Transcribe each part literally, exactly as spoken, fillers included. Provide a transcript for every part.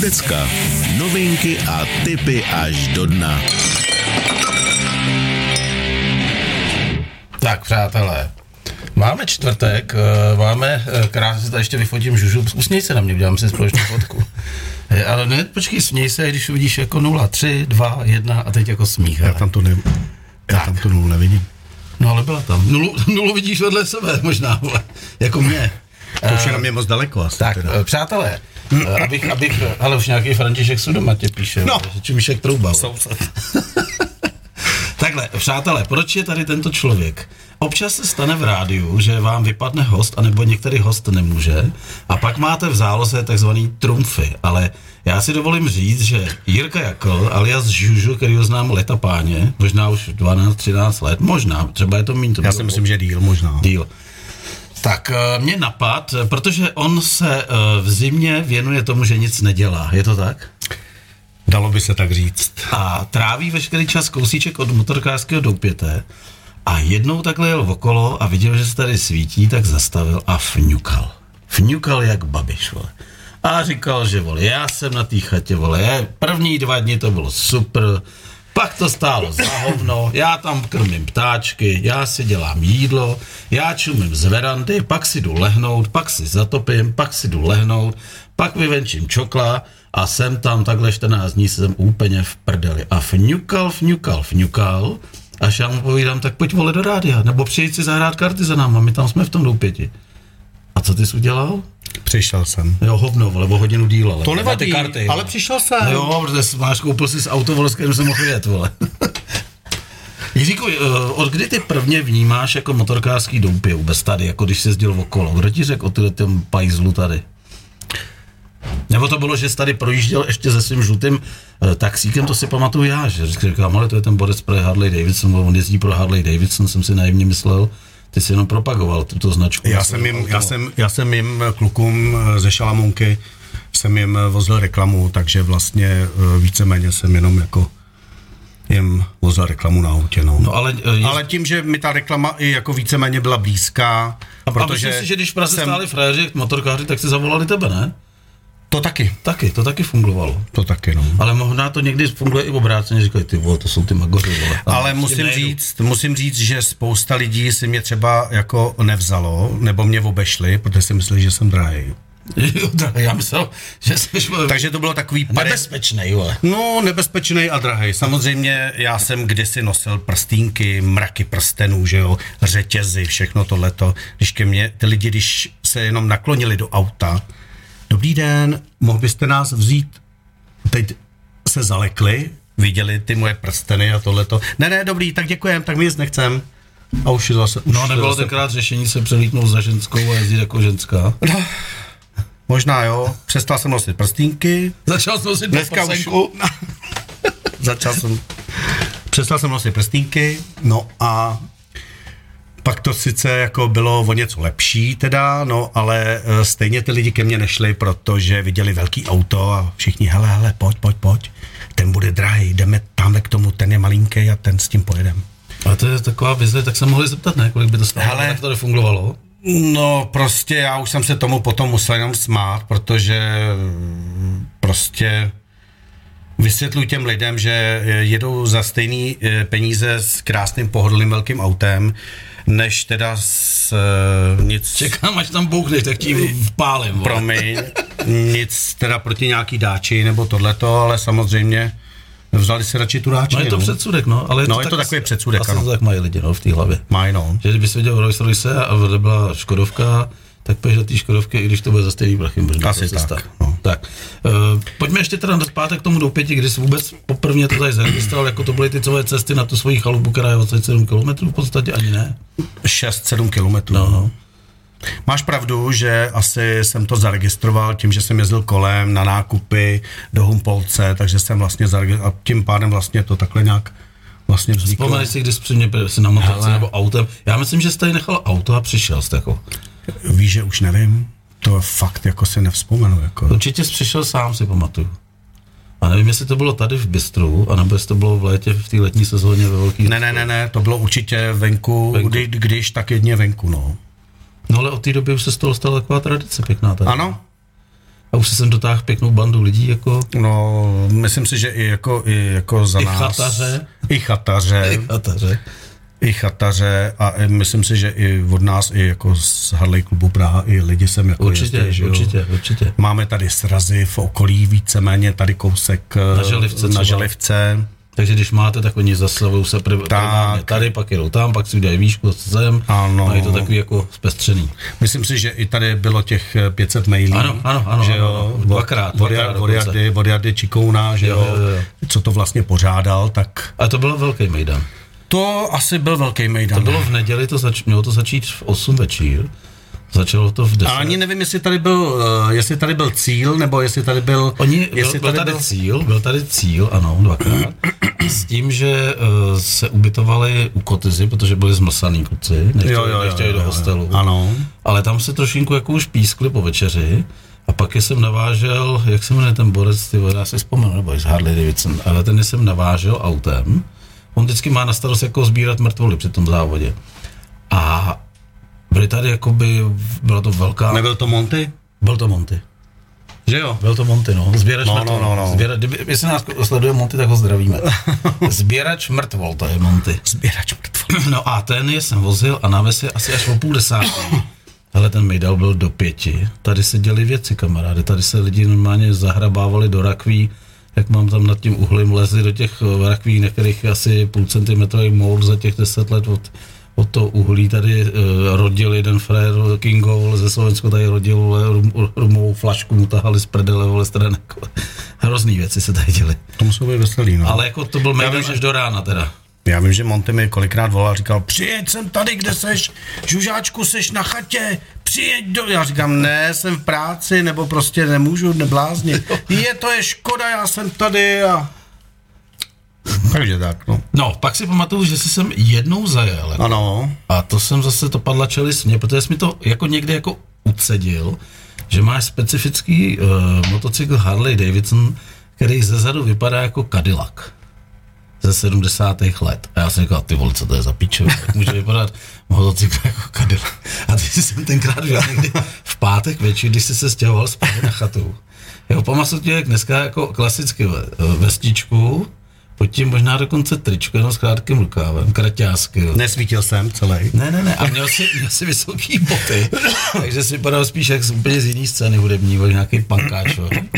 Decka. Novinky a tipy až do dna. Tak, přátelé, máme čtvrtek, máme krásně, tady ještě vyfotím Žužu, usměj se na mě, udělám si společnou fotku. Ale ne, počkej, směj se, když uvidíš jako nula, tři, dva, jedna a teď jako smích. Já tam to ne, já tam to nulu nevidím. No ale byla tam. Nulu, nulu vidíš vedle sebe možná, vole, jako mě. To už je na mě moc daleko asi. Tak, teda. přátelé, abych, abych, ale už nějaký František Sudoma tě píše, no. Čimíšek Trouba. Takhle, přátelé, proč je tady tento člověk? Občas se stane v rádiu, že vám vypadne host, anebo některý host nemůže, a pak máte v záloze takzvaný trumfy, ale já si dovolím říct, že Jirka Jakl, alias Žužu, který ho znám leta páně, možná už dvanáct třináct let, možná, třeba je to míň. To já si myslím, že díl možná. Díl. Tak mě napad, protože on se v zimě věnuje tomu, že nic nedělá, je to tak? Dalo by se tak říct. A tráví veškerý čas kousíček od motorkářského doupěte a jednou takhle jel okolo a viděl, že se tady svítí, tak zastavil a fňukal. Fňukal jak Babiš, vole. A říkal, že vole, já jsem na té chatě, vole, první dva dny to bylo super, pak to stálo za hovno, já tam krmím ptáčky, já si dělám jídlo, já čumím z verandy, pak si jdu lehnout, pak si zatopím, pak si jdu lehnout, pak vyvenčím čokla a jsem tam takhle čtrnáct dní jsem úplně v prdeli. A fňukal, fňukal, fňukal, až já mu povídám, tak pojď vole do rádia, nebo přijď si zahrát karty za náma, my tam jsme v tom doupěti. A co ty jsi udělal? Přišel jsem. Jo, hovno, vole, o hodinu díl, ale. To nevadí, ty karty, ale přišel jsem. No jo, protože máš, koupil jsi auto, vole, s kterým jsem mohl jet, vole. Jiříku, od kdy ty prvně vnímáš jako motorkářský doupě vůbec tady, jako když jsi jezdil okolo? Kdo ti řekl o tom pajzlu tady? Nebo to bylo, že jsi tady projížděl ještě se svým žlutým uh, taxíkem, to si pamatuju já, že říkám, ale to je ten borec pro Harley Davidson, on jezdí pro Harley Davidson, jsem si naivně myslel, ty jsi jenom propagoval tuto značku. Já jsem jim, já jsem, já jsem jim klukům ze Šalamounky, jsem jim vozil reklamu, takže vlastně víceméně jsem jenom jako jim vozil reklamu na autě, no. no ale, je... ale tím, že mi ta reklama i jako víceméně byla blízká, a, protože... A myslím si, že když v Praze jsem... stáli fréři, motorkáři, tak si zavolali tebe, ne? To taky. Taky, to taky fungovalo. To taky, no. Ale možná to někdy funguje i obráceně, říkají, ty vole, to jsou ty magoři, vole. Ale musím říct, musím říct, že spousta lidí si mě třeba jako nevzalo, nebo mě obešli, protože si mysleli, že jsem drahý. Jo, drahý, já myslel, že jsi... Takže to bylo takový... Pare... Nebezpečnej, vole. No, nebezpečnej a drahý. Samozřejmě já jsem kdysi nosil prstínky, mraky prstenů, že jo, řetězy, všechno tohleto. Když ke mně, ty lidi, když se jenom naklonili do auta, dobrý den, mohl byste nás vzít? Teď se zalekli, viděli ty moje prsteny a tohleto. Ne, ne, dobrý, tak děkujem, tak my nic nechcem. A už zase... Už no, nebylo zase... tenkrát řešení se přelítnout za ženskou a jezdit jako ženská. No, možná jo, přestal jsem nosit prstínky. Začal jsem nosit pasenku. Začal jsem... Přestal jsem nosit prstínky, no a... Pak to sice jako bylo o něco lepší teda, no, ale uh, stejně ty lidi ke mně nešli, protože viděli velký auto a všichni, hele, hele, pojď, pojď, pojď, ten bude drahý, jdeme tamhle k tomu, ten je malinký a ten s tím pojedem. Ale to je taková vize, tak se mohli zeptat, ne, kolik by to stálo, hele, tak to nefungovalo? No, prostě já už jsem se tomu potom musel jenom smát, protože prostě vysvětluji těm lidem, že jedou za stejný peníze s krásným pohodlným velkým autem, než teda s uh, nic... Čekám, až tam bouchneš, tak tím vpálím. Promiň, nic teda proti nějaký dáči nebo tohleto, ale samozřejmě vzali si radši tu dáči. No je to no. předsudek, no. Ale je no to je tak to takový předsudek, ano. To tak mají lidi, no, v té hlavě. Mají, no. Že kdyby jsi viděl Rolls Royce a vedle byla Škodovka, tak půjdeš do té Škodovky, i když to bude za stejný prachy. Asi tak. No. Tak. Uh, pojďme ještě teda zpátek k tomu doupěti, kdy jsi vůbec poprvé to tady zaregistroval, jako to byly ty celé cesty na tu svoji chalupu, která je dvacet sedm kilometrů, v podstatě ani ne. šest sedm kilometrů. No, no. Máš pravdu, že asi jsem to zaregistroval tím, že jsem jezdil kolem na nákupy do Humpolce, takže jsem vlastně zaregistroval a tím pádem vlastně to takhle nějak vlastně vzniklo. Vzpomeneš si, když jsi při mě si na motorce nebo autem. Já myslím, že jsi tady nechal auto a přišel jsi jako. Víš, že už nevím. To fakt jako si nevzpomenu. Jako. Určitě jsi přišel sám, si pamatuju. A nevím, jestli to bylo tady v Bystru, anebo jestli to bylo v létě, v té letní sezóně ve Velký. Ne, ne, ne, ne, to bylo určitě venku, venku. Kdy, když tak jedně venku, no. No ale od té doby už se z toho stala taková tradice pěkná tady. Ano. A už jsem dotáhl pěknou bandu lidí, jako... No, myslím si, že i jako, i jako za I nás... chataře. I chataře. I chataře. I chataře a myslím si, že i od nás, i jako z Harley klubu Praha, i lidi sem jako určitě, jezdí, určitě, určitě. Máme tady srazy v okolí, víceméně tady kousek na Želivce. Na Želivce. Takže když máte, tak oni zastavují se primárně tady, pak jedou tam, pak si udělají výšku sem. Ano. A je to takový jako zpestřený. Myslím si, že i tady bylo těch pět set mailů. Ano, ano, ano. Že ano, jo, ano. Dvakrát. dvakrát od Jardy, od Jardy Čikouna, že jo, jo, jo, jo, co to vlastně pořádal, tak... A to byl velký mejdan. To asi byl velký mejdan. To bylo v neděli, to zač- mělo to začít v osm večer. Začalo to v deset. A ani nevím, jestli tady byl, uh, jestli tady byl cíl, nebo jestli tady byl... Oni, jestli byl, byl tady, byl... cíl, byl tady cíl, ano, dvakrát. S tím, že uh, se ubytovali u Kotyzy, protože byli zmlsaný kluci, nechtěli, nechtěli do hostelu. Ano. Ale tam se trošinku jako už pískli po večeři. A pak jsem navážel, jak se jmenuje ten borec, ty já si vzpomenu, nebo z Harley Davidson, ale ten jsem navážel autem. On vždycky má na starost jako sbírat mrtvoly při tom závodě. A byli tady jakoby, byla to velká... Nebyl to Monty? Byl to Monty. Že jo? Byl to Monty, no. Sběrač no, mrtvol. No, no, no. Sběrač, kdyby, jestli nás sleduje Monty, tak ho zdravíme. Sběrač mrtvol, to je Monty. Sběrač mrtvol. No a ten je jsem vozil a návez je asi až o půl desátý. Ale ten mejdal byl do pěti. Tady se děli věci, kamarády. Tady se lidi normálně zahrabávali do rakví. Jak mám tam nad tím uhlím, lezli do těch rakví, na kterých asi půl centimetrový mold za těch deset let od, od toho uhlí. Tady uh, rodil jeden frér Kingo, ze Slovenska tady rodil rum, rumovou flašku, mu tahali z prdele, vole, stranek. Hrozný věci se tady děly. To muselo být veselý, no. Ale jako to byl mejdan až do rána teda. Já vím, že Monty mi kolikrát volal a říkal, přijeď sem tady, kde seš, žužáčku, seš na chatě, přijeď do... Já říkám, ne, jsem v práci, nebo prostě nemůžu, nebláznit. Je, to je škoda, já jsem tady a... Takže tak, no. No, pak si pamatuju, že jsem jednou zajel. Jako, ano. A to jsem zase, to padla čelist mě, protože jsi mi to jako někde jako ucedil, že máš specifický uh, motocykl Harley Davidson, který zezadu vypadá jako Cadillac ze sedmdesátých let. A já jsem říkal, ty vole, co to je za píčo, jak může vypadat motocykl jako Cadillac. A ty jsem tenkrát viděl někdy v pátek večer, když jsi se stěhoval zpátky na chatu. Jeho pamatuju tě, jak dneska jako klasicky vestičku, pod tím možná dokonce tričko, jenom s krátkým rukávem, kraťásky. Nesvítil jsem celý. Ne, ne, ne, a měl si, měl si vysoký boty, takže si vypadal spíš jak z úplně z jiný scény hudební, byl nějaký pankáč.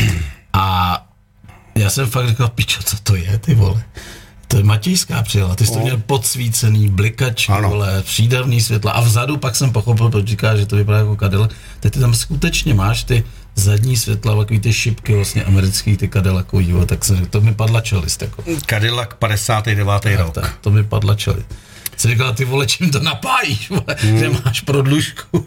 A já jsem fakt říkal, pičo, co to je, ty vole. To je Matějská přijela, ty jsi to měl podsvícený, blikačky, vole, přídavný světla a vzadu pak jsem pochopil, proč říká, že to vypadá jako Cadillac. Teď ty tam skutečně máš ty zadní světla, takový ty šipky vlastně americký, ty Cadillacový, tak se, to mi padla čelist. Jako. Cadillac padesátý devátý rok. Tak, to mi padla čelist. Jsi říkal, ty vole, čím to napájíš, vole, hmm. že máš prodlužku.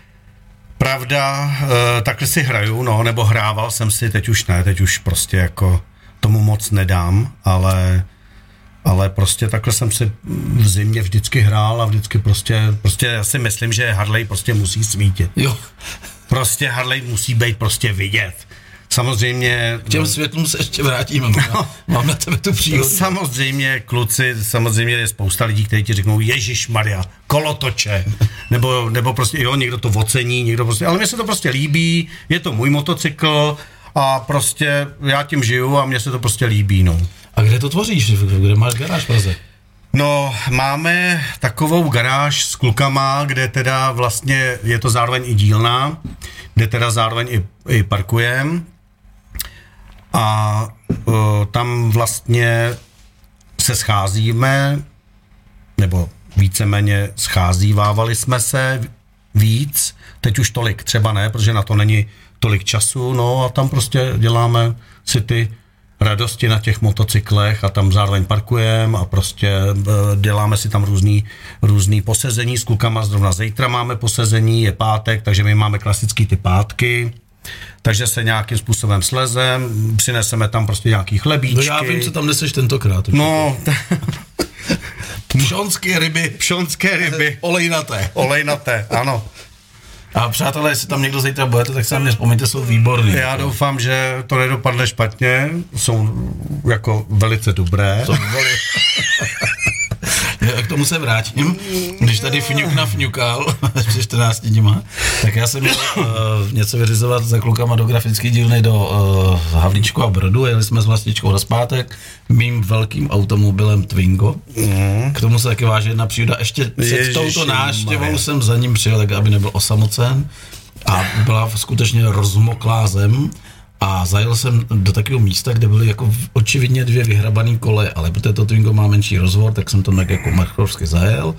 Pravda, e, takhle si hraju, no, nebo hrával jsem si, teď už ne, teď už prostě jako tomu moc nedám, ale... ale prostě takhle jsem si v zimě vždycky hrál a vždycky prostě, prostě já si myslím, že Harley prostě musí svítit. Jo. Prostě Harley musí být prostě vidět. Samozřejmě... K těm světlům se ještě vrátíme, no. Mám na tebe tu příhodu. Samozřejmě kluci, samozřejmě je spousta lidí, kteří ti řeknou, ježišmarja, kolotoče, nebo, nebo prostě, jo, někdo to ocení, někdo prostě, ale mně se to prostě líbí, je to můj motocykl a prostě já tím žiju a mně se to prostě líbí, no. A kde to tvoříš? Kde máš garáž v Praze? No, máme takovou garáž s klukama, kde teda vlastně je to zároveň i dílna, kde teda zároveň i, i parkujem. A uh, tam vlastně se scházíme, nebo víceméně scházívávali jsme se víc, teď už tolik třeba ne, protože na to není tolik času, no a tam prostě děláme si ty radosti na těch motocyklech a tam zároveň parkujeme a prostě děláme si tam různý, různý posezení s klukama, zrovna zítra máme posezení, je pátek, takže my máme klasický ty pátky, takže se nějakým způsobem slezem, přineseme tam prostě nějaký chlebíčky. No já vím, co tam neseš tentokrát. No, pšonské ryby. Pšonské ryby. Olejnaté. Olejnaté, ano. A přátelé, jestli tam někdo zítra budete, tak se na mě vzpomeňte, jsou výborný. Já doufám, že to nedopadne špatně, jsou jako velice dobré. Jsou veli... k tomu se vrátím. Když tady fňuk nafňukal před čtrnácti dníma, tak já jsem měl uh, něco vyřizovat za klukama do grafické dílny do uh, Havlíčku a Brodu. Jeli jsme s vlastičkou na zpátek mým velkým automobilem Twingo. Mm. K tomu se taky váží jedna příhoda. Ještě před touto návštěvou jsem za ním přijel, tak aby nebyl osamocen. A byla skutečně rozmoklá zem. A zajel jsem do takového místa, kde byly jako očividně dvě vyhrabané koleje, ale protože to Twingo má menší rozvor, tak jsem tam tak jako machrovsky zajel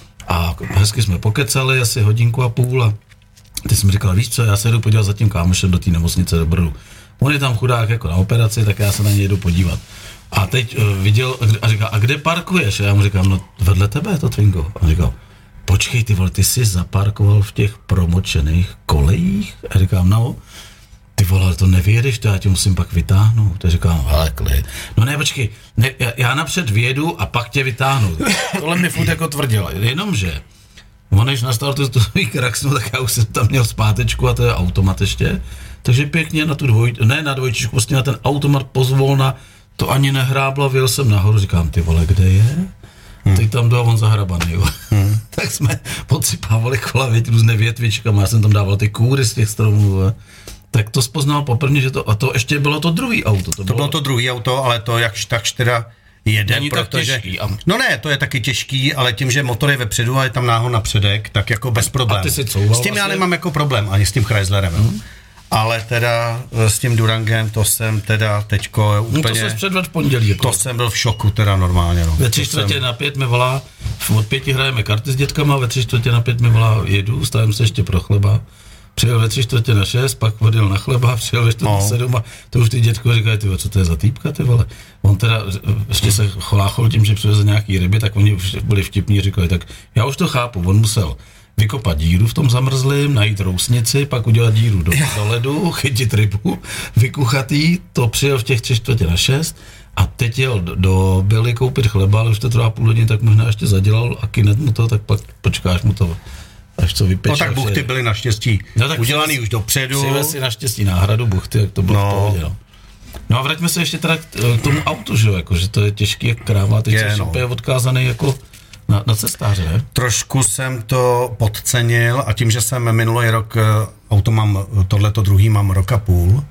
a hezky jsme pokecali asi hodinku a půl a ty jsi mi říkal, víš co, já se jdu podívat za tím kámošem do té nemocnice do Brdu. On je tam chudák jako na operaci, tak já se na něj jdu podívat. A teď uh, viděl a říkal, a kde parkuješ? A já mu říkám, no vedle tebe je to Twingo. A on říkal, počkej ty vole, ty jsi zaparkoval v těch promočených kolejích? A říkám, no. Ty vole, to nevyjedeš, to já tě musím pak vytáhnout. To říkám, hele, klid. No ne, počkej, ne, já, já napřed vyjedu a pak tě vytáhnu. Tohle mi furt jako tvrdila, jenomže on než nastal tu svůj kraxnu, tak já už jsem tam měl zpátečku a to je automat ještě. Takže pěkně na tu dvoj, ne na dvojčičku, prostě na ten automat pozvolna, to ani nehráblo, vyjel jsem nahoru, říkám, ty vole, kde je? Hmm. Teď tam jdu a on zahrabaný, jo. Hmm. Tak jsme podsypávali kola, věť, různé větvičkama, já jsem tam dával ty kůry z těch stromů, jo. Tak to spoznal poprvé, že to, a to ještě bylo to druhý auto. To, to bylo, bylo to druhý auto, ale to jakž takž teda jede, není protože... tak těžký. A... No ne, to je taky těžký, ale tím, že motor je vepředu a je tam náhon napředek, tak jako bez problémů. A ty si couval s tím vlastně? Já nemám jako problém, ani s tím Chryslerem. Hmm. Ale teda s tím Durangem, to jsem teda teďko úplně... No to jsem předvedl v pondělí. Jako. To jsem byl v šoku teda normálně. No. Ve tři čtvrtě jsem... na pět mi volá, od pěti hrajeme karty s dětkama, ve tři čtvrtě na pět mi volá, jedu, stavím se ještě pro chleba. Přijel ve tři čtvrtě na šest, pak odjel na chleba, přijel ve čtvrtě no. sedm a to už ty dětko říkají, ty co to je za týpka, ty vole. On teda ještě se chláchol tím, že přiveze nějaký ryby, tak oni už byli vtipní, říkali, tak já už to chápu, on musel vykopat díru v tom zamrzlým, najít rousnici, pak udělat díru do, do ledu, chytit rybu, vykuchat jí, to přijel v těch tři čtvrtě na šest a teď jel do, do Billy koupit chleba, ale už to trvá půl hodiny, tak možná ještě zadělal a kynet mu to, tak pak počkáš mu to. Až co vypeče. No tak buchty byly naštěstí no, udělaný už dopředu. Přivez si naštěstí náhradu buchty, jak to bylo no. v pohodě. No. no a vraťme se ještě teda k tomu autu, že jo, jako, že to je těžký jak kráva, teď je, no. je odkázaný jako na, na cestáře, ne? Trošku jsem to podcenil a tím, že jsem minulý rok, auto mám, tohleto druhý mám rok a půl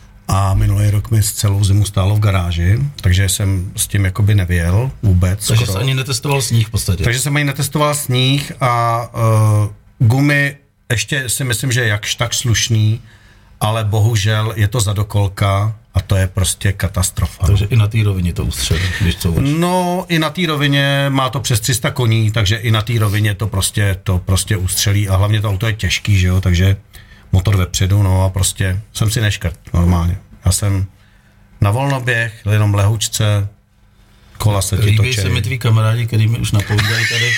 a minulý rok mi celou zimu stálo v garáži, takže jsem s tím jakoby nevěl vůbec. Takže skoro. jsi ani netestoval sníh v podstatě. Takže jsem ani netestoval sníh a uh, gumy ještě si myslím, že je jakž tak slušný, ale bohužel je to zadokolka a to je prostě katastrofa. Takže i na té rovině to ustřelí, když co uč. No, i na té rovině má to přes tři sta koní, takže i na té rovině to prostě, to prostě ustřelí a hlavně to auto je těžký, že jo, takže motor vepředu, no a prostě jsem si neškrt normálně. Já jsem na volnoběh, jenom lehoučce, kola se ti točí. Líbí se mi tví kamarádi, který mi už napovídají tady.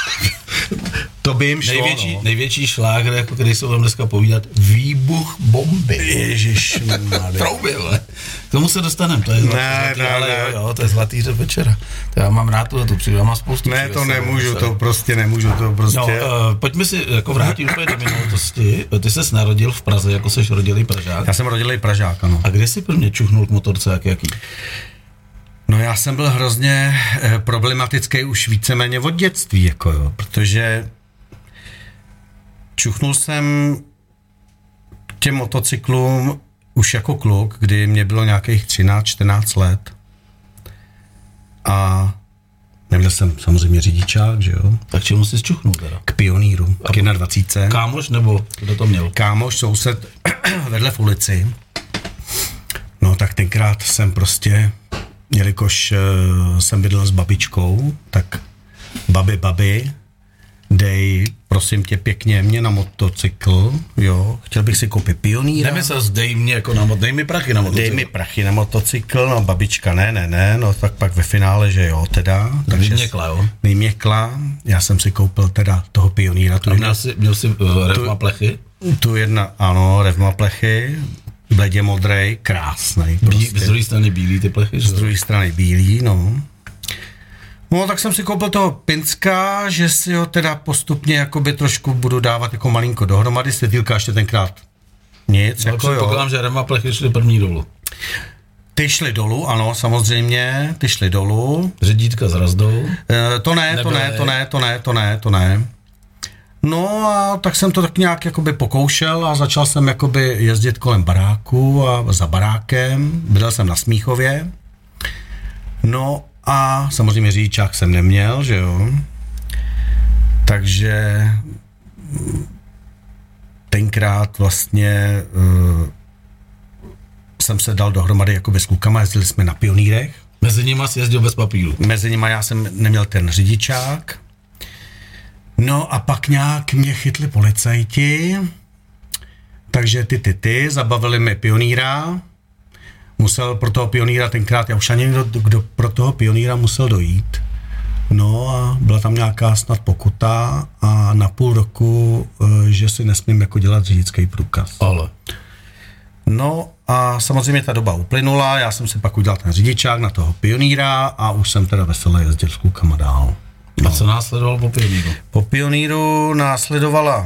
To by jim šlo, největší, no. největší šlágr, jako který jsou vám dneska povídat, výbuch bomby. Ježiš, trouby, vole. K tomu se dostaneme, to je zlatý, ne, zlatý ne, ale ne. Jo, jo, to je zlatý řep večera. To já mám rád tuhle tu přijdu, já mám spoustu Ne, přijde, to nemůžu, to prostě nemůžu, to prostě... No, uh, pojďme si jako vrátit úplně do minulosti. Ty ses narodil v Praze, jako seš rodilý Pražák. Já jsem rodilý Pražák, ano. A kde jsi pro mě čuchnul k motorce, jak jaký? No já jsem byl hrozně eh, problematický už víceméně od dětství, jako jo, protože čuchnul jsem k těm motocyklům už jako kluk, kdy mě bylo nějakých třináct čtrnáct let a neměl jsem samozřejmě řidičák, že jo. Tak čemu jsi čuchnul teda? K Pioníru, k jedna dvacítce. Kámoš nebo kdo to měl? Kámoš, soused vedle v ulici. No tak tenkrát jsem prostě, jelikož uh, jsem bydlel s babičkou, tak babi, babi, dej, prosím tě pěkně, mě na motocykl, jo, chtěl bych si koupit Pioníra. Nemyslel, dej mě jako na motocykl, dej mi prachy na motocykl. Dej mi prachy na motocykl, no babička, ne, ne, ne, no tak pak ve finále, že jo, teda. Vyměkla, jo? Vyměkla, já jsem si koupil teda toho Pioníra. A měl jsi, měl jsi uh, revma plechy? Tu jedna, ano, revma plechy, bledě modrej, krásnej. Bí, z druhé strany bílý ty plechy, že? Z druhé strany bílý, no. No, tak jsem si koupil toho Pinska, že si ho teda postupně jakoby trošku budu dávat jako malinko dohromady, světýlka ještě tenkrát nic, no, jako jo. Předpokládám, že revma plechy šly první dolů. Ty šli dolů, ano, samozřejmě, ty šli dolů. Řidítka s razdou? E, to ne, to ne, to ne, to ne, to ne, to ne. No a tak jsem to tak nějak jakoby pokoušel a začal jsem jakoby jezdit kolem baráku a za barákem. Bydlel jsem na Smíchově. No a samozřejmě řidičák jsem neměl, že jo. Takže tenkrát vlastně uh, jsem se dal dohromady jakoby s klukama, jezdili jsme na Pionýrech. Mezi nimi jsi jezdil bez papíru. Mezi nimi já jsem neměl ten řidičák. No a pak nějak mě chytli policajti, takže ty, ty, ty, zabavili mi Pionýra. Musel pro toho Pionýra tenkrát, já už ani kdo, kdo pro toho Pionýra musel dojít. No a byla tam nějaká snad pokuta a na půl roku, že si nesmím jako dělat řidičský průkaz. Ale. No a samozřejmě ta doba uplynula, já jsem si pak udělal ten řidičák na toho Pionýra a už jsem teda veselé jezdil s klukama dál. No. A co následovalo po Pionýru? Po Pionýru následovala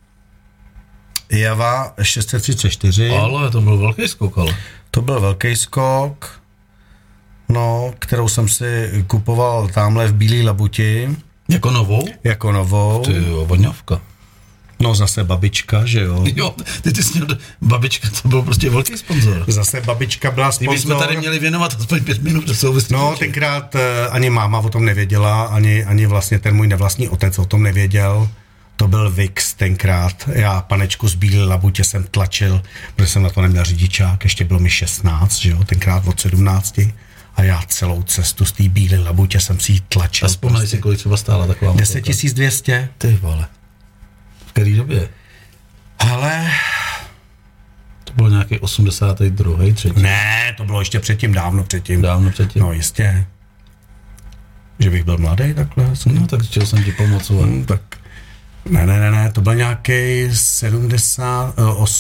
Java šest set třicet čtyři. Ale to byl velký skok, ale. To byl velký skok, no, kterou jsem si kupoval tamhle v Bílý Labuti. Jako novou? Jako novou. Ty jo, voňavka. No zase babička, že jo. Jo, ty ty jsi měl, babička, to byl prostě velký sponzor. Zase babička byla sponzor. My jsme tady měli věnovat aspoň pět minut do souvislosti. No, tenkrát uh, ani máma o tom nevěděla, ani, ani vlastně ten můj nevlastní otec o tom nevěděl. To byl Vix tenkrát. Já panečku z Bílé Labutě jsem tlačil, protože jsem na to neměl řidičák, ještě bylo mi šestnáct, že jo, tenkrát od sedmnácti. A já celou cestu z té Bílé Labutě jsem si ji tlačil. A vzpomněli si, kolik třeba stála taková motorka? deset tisíc dvě stě. Ty vole. V který době? Ale... To bylo nějaký osmdesátý druhý, třetí. Ne, to bylo ještě předtím, dávno předtím. Dávno předtím. No jistě. Že bych byl mladý takhle. No tak chtěl jsem ti pomoct. Hmm, tak... Ne, ne, ne, ne, to byl nějaký sedmdesát,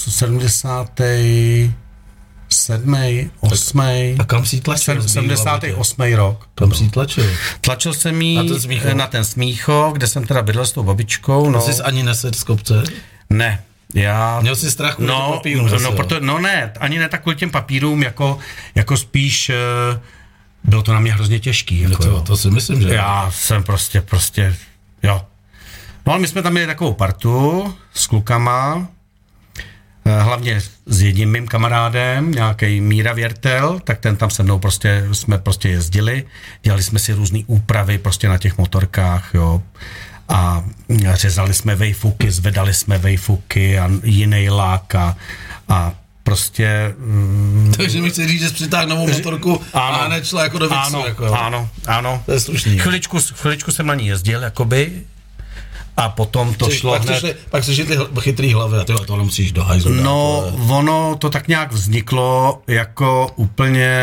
sedmdesátý sedmý, osmý. A kam jsi tlačil? sedmdesátý osmý rok. Kam jsi tlačil? Tlačil jsem jí na ten Smíchov, na ten Smíchov, kde jsem teda bydlel s tou babičkou. No. A jsi ani nesedl z kopce? Ne. Já... Měl jsi strach kvůli no, papírům no, zase, proto, no ne, ani ne tak kvůli těm papírům, jako, jako spíš uh, bylo to na mě hrozně těžký. Jako, to, to si myslím, že... Já jsem prostě, prostě, jo. No ale my jsme tam měli takovou partu s klukama, hlavně s jedním mým kamarádem, nějaký Míra Věrtel, tak ten tam se mnou prostě, jsme prostě jezdili, dělali jsme si různý úpravy prostě na těch motorkách, jo. A řezali jsme vejfuky, zvedali jsme vejfuky a jiný lák a, a prostě... Mm, takže mi chci říct, že jsi přitáhl novou motorku ano, a nečla jako do Vixu. Ano, jako, ano, ano. To je slušný. Chviličku, chviličku jsem na ní jezdil, jakoby, a potom to Či, šlo pak hned... Šli, pak se šli chytrý hlavy a tyhle, tohle musíš do hajzlu dát. No, to je... ono to tak nějak vzniklo jako úplně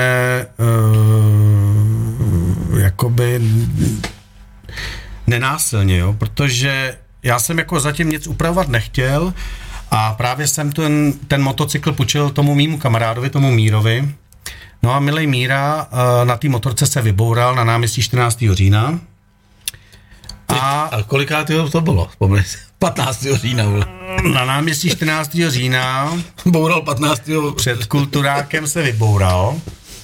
uh, jakoby nenásilně, jo, protože já jsem jako zatím nic upravovat nechtěl a právě jsem ten, ten motocykl půjčil tomu mýmu kamarádovi, tomu Mírovi. No a milej Míra uh, na té motorce se vyboural na náměstí čtrnáctého října. A, a kolikátýho to bylo? Vzpomněj si. patnáctého října. Na náměstí čtrnáctého října. Boural patnáctého Před kulturákem se vyboural.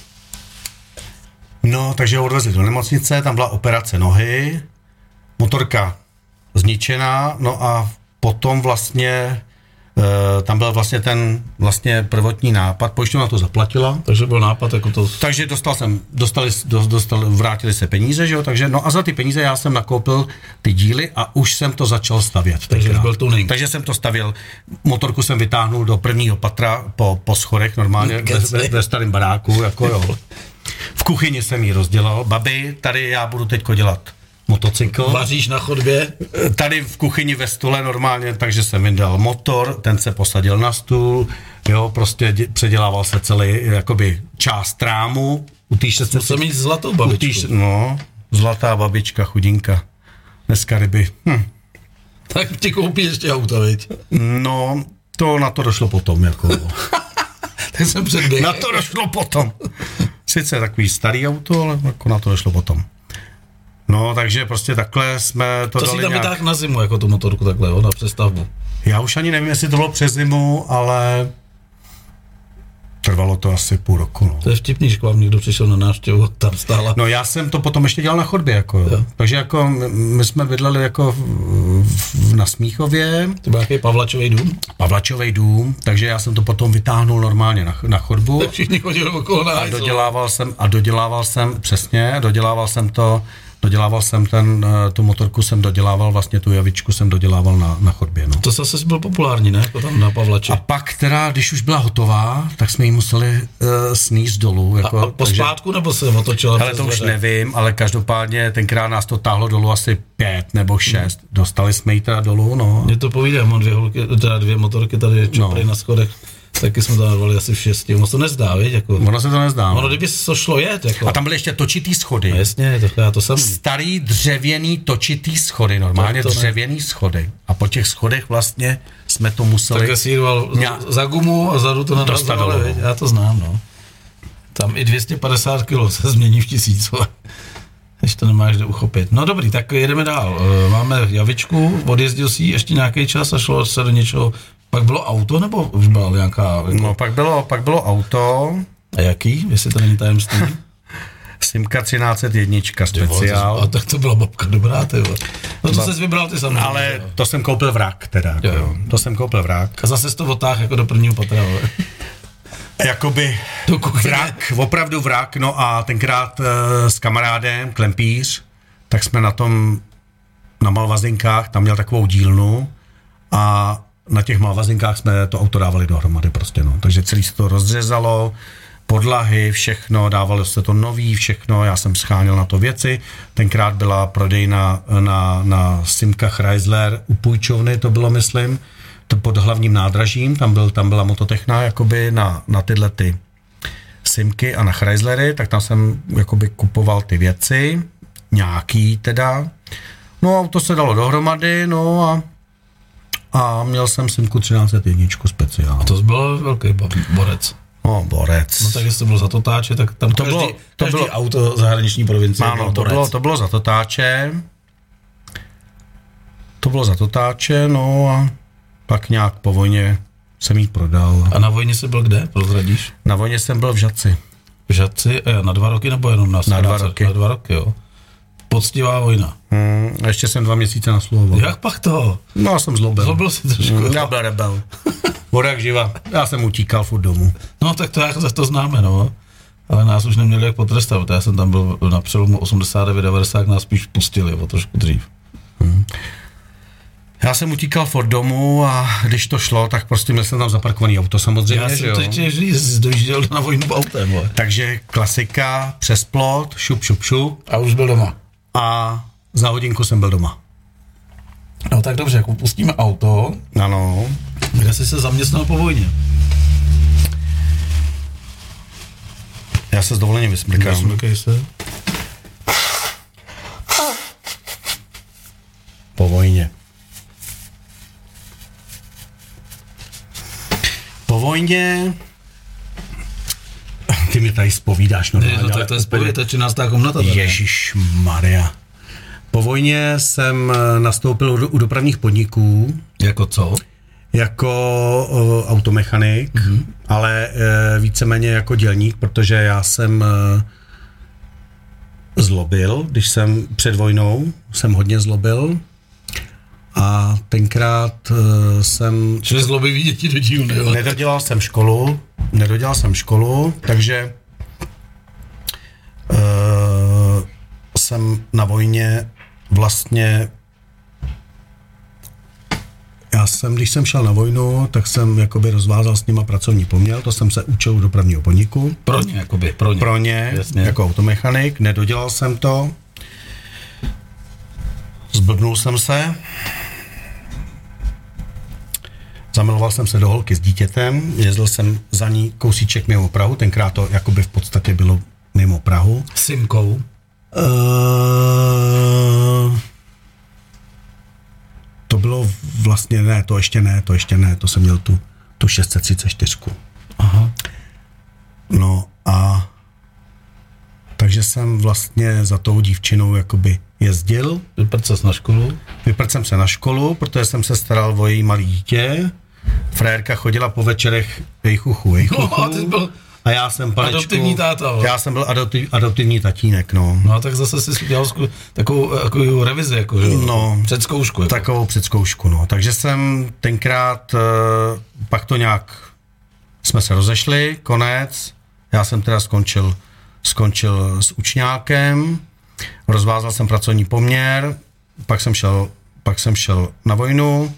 No, takže ho odvezli do nemocnice, tam byla operace nohy, motorka zničená, no a potom vlastně e, tam byl vlastně ten vlastně prvotní nápad, pojišťovna to zaplatila. Takže byl nápad jako to... Takže dostal jsem, dostali, dostal, vrátili se peníze, že jo, takže no a za ty peníze já jsem nakoupil ty díly a už jsem to začal stavět. Takže byl tuning. Takže jsem to stavěl, motorku jsem vytáhnul do prvního patra po, po schodech normálně ve, ve, ve starém baráku, jako jo. V kuchyni jsem ji rozdělal, babi, tady já budu teďko dělat motocykl. Vaříš na chodbě? Tady v kuchyni ve stole normálně, takže jsem vydal motor, ten se posadil na stůl, jo, prostě dě, předělával se celý, jakoby část trámu. U té šestce... Musel mít zlatou babičku. Týž, no, zlatá babička, chudinka. Dneska ryby. Hm. Tak ti koupí ještě auto, viď? No, to na to došlo potom, jako. Tak jsem předběhl. Na to došlo potom. Sice takový starý auto, ale jako na to došlo potom. No, takže prostě takhle jsme to, to dali si tam nějak... vytáhl na zimu, jako tu motorku takhle, jo, na přestavbu. Já už ani nevím, jestli to bylo přes zimu, ale... trvalo to asi půl roku. No. To je vtipný, že k vám někdo přišel na návštěvu, tam stála. No já jsem to potom ještě dělal na chodbě, jako jo. Takže jako my, my jsme bydleli jako v, v, na Smíchově. To byl nějaký Pavlačový dům? Pavlačový dům, takže já jsem to potom vytáhnul normálně na, na chodbu. Tak všichni chodili okolo nás. A dodělával jsem, a dodělával jsem, přesně, dodělával jsem to, dodělával jsem ten, tu motorku jsem dodělával, vlastně tu javičku jsem dodělával na, na chodbě, no. To zase byl populární, ne? Jako tam na Pavlači. A pak teda, když už byla hotová, tak jsme ji museli uh, sníst dolů. Jako, a, a po takže, zpátku nebo se otočila? ale to už nevím, ale každopádně tenkrát nás to táhlo dolů asi pět nebo šest. Hmm. Dostali jsme ji teda dolů, no. Mně to povídá, mám dvě, holky, teda dvě motorky tady čopry no. na schodech. Taky jsme to narvali asi v šesti. Ono se to nezdá, víš? Jako. Ono se to nezdá. Ono, kdyby to šlo jet. Jako. A tam byly ještě točitý schody. No, jasně, to, já to samý. Starý dřevěný točitý schody, normálně to to dřevěný schody. A po těch schodech vlastně jsme to museli... Takhle sírval za gumu a zadu to nadrazovali, já to znám, no. Tam i dvě stě padesát kilo se změní v tisíc, když to nemáš kde uchopit. No dobrý, tak jedeme dál. Máme javičku, odjezdil si ještě nějaký čas a šlo se do něčeho. Pak bylo auto, nebo už byla nějaká... Jako... No, pak bylo, pak bylo auto. A jaký? Jestli to není tajemství? Simca třináct set jedna speciál. A tak to byla babka dobrá, ty vole. No to Ba... ses vybral ty samozřejmě. Ale jo. To jsem koupil vrak teda. Jo, jo. To jsem koupil vrak. A zase jsi to otáhl jako do prvního patra, vole. Jakoby vrak, opravdu vrak, no a tenkrát uh, s kamarádem, klempíř, tak jsme na tom, na Malvazinkách, tam měl takovou dílnu a na těch Malvazinkách jsme to auto dávali dohromady prostě, no. Takže celý se to rozřezalo, podlahy, všechno, dávalo se to nový, všechno, já jsem scháněl na to věci. Tenkrát byla prodejna na, na Simca Chrysler u půjčovny, to bylo, myslím, to pod hlavním nádražím, tam, byl, tam byla Mototechna, jakoby na, na tyhle ty Simky a na Chryslery, tak tam jsem jakoby kupoval ty věci, nějaký teda. No a to se dalo dohromady, no a a měl jsem Simku třináct set jedna speciál. A to byl velký borec. No, borec. No tak jestli to bylo za totáče, tak tam to každý, bylo, to každý bylo auto zahraniční provincie ano, bylo to bylo, to bylo za totáče. To bylo za totáče, no a pak nějak po vojně jsem jí prodal. A na vojně jsi byl kde? Prozradíš? Na vojně jsem byl v Žadci. V Žadci? A na dva roky nebo jenom na Na dva roky. Na dva roky, jo. Poctivá vojna. Hmm, a ještě jsem dva měsíce nasluhoval. Jak pak to? No, já jsem zlobil. Zlobil si trošku. Hmm, já byl rebel. Voda jak živa. Já jsem utíkal furt domů. No, tak to jak zase to známe, no. Ale nás už neměli jak potrestat. Já jsem tam byl na přelomu osmdesát devět devadesát, nás spíš pustili o trošku dřív. Hmm. Já jsem utíkal furt domů a když to šlo, tak prostě měl jsem tam zaparkovaný auto samozřejmě, já že jo. Já jsem to ještě dojížděl na vojnu autem, ale. Takže klasika, přes plot, šup, šup, šup. A už byl doma. A za hodinku jsem byl doma. No tak dobře, jak upustíme auto. Ano. Kde jsi se zaměstnal po vojně? Já se s dovolením vysmrkám. Vysmrkej se. Po vojně. Po vojně... Ty mi tady zpovídáš normálně. Ne, no tak to je zpověď, to je čtrnáctá komnata. Ježišmarja. Po vojně jsem nastoupil u dopravních podniků. Jako co? Jako o, automechanik, mm-hmm. ale e, víceméně jako dělník, protože já jsem e, zlobil, když jsem před vojnou, jsem hodně zlobil a tenkrát e, jsem... Čili zlobivý děti do dílny, jo? Nedodělal jsem školu, nedodělal jsem školu, takže e, jsem na vojně vlastně já jsem, když jsem šel na vojnu, tak jsem jakoby rozvázal s nima pracovní poměr, to jsem se učil u dopravního podniku. Pro ně, jakoby, pro ně. Pro ně, jasně. Jako automechanik, nedodělal jsem to. Zblbnul jsem se. Zamiloval jsem se do holky s dítětem, jezdil jsem za ní kousíček mimo Prahu, tenkrát to jakoby v podstatě bylo mimo Prahu. Simkou? Uh... To bylo vlastně, ne, to ještě ne, to ještě ne, to jsem měl tu, tu šest set třicet čtyři. Aha. No a takže jsem vlastně za tou dívčinou jakoby jezdil. Vyprt ses na školu? Vyprt jsem se na školu, protože jsem se staral o její malé dítě frérka chodila po večerech ejchuchu, ejchuchu. No, ty byl a já jsem panečku. Adoptivní táta. Já jsem byl adoptiv, adoptivní tatínek, no. No a tak zase si udělal zku, takovou, takovou revizi, jako, že no, předzkoušku. Jako. Takovou předzkoušku, no. Takže jsem tenkrát, pak to nějak, jsme se rozešli, konec. Já jsem teda skončil, skončil s učňákem, rozvázal jsem pracovní poměr, pak jsem šel, pak jsem šel na vojnu.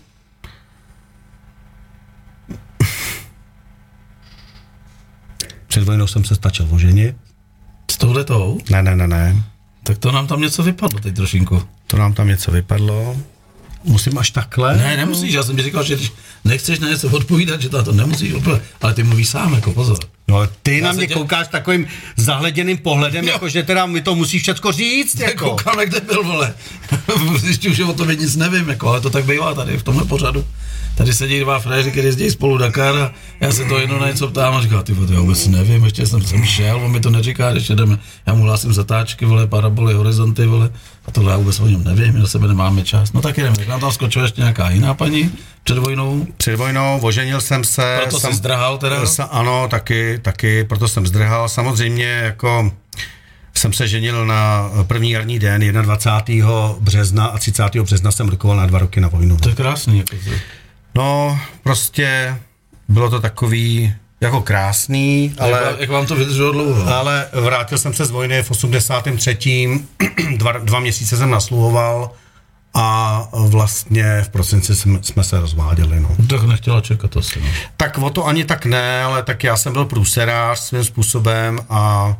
Před vojnou jsem se stačil oženit. S touhletou? Ne, ne, ne, ne. Tak to nám tam něco vypadlo teď trošinku. To nám tam něco vypadlo. Musím až takhle? Ne, nemusíš, já jsem ti říkal, že když nechceš na něco odpovídat, že to, to nemusíš odpovídat, ale ty mluvíš sám, jako pozor. No ale ty já na mě tě... koukáš takovým zahleděným pohledem, jako že teda mi to musíš všecko říct, jako. Koukám, jak byl, vole. Zjišťuju, že o tobě nic nevím, jako, ale to tak bývá tady v tomhle pořadu. Tady sedí dva frajeři, kteří jezdí spolu Dakar a já se to jedno na něco ptám a říká, ty vole, já vůbec nevím, ještě jsem sem šel, on mi to neříká, ještě jdeme, já mu hlásím zatáčky, vole, paraboly, horizonty, vole, a tohle já vůbec o něm nevím, my do sebe nemáme čas. No tak jdeme, tak nám tam skočila ještě nějaká jiná paní před vojnou. Před vojnou, oženil jsem se. Proto jsem, jsi zdrhal teda? Sa, ano, taky, taky, proto jsem zdrhal. Samozřejmě jako jsem se ženil na první jarní den, dvacátého prvního března a třicátého března jsem rukoval na dva roky na vojnu. To je krásný. Jako no, prostě bylo to takový jako krásný, ale... Jak, jak vám to vydrželo dlouho? Ale vrátil jsem se z vojny v osmdesátém třetím dva, dva měsíce jsem nasluhoval a vlastně v prosinci jsme, jsme se rozváděli, no. Tak nechtěla čekat asi, no. Tak o to ani tak ne, ale tak já jsem byl průserář svým způsobem a...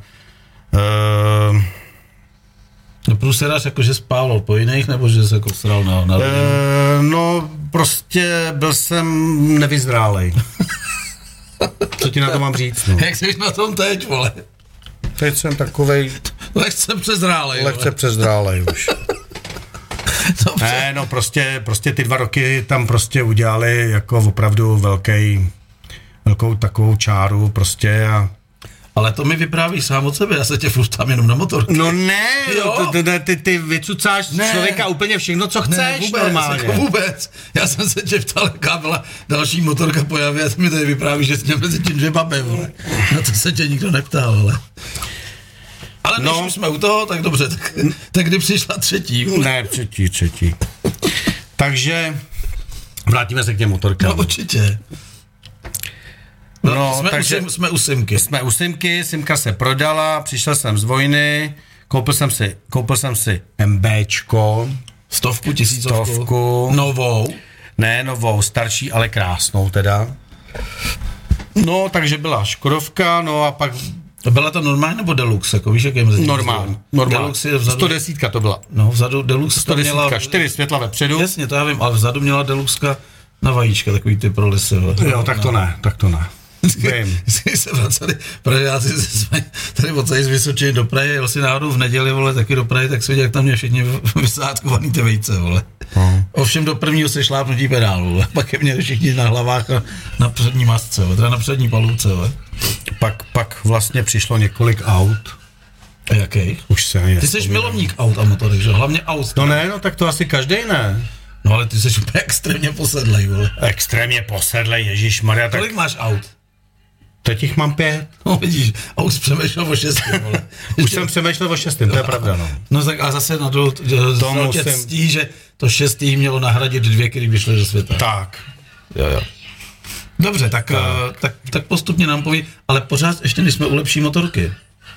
Uh, no průserář jako, že spával po jiných, nebo že se jako sral na... na uh, no, prostě byl jsem nevyzrálej. Co ti na to mám říct, no? Jak jsi na tom teď, vole? Teď jsem takovej... Lehce přezrálej, Lehce přezrálej už. Dobře. Ne, no prostě, prostě ty dva roky tam prostě udělali jako opravdu velký, velkou takovou čáru prostě a... Ale to mi vypráví sám od sebe, já se tě furt tam jenom na motorky. No ne, no, ty, ty, ty, ty vycucáš ne. člověka úplně všechno, co chceš ne, vůbec, normálně. Jako vůbec, já jsem se tě ptal, jaká byla další motorka pojaví a ty mi tady vyprávíš, že jsi měl mezi tím dvě babe, vole. Na to se tě nikdo neptal, ale... Ale než no. jsme u toho, tak dobře, tak, tak kdy přišla třetí? Vole. Ne, třetí, třetí. Takže vrátíme se k těm motorkám. No určitě. No, no jsme, takže, u sim, jsme u Simky. Jsme u Simky, Simka se prodala, přišel jsem z vojny, koupil jsem si, koupil jsem si MBčko. Stovku, tisícovku. Stovku. Novou. Ne, novou, starší, ale krásnou teda. No, takže byla Škodovka, no a pak... Byla to normální nebo deluxe, jako víš, jak je mezi normální, normální. Deluxe je vzadu... sto deset to byla. No, vzadu deluxe sto deset, měla... čtyři světla vepředu. Jasně, to já vím, ale vzadu měla deluxka na vajíčka, takový ty pro lisy. Jo, tak to ne, tak to ne. Vždycky se vraceli Pražáci jsme tady odsaď z Vysočiny do Prahy, jel si náhodou v neděli, vole, taky do Prahy, tak se viděl, jak tam mě všichni vysádkovaný ty vejce, vole. Hmm. Ovšem do prvního se šlápnutí pedálu, vole. Pak je měli všichni na hlavách a na přední masce, vole, teda na přední palůvce, vole. Pak, pak vlastně přišlo několik aut. A jakých? Už se ani Ty jsi milovník aut a motorek, že? Hlavně aut. No ne, no tak to asi každý ne. No ale ty jsi úplně extrémně posedlej, vole. Extrémně posedlej, ježišmarja. Kolik tak... máš aut? Teď jich mám pět. No vidíš, a už přemýšlel o šestém, vole. Už jsem přemýšlel o šestém, to je pravda, no. No tak a zase na druhou tě ctí, že to šestý mělo nahradit dvě, které vyšly do světa. Tak. Jo, jo. Dobře, tak, tak. Uh, tak, tak postupně nám poví, ale pořád ještě nejsme u lepší motorky.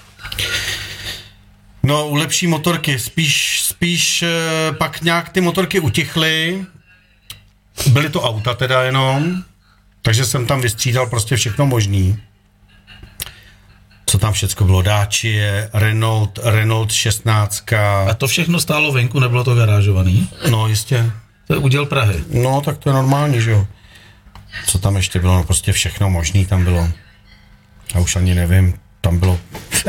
No, u lepší motorky, spíš, spíš uh, pak nějak ty motorky utichly, byly to auta teda jenom, takže jsem tam vystřídal prostě všechno možný. Co tam všecko bylo? Dacia, Renault, Renault šestnáct. A to všechno stálo venku, nebylo to garážovaný? No, jistě. To je úděl Prahy. No, tak to je normální, že jo. Co tam ještě bylo? No, prostě všechno možný tam bylo. Já už ani nevím, tam bylo...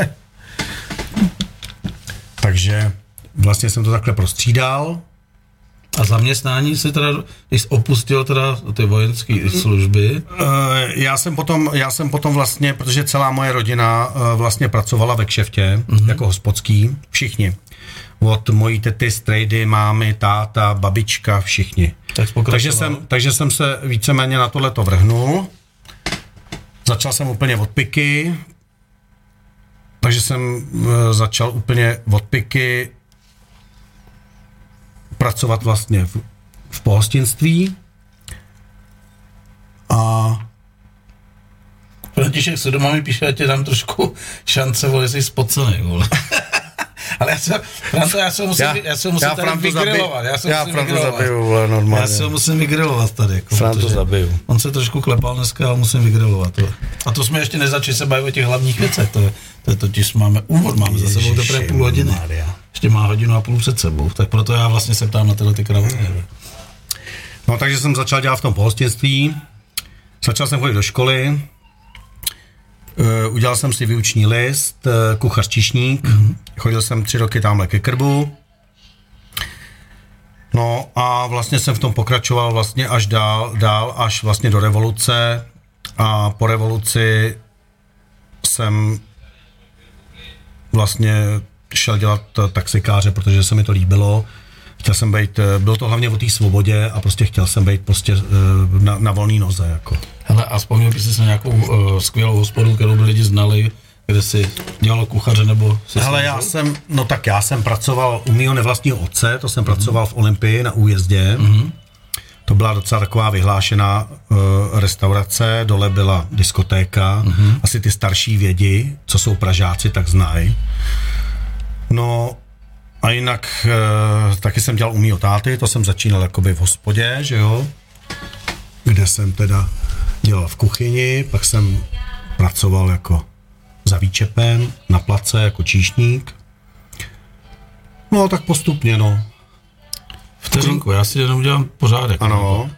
Takže vlastně jsem to takhle prostřídal. A zaměstnání si teda, když jsi opustil teda ty vojenské služby? Já jsem potom, já jsem potom vlastně, protože celá moje rodina vlastně pracovala ve kšeftě, mm-hmm. jako hospodský, všichni. Od mojí tety, strejdy, mámy, táta, babička, všichni. Tak takže, jsem, takže jsem se víceméně na tohleto vrhnul. Začal jsem úplně od piky, takže jsem začal úplně od piky pracovat vlastně v, v pohostinství. A František se doma mi píše, že tě dám trošku šance, vole, jsi spocený, vole. Ale já se, Franto, já se musím, já, já se musím já tady vygrilovat. Já se já musím Franto vygrilovat. zabiju, vole, normálně. Já se ho musím vygrilovat tady. Jako, Franto zabiju. On se trošku klepal dneska, ale musím vygrilovat. To. A to jsme ještě nezačali se bavit o těch hlavních věcech. To je, to je totiž, máme úvod, máme za sebou teprve půl hodiny. Maria. Ještě má hodinu a půl před sebou. Tak proto já vlastně se ptám na tyhle ty kravaty. Hmm. No takže jsem začal dělat v tom pohostinství. Začal jsem chodit do školy. Uh, udělal jsem si výuční list, uh, kuchař číšník, mm-hmm. chodil jsem tři roky tamhle ke krbu. No a vlastně jsem v tom pokračoval vlastně až dál, dál až vlastně do revoluce a po revoluci jsem vlastně šel dělat taxikáře, protože se mi to líbilo. Chtěl jsem být, bylo to hlavně o té svobodě a prostě chtěl jsem být prostě na, na volný noze, jako. Hele, a vzpomněl bys si na nějakou uh, skvělou hospodu, kterou by lidi znali, kde jsi dělal kuchaře, nebo se Hele, já jsem, no tak já jsem pracoval u mýho nevlastního otce, to jsem mm-hmm. pracoval v Olympii na Újezdě. Mm-hmm. To byla docela taková vyhlášená uh, restaurace, dole byla diskotéka, mm-hmm. asi ty starší vědi, co jsou Pražáci, tak znají. No a jinak uh, taky jsem dělal u mýho táty, to jsem začínal jakoby v hospodě, že jo, kde jsem teda dělal v kuchyni, pak jsem pracoval jako za výčepem, na place jako číšník. No tak postupně, no. Vteřinku, já si jenom udělám pořádek. Ano.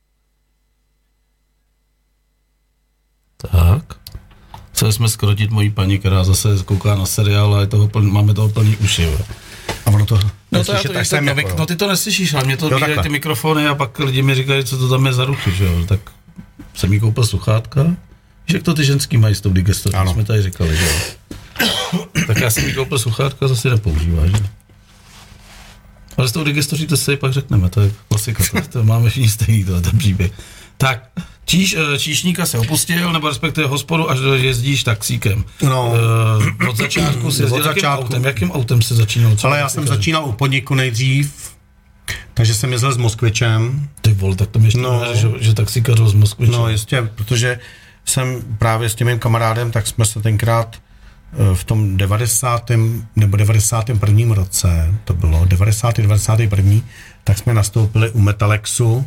Tak. Chceli jsme skrotit mojí paní, která zase kouká na seriál a je toho plný, máme toho plný uši. Jo. A ono to... No, to já to, tak jsem jako, no ty to neslyšíš, ale mě to bírají ty mikrofony a pak lidi mi říkají, co to tam je za ruchy, že jo. Tak jsem jí koupil sluchátka. Víš, jak to ty ženský mají s tou digestoří, jsme tady říkali, že jo. Tak já jsem jí koupil sluchátka, zase nepoužívá, že? Ale s tou digestoří to si pak řekneme, to je klasika, to, to máme všichni stejný, to je ten příběh. Tak, číš, číšníka se opustil, nebo respektive hospodu, až jezdíš taxíkem. No. Uh, od začátku si jezdil jakým autem? Jakým autem jsi začínal? Ale já jsem začínal u podniku nejdřív, takže jsem jezdil s Moskvičem. Ty vole, tak to mi ještě no. nevěř, že, že taxíkařil s Moskvičem. No jistě, protože jsem právě s tím mým kamarádem, tak jsme se tenkrát v tom devadesátém nebo devadesátém prvním roce, to bylo devadesátý devadesátý první, tak jsme nastoupili u Metalexu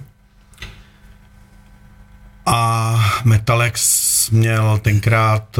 a Metalex měl tenkrát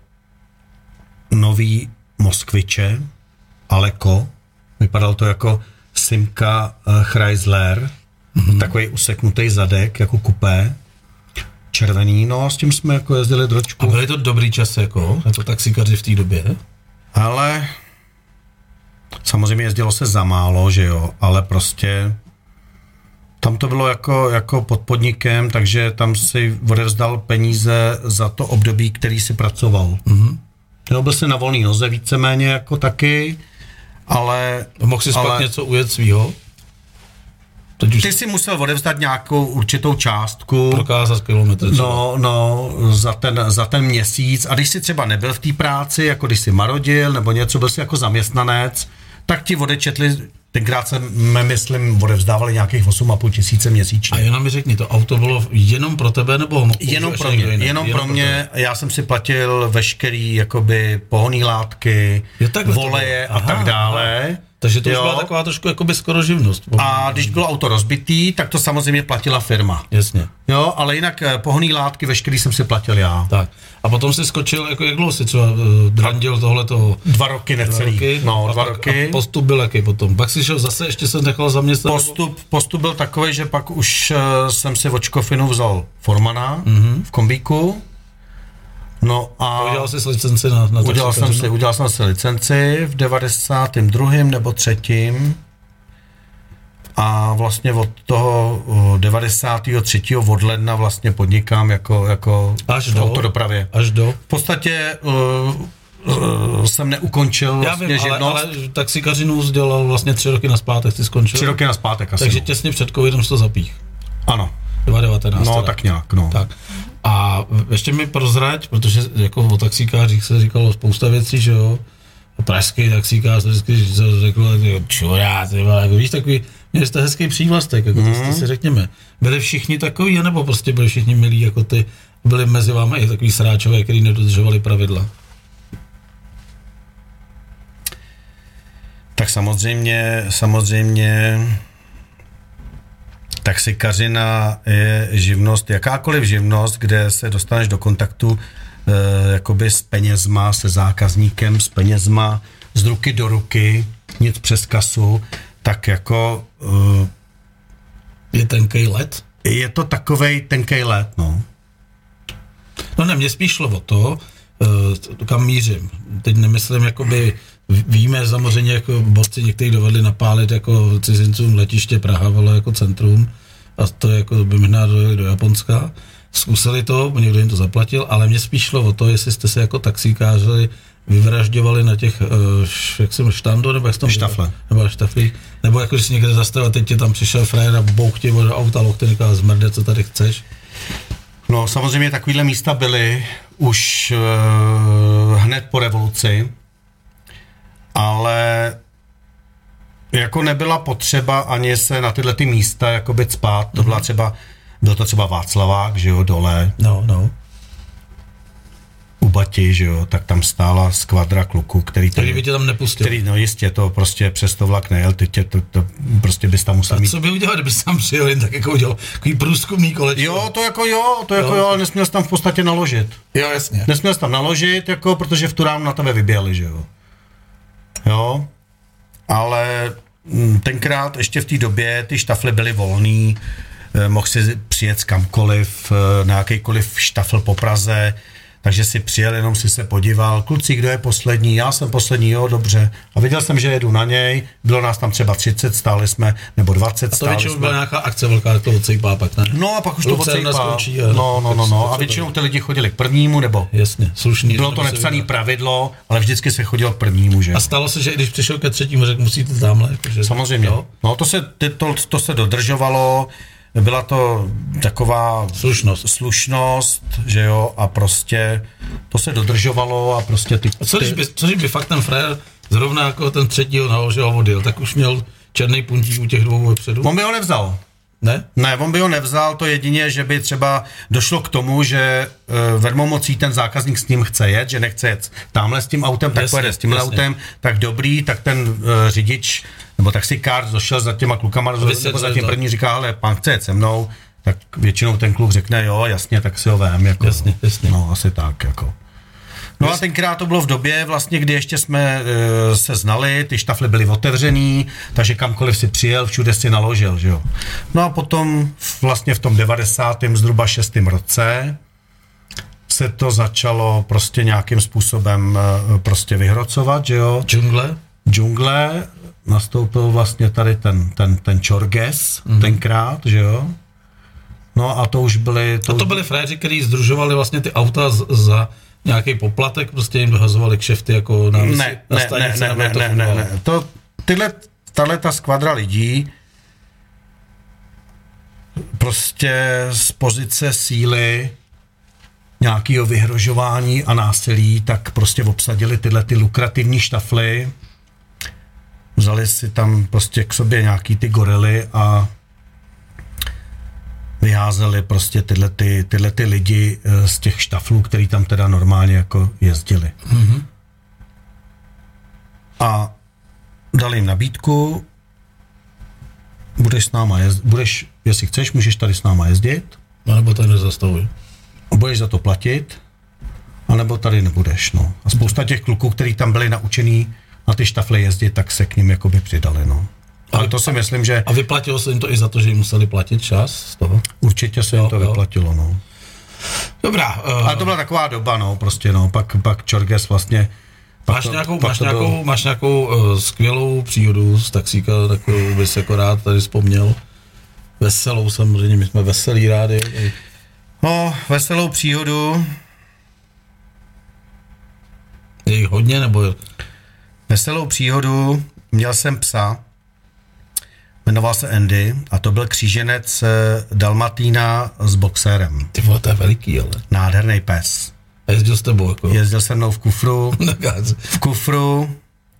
nový Moskviče, Aleko, vypadalo to jako Simca Chrysler, mm-hmm. takový useknutý zadek, jako kupé, červený, no s tím jsme jako jezdili dročku. A byly to dobrý časy, jako, jako taxikaři v té době? Ale samozřejmě jezdilo se za málo, že jo, ale prostě tam to bylo jako, jako pod podnikem, takže tam si odevzdal peníze za to období, který si pracoval. Mm-hmm. Jo, byl si na volný noze víceméně jako taky, ale... Mohl si ale, něco ujet svýho? Už... Ty si musel odevzdat nějakou určitou částku. Prokázat kilometry. No, no, za ten, za ten měsíc. A když si třeba nebyl v té práci, jako když si marodil, nebo něco, byl si jako zaměstnanec, tak ti odečetli, tenkrát jsme, myslím, odevzdávali nějakých osm a půl tisíce měsíčně. A jenom mi řekni, to auto bylo jenom pro tebe, nebo jenom pro mě, jenom, jenom pro mě, pro já jsem si platil veškerý, jakoby, pohonný látky, voleje a tak dále. Aha. Takže to jo. Už byla taková trošku jakoby skoro živnost. A když bylo auto rozbitý, tak to samozřejmě platila firma. Jasně. Jo, ale jinak pohonný látky, veškerý jsem si platil já. Tak. A potom si skočil, jako jak dlouho si třeba uh, drandil tohleto? Dva roky necelý. Dva roky. No, a dva pak, roky. A postup byl jaký potom? Pak si šel zase, ještě jsem nechal zaměstnat? Postup, postup byl takový, že pak už uh, jsem si od Škofinu vzal formana mm-hmm. v kombíku. No a udělal jsi licenci na, na udělal jsem si, udělal jsem si licenci v devadesátém druhém nebo třetím a vlastně od toho devadesátého třetího od ledna vlastně podnikám jako, jako až v do autodopravě. Až do? V podstatě uh, uh, jsem neukončil Já vlastně vím, živnost. ale, ale taxikařinu dělal vlastně tři roky naspátek, ty skončil. Tři roky naspátek asi. Takže no. těsně před covidem jsi to zapích. Ano. dva devatenáct. No teda. tak nějak, no. Tak. A ještě mi prozrať, protože jako o taxikářích se říkalo spousta věcí, že jo. Pražský taxikář vždycky řekl, čurá, ty vole, jako víš, takový, měli jste hezký přívlastek, jako mm. to si řekněme. Byli všichni takový, anebo prostě byli všichni milí, jako ty, byli mezi vámi i takový sráčové, kteří nedodržovali pravidla? Tak samozřejmě, samozřejmě taxikařina je živnost, jakákoliv živnost, kde se dostaneš do kontaktu e, jakoby s penězma, se zákazníkem, s penězma, z ruky do ruky, nic přes kasu, tak jako... E, je tenkej led? Je to takovej tenkej led, no. No ne, mě spíš šlo o to, e, kam mířím. Teď nemyslím, jakoby víme samozřejmě, jako borci někteří dovedli napálit jako cizincům letiště Praha, bylo jako centrum a to jako by možná dojeli do Japonska. Zkusili to, někdo jim to zaplatil, ale mě spíš šlo o to, jestli jste se jako taxikáři vyvražďovali na těch, jak jsem štandu, nebo jak jsem štafle. Nebo štaflí, nebo jako, když jsi někde zastavil, teď tě tam přišel frajer a bouch tě do auta, loch, ten říká, zmrde, co tady chceš. No samozřejmě takovýhle místa byly už uh, hned po revoluci, ale jako nebyla potřeba ani se na tyhle ty místa jakoby cpát, to byla třeba, byl to třeba Václavák, že jo, dole. No, no. U Bati, že jo, tak tam stála skvadra kluků, který... Který by tě tam nepustil. Který, no jistě, to prostě přes to vlak nejel, ty tě, to, to prostě bys tam musel a mít... co by udělal, kdyby jsi tam přijel jen tak jako udělal takový průzkumný kolečko? Jo, to jako jo, to jako jo, jo ale nesměl jsi tam v podstatě naložit. Jo, jasně. Nesměl jsi tam naložit, jako, protože v tu ránu na tebe vyběhli, že jo. Jo, ale tenkrát ještě v té době ty štafly byly volný, mohl si přijet kamkoliv, na jakýkoliv štafl po Praze, takže si přijel, jenom si se podíval, kluci, kdo je poslední, já jsem poslední, jo, dobře. A viděl jsem, že jedu na něj, bylo nás tam třeba třicet, stáli jsme, nebo dvacet, stáli jsme. A to většinou byla nějaká akce velká, to odsejpá pak, ne? No a pak už to odsejpá. A no, no, no, no. A většinou ty lidi chodili k prvnímu, nebo... Jasně, slušný. Bylo to nepsané pravidlo, ale vždycky se chodilo k prvnímu, že? A stalo se, že když přišel ke třetímu, řekl, musíte tamhle. Jakože, samozřejmě. Jo? No to se, to, to se dodržovalo, byla to taková slušnost. slušnost, že jo, a prostě to se dodržovalo a prostě ty... A co když by, co když by fakt ten frajer zrovna jako ten třetího naložil a odjel, tak už měl černý puntík u těch dvou vepředu? On by ho nevzal. Ne? Ne, on by ho nevzal, to jedině, že by třeba došlo k tomu, že uh, vermomocí ten zákazník s ním chce jet, že nechce jet tamhle s tím autem, tak jasně, pojede s tímhle jasně. autem, tak dobrý, tak ten uh, řidič nebo taxikár došel za těma klukama, nebo za tím první říká, ale pán chce jet se mnou, tak většinou ten kluk řekne, jo, jasně, tak si ho vem, jako, jasně, jasně. no, asi tak, jako. No a tenkrát to bylo v době, vlastně, kdy ještě jsme e, se znali, ty štafly byly otevřený, takže kamkoliv si přijel, všude si naložil, že jo. No a potom vlastně v tom devadesátém zhruba šestém roce se to začalo prostě nějakým způsobem e, prostě vyhrocovat, že jo. Džungle? Džungle, nastoupil vlastně tady ten, ten, ten Čorges mm. tenkrát, že jo. No a to už byly... To, a to byli frajeři, kteří združovali vlastně ty auta z, za nějaký poplatek, prostě jim dohazovali kšefty jako na, ne, na ne, stanici. Ne, ne, ne, ne, ne, to, tyhle, tahle ta skvadra lidí prostě z pozice síly nějakého vyhrožování a násilí, tak prostě obsadili tyhle ty lukrativní štafly, vzali si tam prostě k sobě nějaký ty gorily a vyházeli prostě tyhle, ty, tyhle ty lidi z těch štaflů, který tam teda normálně jako jezdili. Mm-hmm. A dali jim nabídku, budeš s náma jezdit, budeš, jestli chceš, můžeš tady s náma jezdit. A nebo tady nezastavuj. Budeš za to platit, anebo tady nebudeš, no. A spousta těch kluků, kteří tam byli naučený na ty štafle jezdit, tak se k ním jakoby přidali, no. Ale to si myslím, že... A vyplatilo se jim to i za to, že jim museli platit čas z toho? Určitě se jim to jo. vyplatilo, no. Dobrá. Uh... Ale to byla taková doba, no, prostě, no. Pak, pak Čorges vlastně... Máš to, nějakou, máš nějakou, bylo... máš nějakou uh, skvělou příhodu z taxíka, takovou bys jako rád tady vzpomněl? Veselou samozřejmě, my jsme veselí rádi. No, veselou příhodu... Je jich hodně, nebo... Veselou příhodu, měl jsem psa, jmenoval se Andy a to byl kříženec Dalmatína s boxerem. Ty vole, to je veliký, ale. Nádherný pes. A jezdil s tebou, jako? Jezdil se mnou v kufru, v kufru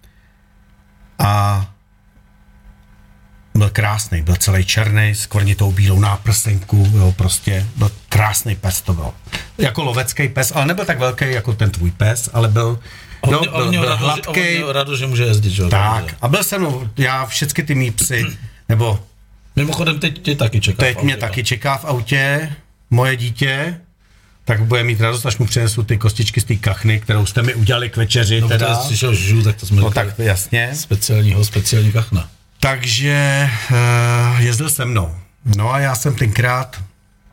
a byl krásný, byl celý černý s kvrnitou bílou náprstenku, jo, prostě byl krásný pes to byl. Jako lovecký pes, ale nebyl tak velký jako ten tvůj pes, ale byl, On no, mě, byl, on byl rado, hladký. On měl rado, že může jezdit, že? Tak, a byl jsem, já všechny ty mý psy, nebo mimochodem teď tě taky čeká. teď mě taky čeká v autě, moje dítě, tak bude mít radost, až mu přinesu ty kostičky z té kachny, kterou jste mi udělali k večeři. No, teda. když přišel žů, tak to jsme No říkali. tak jasně. Speciálního, speciální kachna. Takže uh, jezdil se mnou. No a já jsem tenkrát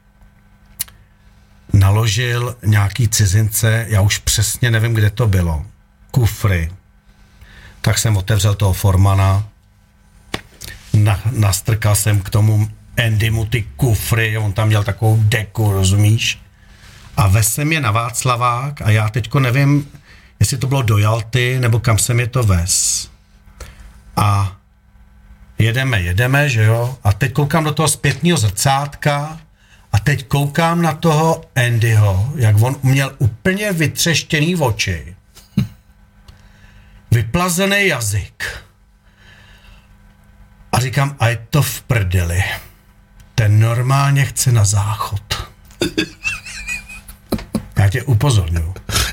naložil nějaký cizince, já už přesně nevím, kde to bylo, kufry. Tak jsem otevřel toho Formana, na, nastrkal jsem k tomu Andymu ty kufry, on tam měl takovou deku, rozumíš? A vezl jsem je na Václavák a já teďko nevím, jestli to bylo do Jalty, nebo kam jsem je to vez. A jedeme, jedeme, že jo? A teď koukám do toho zpětného zrcátka a teď koukám na toho Andyho, jak on měl úplně vytřeštěný oči. Vyplazený jazyk. A říkám, a je to v prdeli. Ten normálně chce na záchod. Já tě upozorňuju.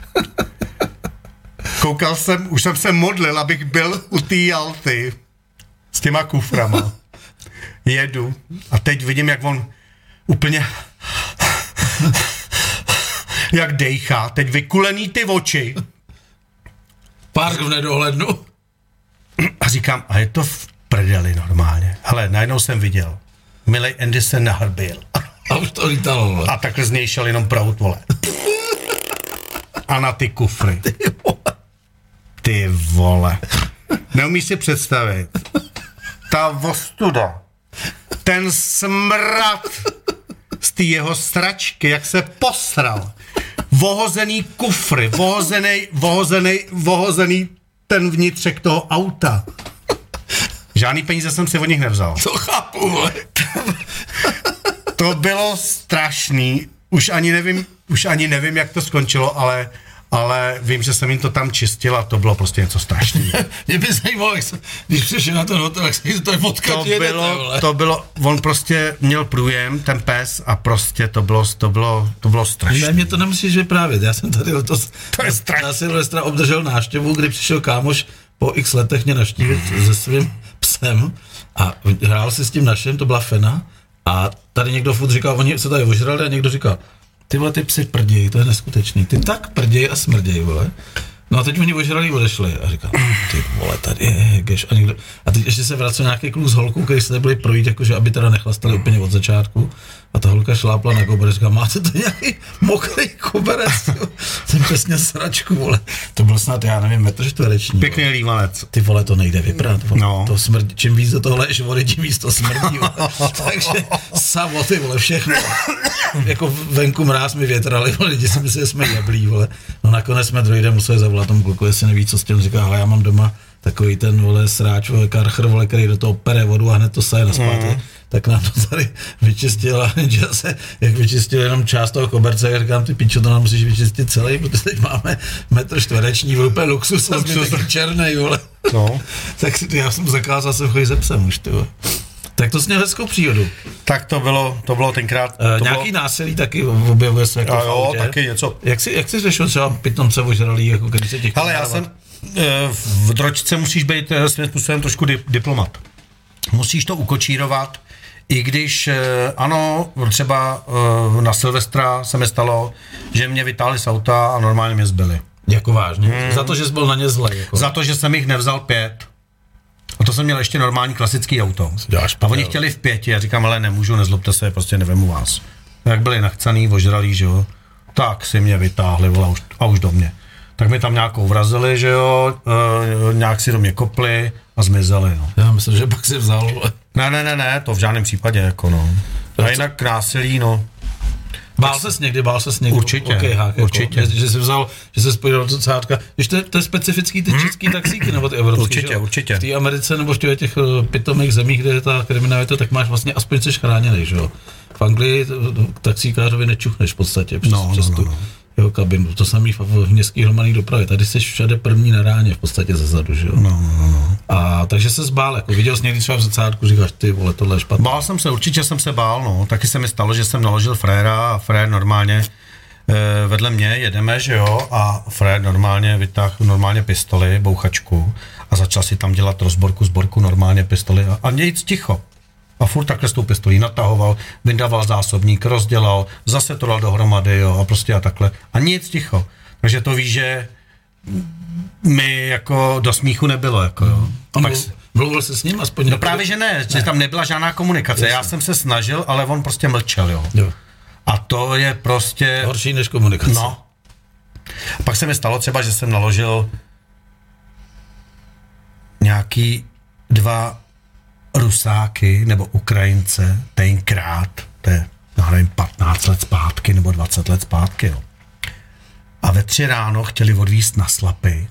Koukal jsem, už jsem se modlil, abych byl u té Jalty s těma kuframa. Jedu a teď vidím, jak on úplně jak dejchá. Teď vykulený ty oči. Park v nedohlednu. A říkám, a je to v prdeli normálně. Hele, najednou jsem viděl. Milej Andy se nahrbil. A už to lítalo, vole. A takhle z něj šel jenom prout, vole. A na ty kufry. Ty vole. Neumíš si představit. Ta ostuda. Ten smrad z té jeho sračky, jak se posral. Vohozený kufry, vohozený, vohozený, vohozený ten vnitřek toho auta. Žádný peníze jsem si od nich nevzal. To chápu, vole. To bylo strašný. Už ani nevím, už ani nevím, jak to skončilo, ale, ale vím, že jsem jim to tam čistil a to bylo prostě něco strašného. Mě by zajímalo, jak se, když přišel na ten hotel, jak se jim to tady potkat To jedete, bylo, vole. to bylo, on prostě měl průjem, ten pes, a prostě to bylo, to bylo, to bylo strašné. Ne, mě to nemusíš vyprávět, já jsem tady letos To je strašný. na Silvestra obdržel návštěvu, kdy přišel kámoš po x letech mě navštívit se svým psem a hrál si s tím naším, to byla Fena, a tady někdo furt říkal, oni se tady ožrali a někdo říkal, ty vole, ty psy prděj, to je neskutečný, ty tak prděj a smrděj, vole. No a teď oni ožrali a odešli a říkal, ty vole, tady je geš. A, někdo, a teď ještě se vracel nějaký kluk s holkou, který se nebyli projít, jakože aby teda nechlastali úplně od začátku. A ta holka šlápla na koberec, říká, máte to nějaký mokrý koberec? Jsem přesně sračku, vole. To byl snad, já nevím, metr čtvereční. Pěkný lívanec. Ty vole, to nejde vyprat. Vole. No. To smrdí, čím víc do toho leješ vody, tím víc to smrdí. Vole. Takže savo, ty vole, všechno. Jako venku mráz mi větrali, vole, lidi si mysleli, že jsme jeblí, vole. No nakonec jsme druhý den museli zavolat tomu kluku, jestli neví, co s tím, říká, ale já mám doma takový ten, vole, sráč, vole, karchr, vole, který do toho pere vodu a hned to saje naspátek. Mm. Tak nám to tady vyčistil a že se, jak vyčistil jenom část toho koberce, jak říkám, ty pičo, to nám musíš vyčistit celý, protože teď máme metr čtvereční, úplně luxus a zbytek černej, vole. No. Tak já jsem zakázal se chodit se psem už, ty vole. Tak to směl hezkou příhodu. Tak to bylo, to bylo tenkrát. Uh, to nějaký bylo... násilí taky objevuje se jako A v jo, autě. taky něco. Jak jsi, jak jsi řešil třeba pitomce ožralý, jako když se těch... Ale já jsem, v dročce musíš být svým způsobem trošku di- diplomat. Musíš to ukočírovat, i když, ano, třeba na Silvestra se mi stalo, že mě vytáhli z auta a normálně mě zbyli. Jako vážně? Hmm. Za to, že jsi byl na ně zlej, jako. Za to, že jsem jich nevzal pět. A to jsem měl ještě normální klasický auto. A oni chtěli v pěti, já říkám, ale nemůžu, nezlobte se, prostě nevemu vás. Jak byli nachcaný, ožralí, že jo, tak si mě vytáhli, vole, a už, a už do mě. Tak mi tam nějakou vrazili, že jo, e, nějak si do mě kopli a zmizeli, no. Já myslím, že pak si vzal, vole. Ne, ne, ne, ne, to v žádném případě, jako no. A jinak násilí, no. Bál ses někdy, bál ses někdy. Určitě, okejhák, určitě. Jako, že, že jsi vzal, že jsi spojil do cátka. Když to, je, to je specifický ty český taxíky, nebo ty evropský. Určitě, že? určitě. V té Americe nebo v těch, těch pitomých zemích, kde je ta kriminalita, tak máš vlastně aspoň jsi chráněný, že jo. V Anglii k taxíkářovi nečuchneš v podstatě přes, no, přes no, tu no, no. jeho kabinu. To samý v, v městský hromadný dopravě. Tady jsi všade první na ráně v podstatě zezadu, že jo. No, no, no. A takže se zbál, jako viděl jsi někdy třeba v zrcátku, říkáš, ty vole, tohle je špatné. Bál jsem se, určitě jsem se bál, no. Taky se mi stalo, že jsem naložil fréra a frér normálně e, vedle mě jedeme, že jo, a frér normálně vytáhl normálně pistoli, bouchačku a začal si tam dělat rozborku, zborku normálně pistoli a, a nic ticho. A furt takhle s tou pistolí natahoval, vydával zásobník, rozdělal, zase to dal dohromady, jo, a prostě a takhle. A nic ticho. Takže to víš, že mi jako do smíchu nebylo, jako jo. A mluv, mluvil jsi s ním aspoň? No právě, že ne, že tam nebyla žádná komunikace. Jasně. Já jsem se snažil, ale on prostě mlčel, jo. jo. A to je prostě... Horší než komunikace. No. Pak se mi stalo třeba, že jsem naložil nějaký dva Rusáky nebo Ukrajince tenkrát, to je, já nevím, patnáct let zpátky nebo dvacet let zpátky, jo. A ve tři ráno chtěli odvízt na Slapy.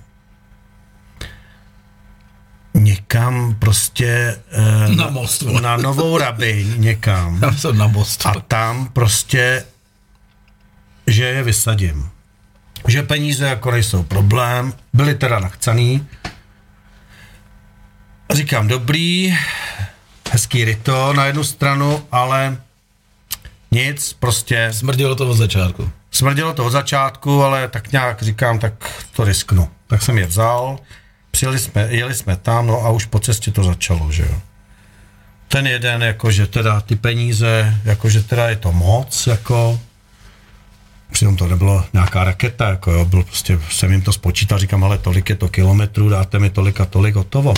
Někam prostě... Eh, na most. Na, na Novou Rabyň někam. Já jsem na most. A tam prostě, že je vysadím. Že peníze jako nejsou problém, byli teda nachcaný. Říkám, dobrý, hezký ryto na jednu stranu, ale nic, prostě... Smrdilo to od začátku. Smrdilo to od začátku, ale tak nějak říkám, tak to risknu. Tak jsem je vzal, přijeli jsme, jeli jsme tam, no a už po cestě to začalo, že jo. Ten jeden, jakože teda ty peníze, jakože teda je to moc, jako... Přitom to nebylo nějaká raketa, jako jo, byl prostě, jsem jim to spočítal, říkám, ale tolik je to kilometrů, dáte mi tolik a tolik, hotovo.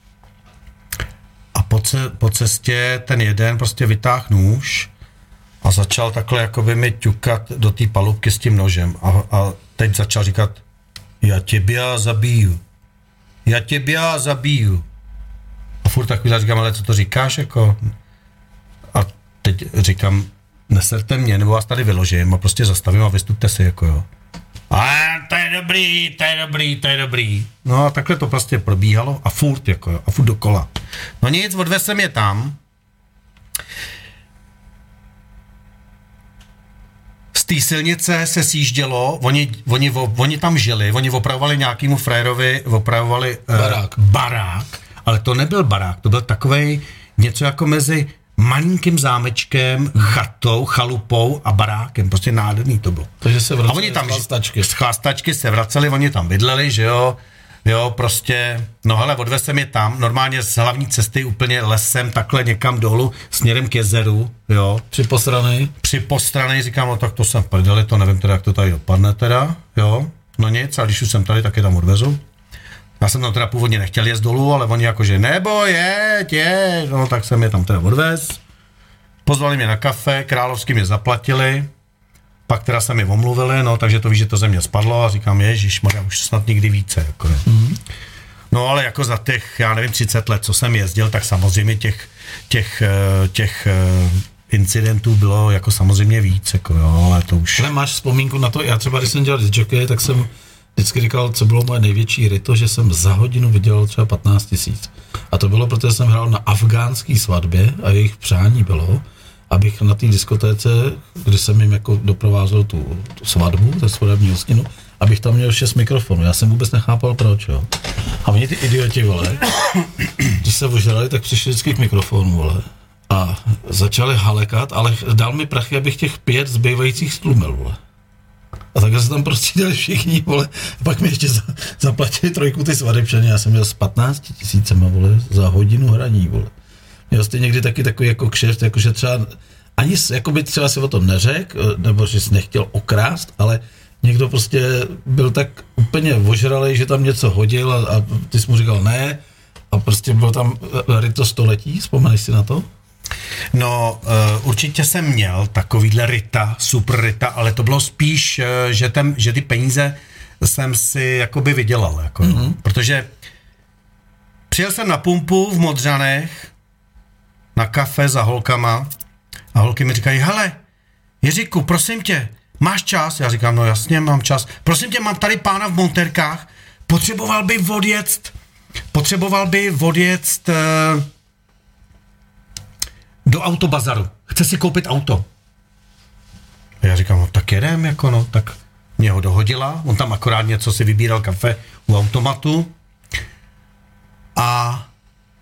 A po, ce, po cestě ten jeden prostě vytáhl nůž a začal takhle jakoby mi ťukat do té palubky s tím nožem. A, a teď začal říkat, já tě zabiju. Já tě zabiju. A furt takovýhle říkám, ale co to říkáš, jako? A teď říkám, neserte mě, nebo vás tady vyložím a prostě zastavím a vystupte si, jako jo. A to je dobrý, to je dobrý, to je dobrý. No a takhle to prostě probíhalo a furt, jako jo, a furt dokola. No nic, odvez jsem je tam. Z té silnice se sjíždělo, oni, oni, oni tam žili, oni opravovali nějakému frérovi, opravovali barák. Uh, barák, ale to nebyl barák, to byl takovej něco jako mezi malinkým zámečkem, chatou, chalupou a barákem, prostě nádherný to bylo. Takže se vraceli a oni tam, z chlastačky. Z chlastačky se vraceli, oni tam bydleli, že jo, jo, prostě, no hele, odvez jsem je tam, normálně z hlavní cesty úplně lesem, takhle někam dolů, směrem k jezeru, jo. Při postranej? Při postranej, říkám, no tak to jsem prdeli, to nevím teda, jak to tady dopadne teda, jo, no nic, a když už jsem tady, tak je tam odvezu. Já jsem tam teda původně nechtěl jet dolů, ale oni jakože nebo jeď, jeď, no tak jsem je tam teda odvez. Pozvali mě na kafe, královsky mě zaplatili, pak teda se mi omluvili, no takže to víš, že to ze mě spadlo a říkám, ježišmarja, už snad nikdy více, jako ne. Mm-hmm. No ale jako za těch, já nevím, třicet let, co jsem jezdil, tak samozřejmě těch, těch, těch incidentů bylo jako samozřejmě víc, jako jo, ale to už... Ale máš vzpomínku na to, já třeba, když jsem dělal disjockey, tak jsem vždycky říkal, co bylo moje největší ryto, že jsem za hodinu vydělal třeba patnáct tisíc. A to bylo, protože jsem hrál na afgánský svatbě a jejich přání bylo, abych na té diskotéce, kdy jsem jim jako doprovázel tu, tu svatbu, tu svatební hostinu, abych tam měl šest mikrofonů. Já jsem vůbec nechápal proč, jo. A oni ty idioti, vole, když se ožrali, tak přišli vždycky k mikrofonu, vole. A začali halekat, ale dal mi prachy, abych těch pět zbývajících stlumil, vole. A takhle se tam prostě dali všichni, vole. A pak mi ještě za, zaplatili trojku ty svadebčany. Já jsem měl s patnácti tisícema, vole, za hodinu hraní, vole. Měl jste někdy taky takový jako kšeft, jakože třeba ani jakoby třeba si o tom neřekl, nebo že jsi nechtěl okrást, ale někdo prostě byl tak úplně ožralej, že tam něco hodil a, a ty jsi mu říkal ne a prostě bylo tam ryto století, vzpomeneš si na to? No, uh, určitě jsem měl takovýhle ryta, super ryta, ale to bylo spíš, uh, že, ten, že ty peníze jsem si jakoby vydělal, jako, mm-hmm. protože přijel jsem na pumpu v Modřanech na kafe za holkama a holky mi říkají, hele, Jiříku, prosím tě, máš čas? Já říkám, no jasně, mám čas. Prosím tě, mám tady pána v montérkách, potřeboval by odjet, potřeboval by odjet uh, do autobazaru. Chce si koupit auto. A já říkám, no tak jedem, jako no, tak mě ho dohodila, on tam akorát něco si vybíral kafe u automatu a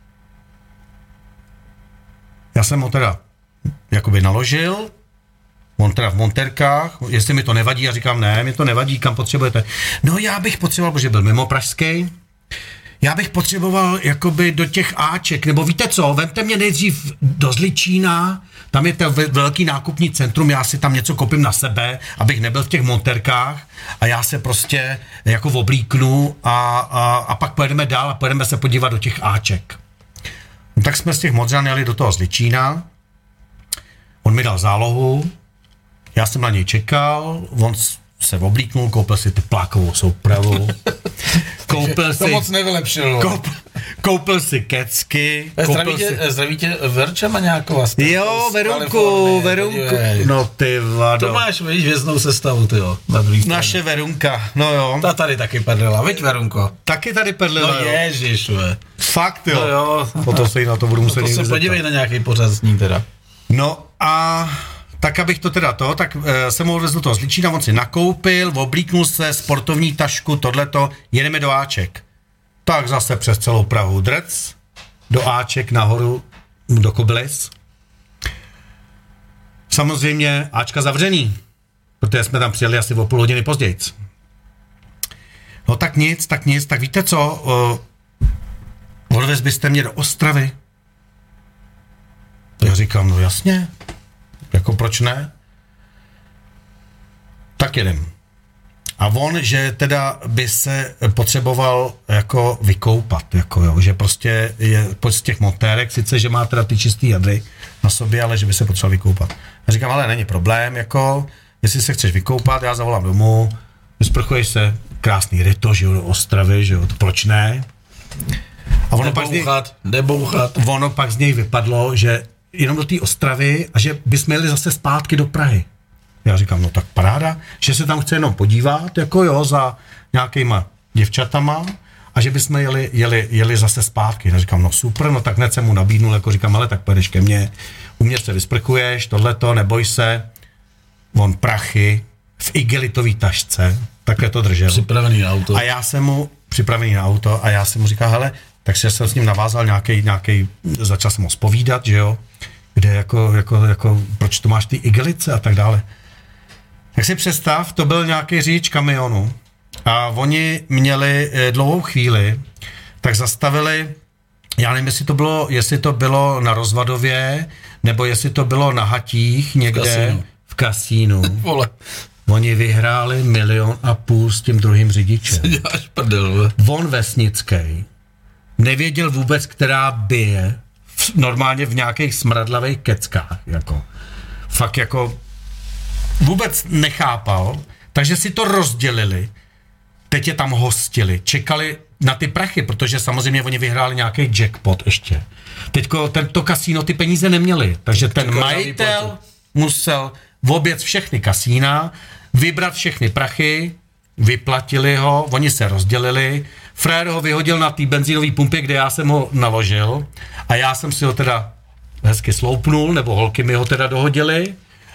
já jsem ho teda jakoby naložil, on teda v montérkách, jestli mi to nevadí, já říkám, ne, mi to nevadí, kam potřebujete. No já bych potřeboval, protože byl mimo pražský, já bych potřeboval jakoby do těch áček, nebo víte co, vemte mě nejdřív do Zličína, tam je to velký nákupní centrum, já si tam něco koupím na sebe, abych nebyl v těch montérkách a já se prostě jako oblíknu a, a, a pak pojedeme dál a pojedeme se podívat do těch áček. No, tak jsme z těch Modřan jeli do toho Zličína, on mi dal zálohu, já jsem na něj čekal, on se oblíknul, koupil si teplákovou soupravu, koupil si... To moc nevylepšilo. Koupil, koupil si kecky. Zdraví tě, si... zdraví tě Verča Maňáková. Jo, Verunku, Verunku. No ty vado. To máš, víš, věznou sestavu, ty jo. Na naše Verunka, no jo. Ta tady taky pedlila, viď Verunko? Taky tady pedlila, no, jo. Ježiš, ve. Fakt, jo. No jo. Potom se jí na to budu muset no, to se podívej na nějaký pořad s ní teda. No a... Tak abych to teda to, tak e, jsem ho odvezl do toho Zličína, on si nakoupil, oblíknul se, sportovní tašku, tohleto, jedeme do áček. Tak zase přes celou Prahu drc, do áček nahoru, do Kobylis. Samozřejmě áčka zavřený, protože jsme tam přijeli asi o půl hodiny později. No tak nic, tak nic, tak víte co, uh, odvez byste mě do Ostravy? Já říkám, no jasně. Jako proč ne? Tak jedem. A on, že teda by se potřeboval jako vykoupat, jako jo, že prostě je z těch montérek, sice, že má teda ty čistý jadry na sobě, ale že by se potřeboval vykoupat. Já říkám, ale není problém, jako, jestli se chceš vykoupat, já zavolám domů, vysprchuješ se, krásný ryto, že jo, do Ostravy, že jo, to proč ne? A ono pak, něj, ono pak z něj vypadlo, že jenom do té Ostravy a že bychom jeli zase zpátky do Prahy. Já říkám, no tak paráda, že se tam chce jenom podívat, jako jo, za nějakýma děvčatama a že bychom jeli, jeli, jeli zase zpátky. Já říkám, no super, no tak hned jsem mu nabídnul, jako říkám, ale tak pojedeš ke mně, u mě se vysprchuješ, tohleto, neboj se, on prachy, v igelitový tašce, takhle to držel. Připravený na auto. A já jsem mu, připravený na auto, a já jsem mu říkal, hele, takže jsem s ním navázal nějaký, nějaký, začal jsem ho zpovídat, že jo, kde jako, jako, jako, proč tu máš ty igelice a tak dále. Tak si představ, to byl nějaký řidič kamionu a oni měli dlouhou chvíli, tak zastavili, já nevím, jestli to bylo, jestli to bylo na Rozvadově, nebo jestli to bylo na Hatích někde v kasínu. V kasínu. Vole. Oni vyhráli milion a půl s tím druhým řidičem. Se děláš prdel, Von Vesnický nevěděl vůbec, která bije v, normálně v nějakých smradlavých keckách, jako. Fakt jako vůbec nechápal, takže si to rozdělili, teď je tam hostili, čekali na ty prachy, protože samozřejmě oni vyhráli nějaký jackpot ještě. Teďko tento kasíno ty peníze neměli, takže ten Čekal majitel musel objet všechny kasína, vybrat všechny prachy, vyplatili ho, oni se rozdělili, frér ho vyhodil na té benzínové pumpě, kde já jsem ho naložil a já jsem si ho teda hezky sloupnul, nebo holky mi ho teda dohodili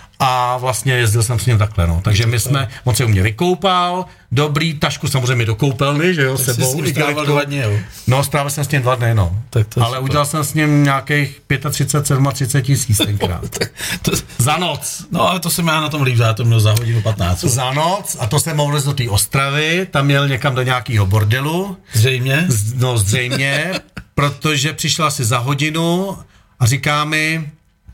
a vlastně jezdil jsem s ním takhle, no. Takže my jsme, on se u mě vykoupal, dobrý, tašku samozřejmě do koupelny, že jo, tak sebou. Jsi strávil dva dny, jo? No, strávil jsem s ním dva dny, no. Tak to ale super. Udělal jsem s ním nějakých třicet pět, třicet sedm tisíc tenkrát. to, za noc. No, ale to jsem já na tom líp, já to měl za hodinu patnáct. Za noc a to jsem mohl do té Ostravy, tam měl někam do nějakého bordelu. Zřejmě? Z, no, zřejmě, protože přišla asi za hodinu a říká mi,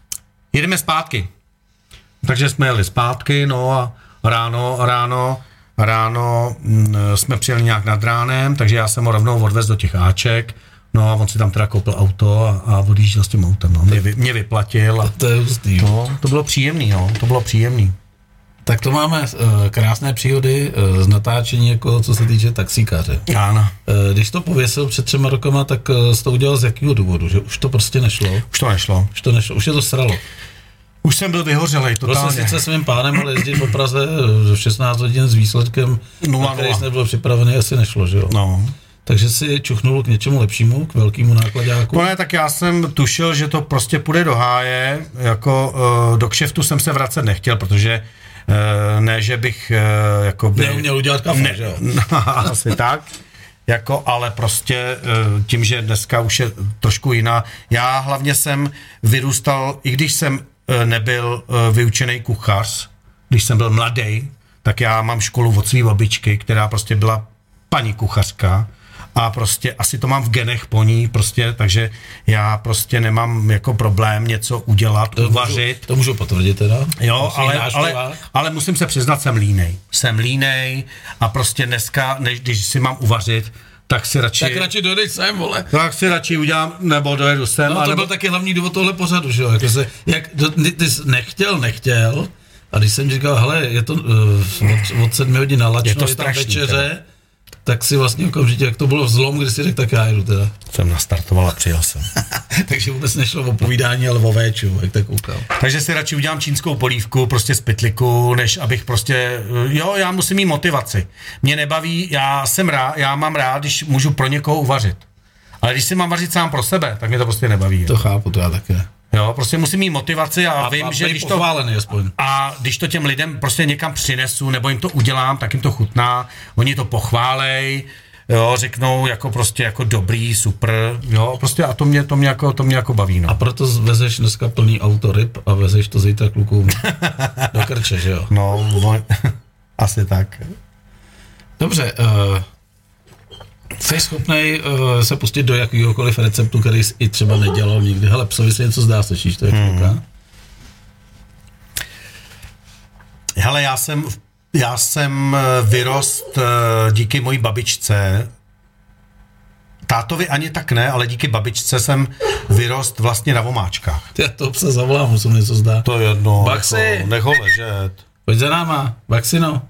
jedeme zpátky. Takže jsme jeli zpátky, no a ráno, ráno, ráno m, jsme přijeli nějak nad ránem, takže já jsem ho rovnou odvez do těch áček, no a on si tam teda koupil auto a, a odjížděl s tím autem, no. Mě, vy, mě vyplatil. A, to je hustý. No, to bylo příjemný, no, to bylo příjemný. Tak to máme uh, krásné příhody uh, z natáčení, jako co se týče taxíkaře. Ano. Uh, když to pověsil před třema rokama, tak uh, jsi to udělal z jakého důvodu, že už to prostě nešlo? Už to nešlo. Už to nešlo, už je to sralo. Už jsem byl vyhořelej, totálně. Prostě sice svým pánem, ale jezdit po Praze v šestnáct hodin s výsledkem, nula, na který nula. jsi nebyl připravený, asi nešlo, že jo? No. Takže si čuchnul k něčemu lepšímu, k velkému nákladáku? No ne, tak já jsem tušil, že to prostě půjde do háje, jako uh, do kšeftu jsem se vracet nechtěl, protože uh, ne, že bych uh, jakoby... Neuměl udělat kafe, ne, že jo? Asi tak. Jako, ale prostě uh, tím, že dneska už je trošku jiná. Já hlavně jsem vyrůstal, i když jsem uh, nebyl uh, vyučený kuchař, když jsem byl mladý, tak já mám školu od své babičky, která prostě byla paní kuchařka. A prostě asi to mám v genech po ní, prostě, takže já prostě nemám jako problém něco udělat, To uvařit. Můžu, to můžu potvrdit teda. Jo, ale, ale, ale musím se přiznat, jsem línej. Jsem línej a prostě dneska, než když si mám uvařit, tak si radši... Tak radši dojedeš sem, vole. Tak si radši udělám, nebo dojedu sem. No to nebo... byl taky hlavní důvod tohle pořadu, že jo? Jako se, jak, ty, ty jsi nechtěl, nechtěl, a když jsem říkal, hele, je to uh, od, od sedmi hodin na lačno, je, to je tam strašný, večeře, teda. Tak si vlastně okamžitě, jak to bylo zlom, kdy si řekl, tak já jdu teda. Jsem nastartoval a přijel jsem. Takže vůbec nešlo o povídání, ale o véču, jak tak koukal. Takže si radši udělám čínskou polívku, prostě z pytliku, než abych prostě, jo, já musím mít motivaci. Mě nebaví, já jsem rád, já mám rád, když můžu pro někoho uvařit. Ale když si mám vařit sám pro sebe, tak mě to prostě nebaví. To chápu, to já taky ne. Jo, prostě musím mít motivaci a, A, vím, a že když to... pochválený aspoň. A když to těm lidem prostě někam přinesu, nebo jim to udělám, tak jim to chutná, oni to pochválej, jo, řeknou jako prostě jako dobrý, super, jo, prostě a to mě, to mě, jako, to mě jako baví, no. A proto vezeš dneska plný auto ryb a vezeš to zítra klukům do Krče, že jo? No, vo... asi tak. Dobře, uh, jsi schopnej uh, se pustit do jakýhokoliv receptu, který jsi i třeba nedělal nikdy. Hele, psovi se něco zdá, slyšíš, to je chvilka. Hmm. Hele, já jsem, já jsem vyrost uh, díky mojí babičce. Tátovi ani tak ne, ale díky babičce jsem vyrost vlastně na vomáčkách. Já to psa zavolám, musím něco zdá. To je jedno, Baxi! jako, nech ho ležet. Pojď za náma, Baxino.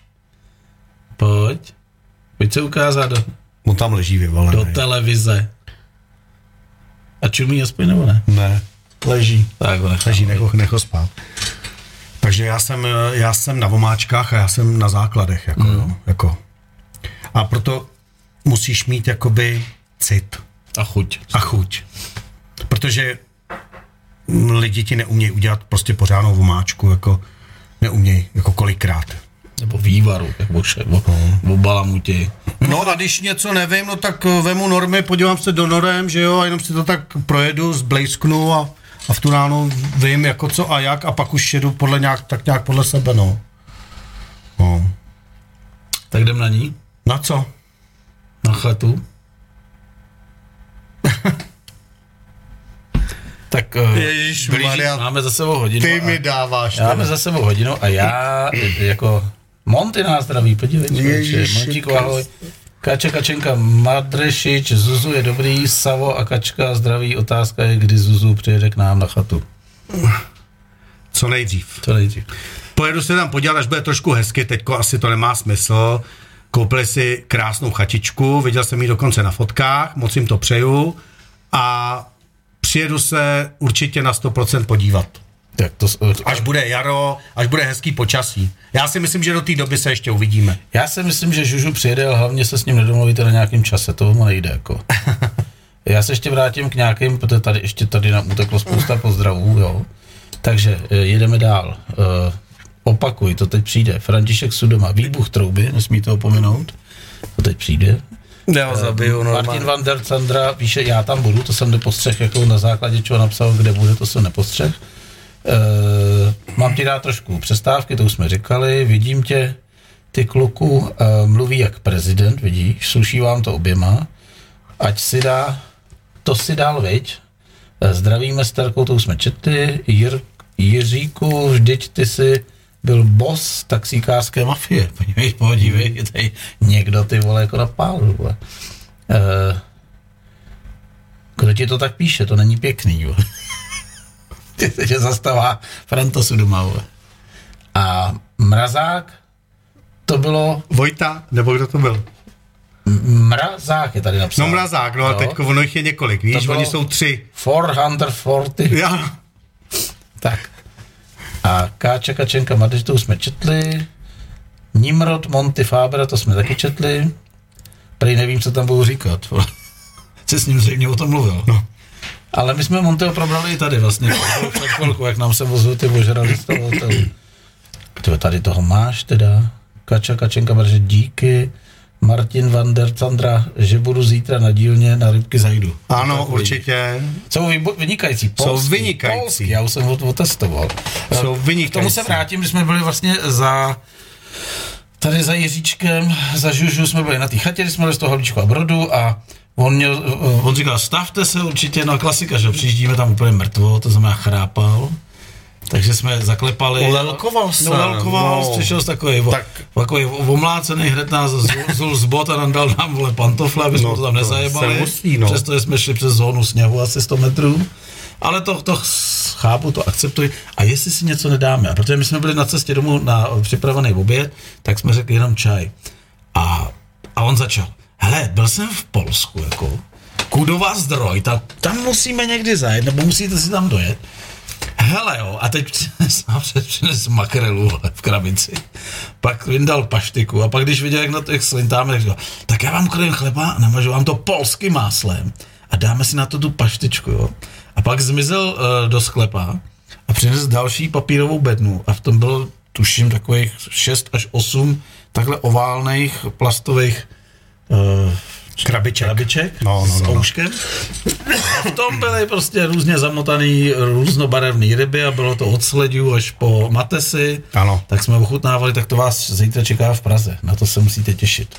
Pojď. Pojď se ukázat do, On tam leží vyvalený. do televize. A čumí aspoň nebo ne? Ne, leží. Tak ho nechám. Leží, nech ho, nech ho spát. Takže já jsem, já jsem na vomáčkách a já jsem na základech. Jako, Mm. jo, jako. A proto musíš mít jakoby cit A chuť. a chuť. Protože lidi ti neumějí udělat prostě pořádnou vomáčku, jako neumějí, jako kolikrát. Nebo vývaru, jak boše, o, o balamuti. No a když něco nevím, no tak vemu normy, podívám se do norem, že jo, a jenom si to tak projedu, zblejsknu a, a v tu ránu vím, jako co a jak a pak už jedu podle nějak, tak nějak podle sebe, no. no. Tak jdem na ní? Na co? Na chatu? Tak Ježišmarja, máme za sebou hodinu. ty mi a, dáváš. máme za sebou hodinu a já jako Monty nás zdraví, podívej. Montíku, ahoj. Kača, Kačenka, Madrešič, Zuzu je dobrý, Savo a Kačka zdraví. Otázka je, kdy Zuzu přijede k nám na chatu. Co nejdřív. To nejdřív. Pojedu se tam podívat, až bude trošku hezky, teďko asi to nemá smysl. Koupili si krásnou chatičku, viděl jsem ji dokonce na fotkách, moc jim to přeju a přijedu se určitě na sto procent podívat. Tak to, Až bude jaro, až bude hezký počasí. Já si myslím, že do té doby se ještě uvidíme. Já si myslím, že Žužu přijede, ale hlavně se s ním nedomluvíte na nějakém čase, to mu nejde jako. Já se ještě vrátím k nějakým, protože tady ještě tady nám uteklo spousta pozdravů, jo. Takže jedeme dál. Uh, opakuj, to teď přijde. František Sudoma, výbuch trouby, nesmí to opomenout. To teď přijde. Já ho zabiju, uh, Martin van der Sandra píše, já tam budu, to jsem nepostřeh, jako na základě čeho napsal, kde bude, to jsem nepostřeh. Uh, mám ti dát trošku přestávky, to už jsme říkali, vidím tě, ty kluku, uh, mluví jak prezident, vidíš, sluší vám to oběma, ať si dá, to si dál, viď? Uh, zdravíme s Terkou, to už jsme četli, Jir, Jiříku, vždyť ty jsi byl boss taxikářské mafie, podívej, podívej, je tady někdo ty vole jako napálil, vole. Uh, kdo ti to tak píše, to není pěkný, vole. Ty se zastavá Frantosu doma, vole. A Mrazák, to bylo... Vojta, nebo kdo to byl? Mrazák je tady napsal. No Mrazák, no a teďko ono jich je několik, víš, oni jsou tři. čtyři sto čtyřicet. Já. Tak. A Káča, Kačenka, Madež, to už jsme četli. Nimrod, Monty, Fábra, to jsme taky četli. Prej nevím, co tam budu říkat. Jsi s ním zřejmě o tom mluvil. No. Ale my jsme Montyho probrali i tady vlastně. Před chvilku, jak nám se vozil ty ožrali z toho hotelu. Tyjo, tady toho máš teda. Kača, Kačenka, Madež, díky. Martin van der Candra, že budu zítra na dílně, na rybky zajdu. Ano, tak určitě. Jsou vynikající. Polsky, jsou vynikající. Polsky, já už jsem ho otestoval. Jsou vynikající. K tomu se vrátím, když jsme byli vlastně za... Tady za Jiříčkem, za Žužu jsme byli na té chatě, když jsme byli z toho Havlíčku a Brodu a on, měl, on říkal, stavte se určitě, no klasika, že přijíždíme tam úplně mrtvo, to znamená chrápal. Takže jsme zaklepali. Lelkoval se. No, lelkoval, no. Přišel z takový, tak. takový omlácený, hned nás zul z bot a nám dal nám vole pantofle, aby jsme no, to tam nezajebali. Musí, no. Přesto jsme šli přes zónu sněhu asi sto metrů. Ale to, to chápu, to akceptuji. A jestli si něco nedáme, a protože my jsme byli na cestě domů na připravený oběd, tak jsme řekli jenom čaj. A, a on začal, hele, byl jsem v Polsku, jako, Kudova zdroj, ta, tam musíme někdy zajet, nebo musíte si tam dojet. Hele jo, a teď přines makrelu v krabici, pak vyndal paštiku a pak když viděl, jak na to jak slintáme, tak říkal, tak já vám krojím chleba a namažu vám to polským máslem a dáme si na to tu paštičku, jo. A pak zmizel uh, do sklepa a přinesl další papírovou bednu a v tom bylo, tuším, takových šest až osm takhle oválných plastových uh, krabiček, krabiček no, no, s no, ouškem. A v tom byly prostě různě zamotaný různobarevný ryby a bylo to od sledů až po matesy. Ano. Tak jsme ochutnávali, tak to vás zítra čeká v Praze. Na to se musíte těšit.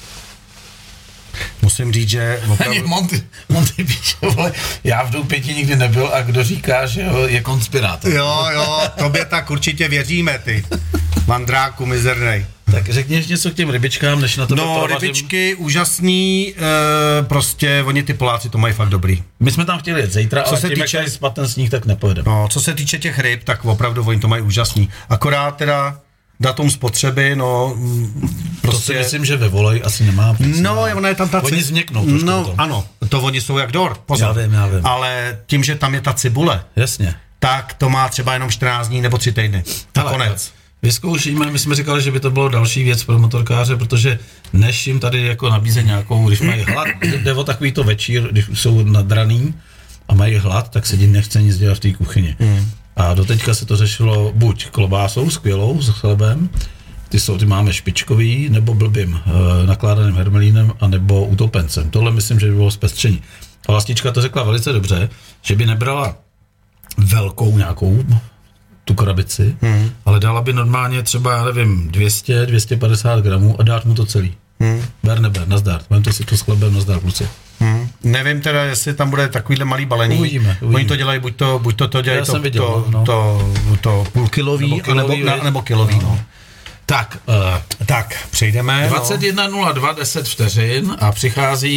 Musím říct, že opravdu... Monty, Monty píše, vole, já v Doupěti nikdy nebyl a kdo říká, že je konspirátor. Jo, jo, tobě tak určitě věříme, ty. Mandráku mizernej. Tak řekněš něco k těm rybičkám, než na to No, to rybičky, úžasný, e, prostě oni ty Poláci to mají fakt dobrý. My jsme tam chtěli jet zítra, co ale se tím, týče, jak tady spadne sníh, tak nepojedeme. No, co se týče těch ryb, tak opravdu oni to mají úžasný. Akorát teda datum spotřeby, no, prostě... To si myslím, že ve volej asi nemá. No, ona je tam ta... Oni změknou trošku. No, ano, to oni jsou jak dor, pozor. Já vím, já vím. Ale tím, že tam je ta cibule, jasně, tak to má třeba jenom čtrnáct dní nebo tři týdny. A konec. Vyzkoušíme, my jsme říkali, že by to bylo další věc pro motorkáře, protože než jim tady jako nabíze nějakou, když mají hlad, jde o takový to večír, když už jsou nadraný a mají hlad, tak se jim nechce nic dělat v té kuchyni. Hmm. A doteďka se to řešilo buď klobásou skvělou s chlebem, ty jsou, ty máme špičkový, nebo blbým e, nakládaným hermelínem, anebo utopencem. Tohle myslím, že by bylo zpestření. A vlastička to řekla velice dobře, že by nebrala velkou nějakou tu krabici, hmm. ale dala by normálně třeba, já nevím, dvě stě, dvě stě padesát gramů a dát mu to celý. Hmm. Ber, neber, nazdar. Vemte si to s chlebem, nazdar, kluci. Hmm. Nevím teda, jestli tam bude takovýhle malý balení. Uvidíme, uvidíme. Oni to dělají, buď to, buď to, to dělají to, viděl, to, no. to, to půlkilový, nebo kilový, nebo, na, nebo kilový, no. no. Tak, uh, tak, přejdeme. dvacet jedna nula dva, deset vteřin a přichází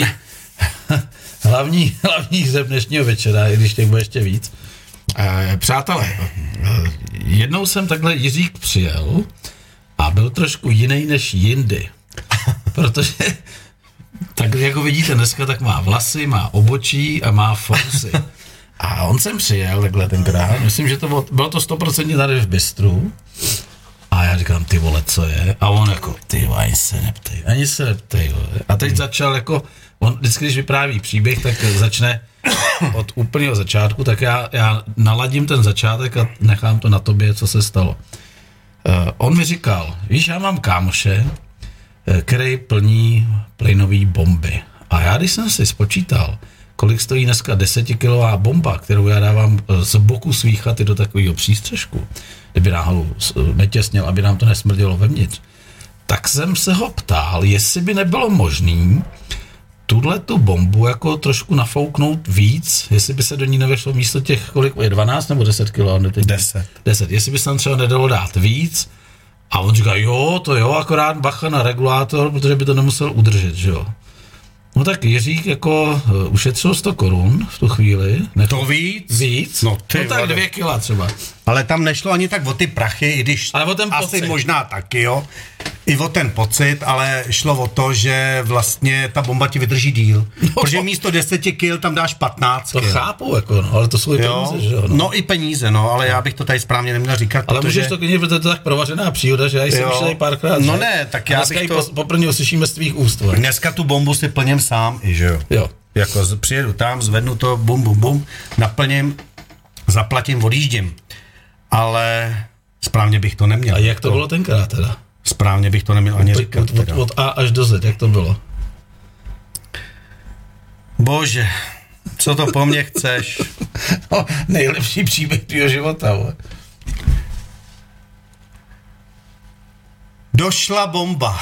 hlavní, hlavní hřeb dnešního večera, i když těch bude ještě víc. Uh, přátelé, uh, jednou jsem takhle Jiřík přijel a byl trošku jiný než jindy, protože tak jako vidíte dneska, tak má vlasy, má obočí a má fousy. A on sem přijel takhle tenkrát, myslím, že to bylo, bylo to sto procent tady v bistru. A já říkám, ty vole, co je? A on jako, ty vole, ani se neptej, ani se neptej, vole. A teď začal jako, on vždycky, když vypráví příběh, tak začne od úplného začátku, tak já, já naladím ten začátek a nechám to na tobě, co se stalo. Uh, on mi říkal, víš, já mám kámoše, který plní plynový bomby. A já, když jsem si spočítal, kolik stojí dneska desetikilová bomba, kterou já dávám z boku svých chaty do takového přístřežku, kdyby náhodou netěsnil, aby nám to nesmrdělo vevnitř, tak jsem se ho ptal, jestli by nebylo možný tuhle tu bombu jako trošku nafouknout víc, jestli by se do ní nevešlo místo těch, kolik je, dvanáct nebo deset kilo? deset. deset. Jestli by se tam třeba nedalo dát víc. A on říká, jo, to jo, akorát bacha na regulátor, protože by to nemusel udržet, že jo. No tak Jiřík jako ušetřil sto korun v tu chvíli. Ne, to víc? Víc? No, ty no tak dvě kila třeba. Ale tam nešlo ani tak o ty prachy, i když ale o ten asi pocit. možná taky, jo. I o ten pocit, ale šlo o to, že vlastně ta bomba ti vydrží díl. No, protože místo deseti kil tam dáš patnáct To kil. chápu, jako, no, ale to jsou i peníze, že jo. No. no i peníze, no, ale já bych to tady správně neměl říkat, ale protože... můžeš to klidně, protože to je tak provařená příhoda, že já jsem slyšel párkrát, No že? ne, tak a já dneska bych to... to... poprvé uslyšíme z tvých úst. Vole. Dneska tu bombu si plním sám, i že jo. Jo. Jako z- přijedu tam, zvednu to, bum, bum, bum, naplním, zaplatím, odjíždím. Ale správně bych to neměl. A jak to bylo tenkrát teda? Správně bych to neměl ani říkat. Od, od, od A až do Z, jak to bylo? Bože, co to po mně chceš? No, nejlepší příběh tvýho života. Vole. Došla bomba.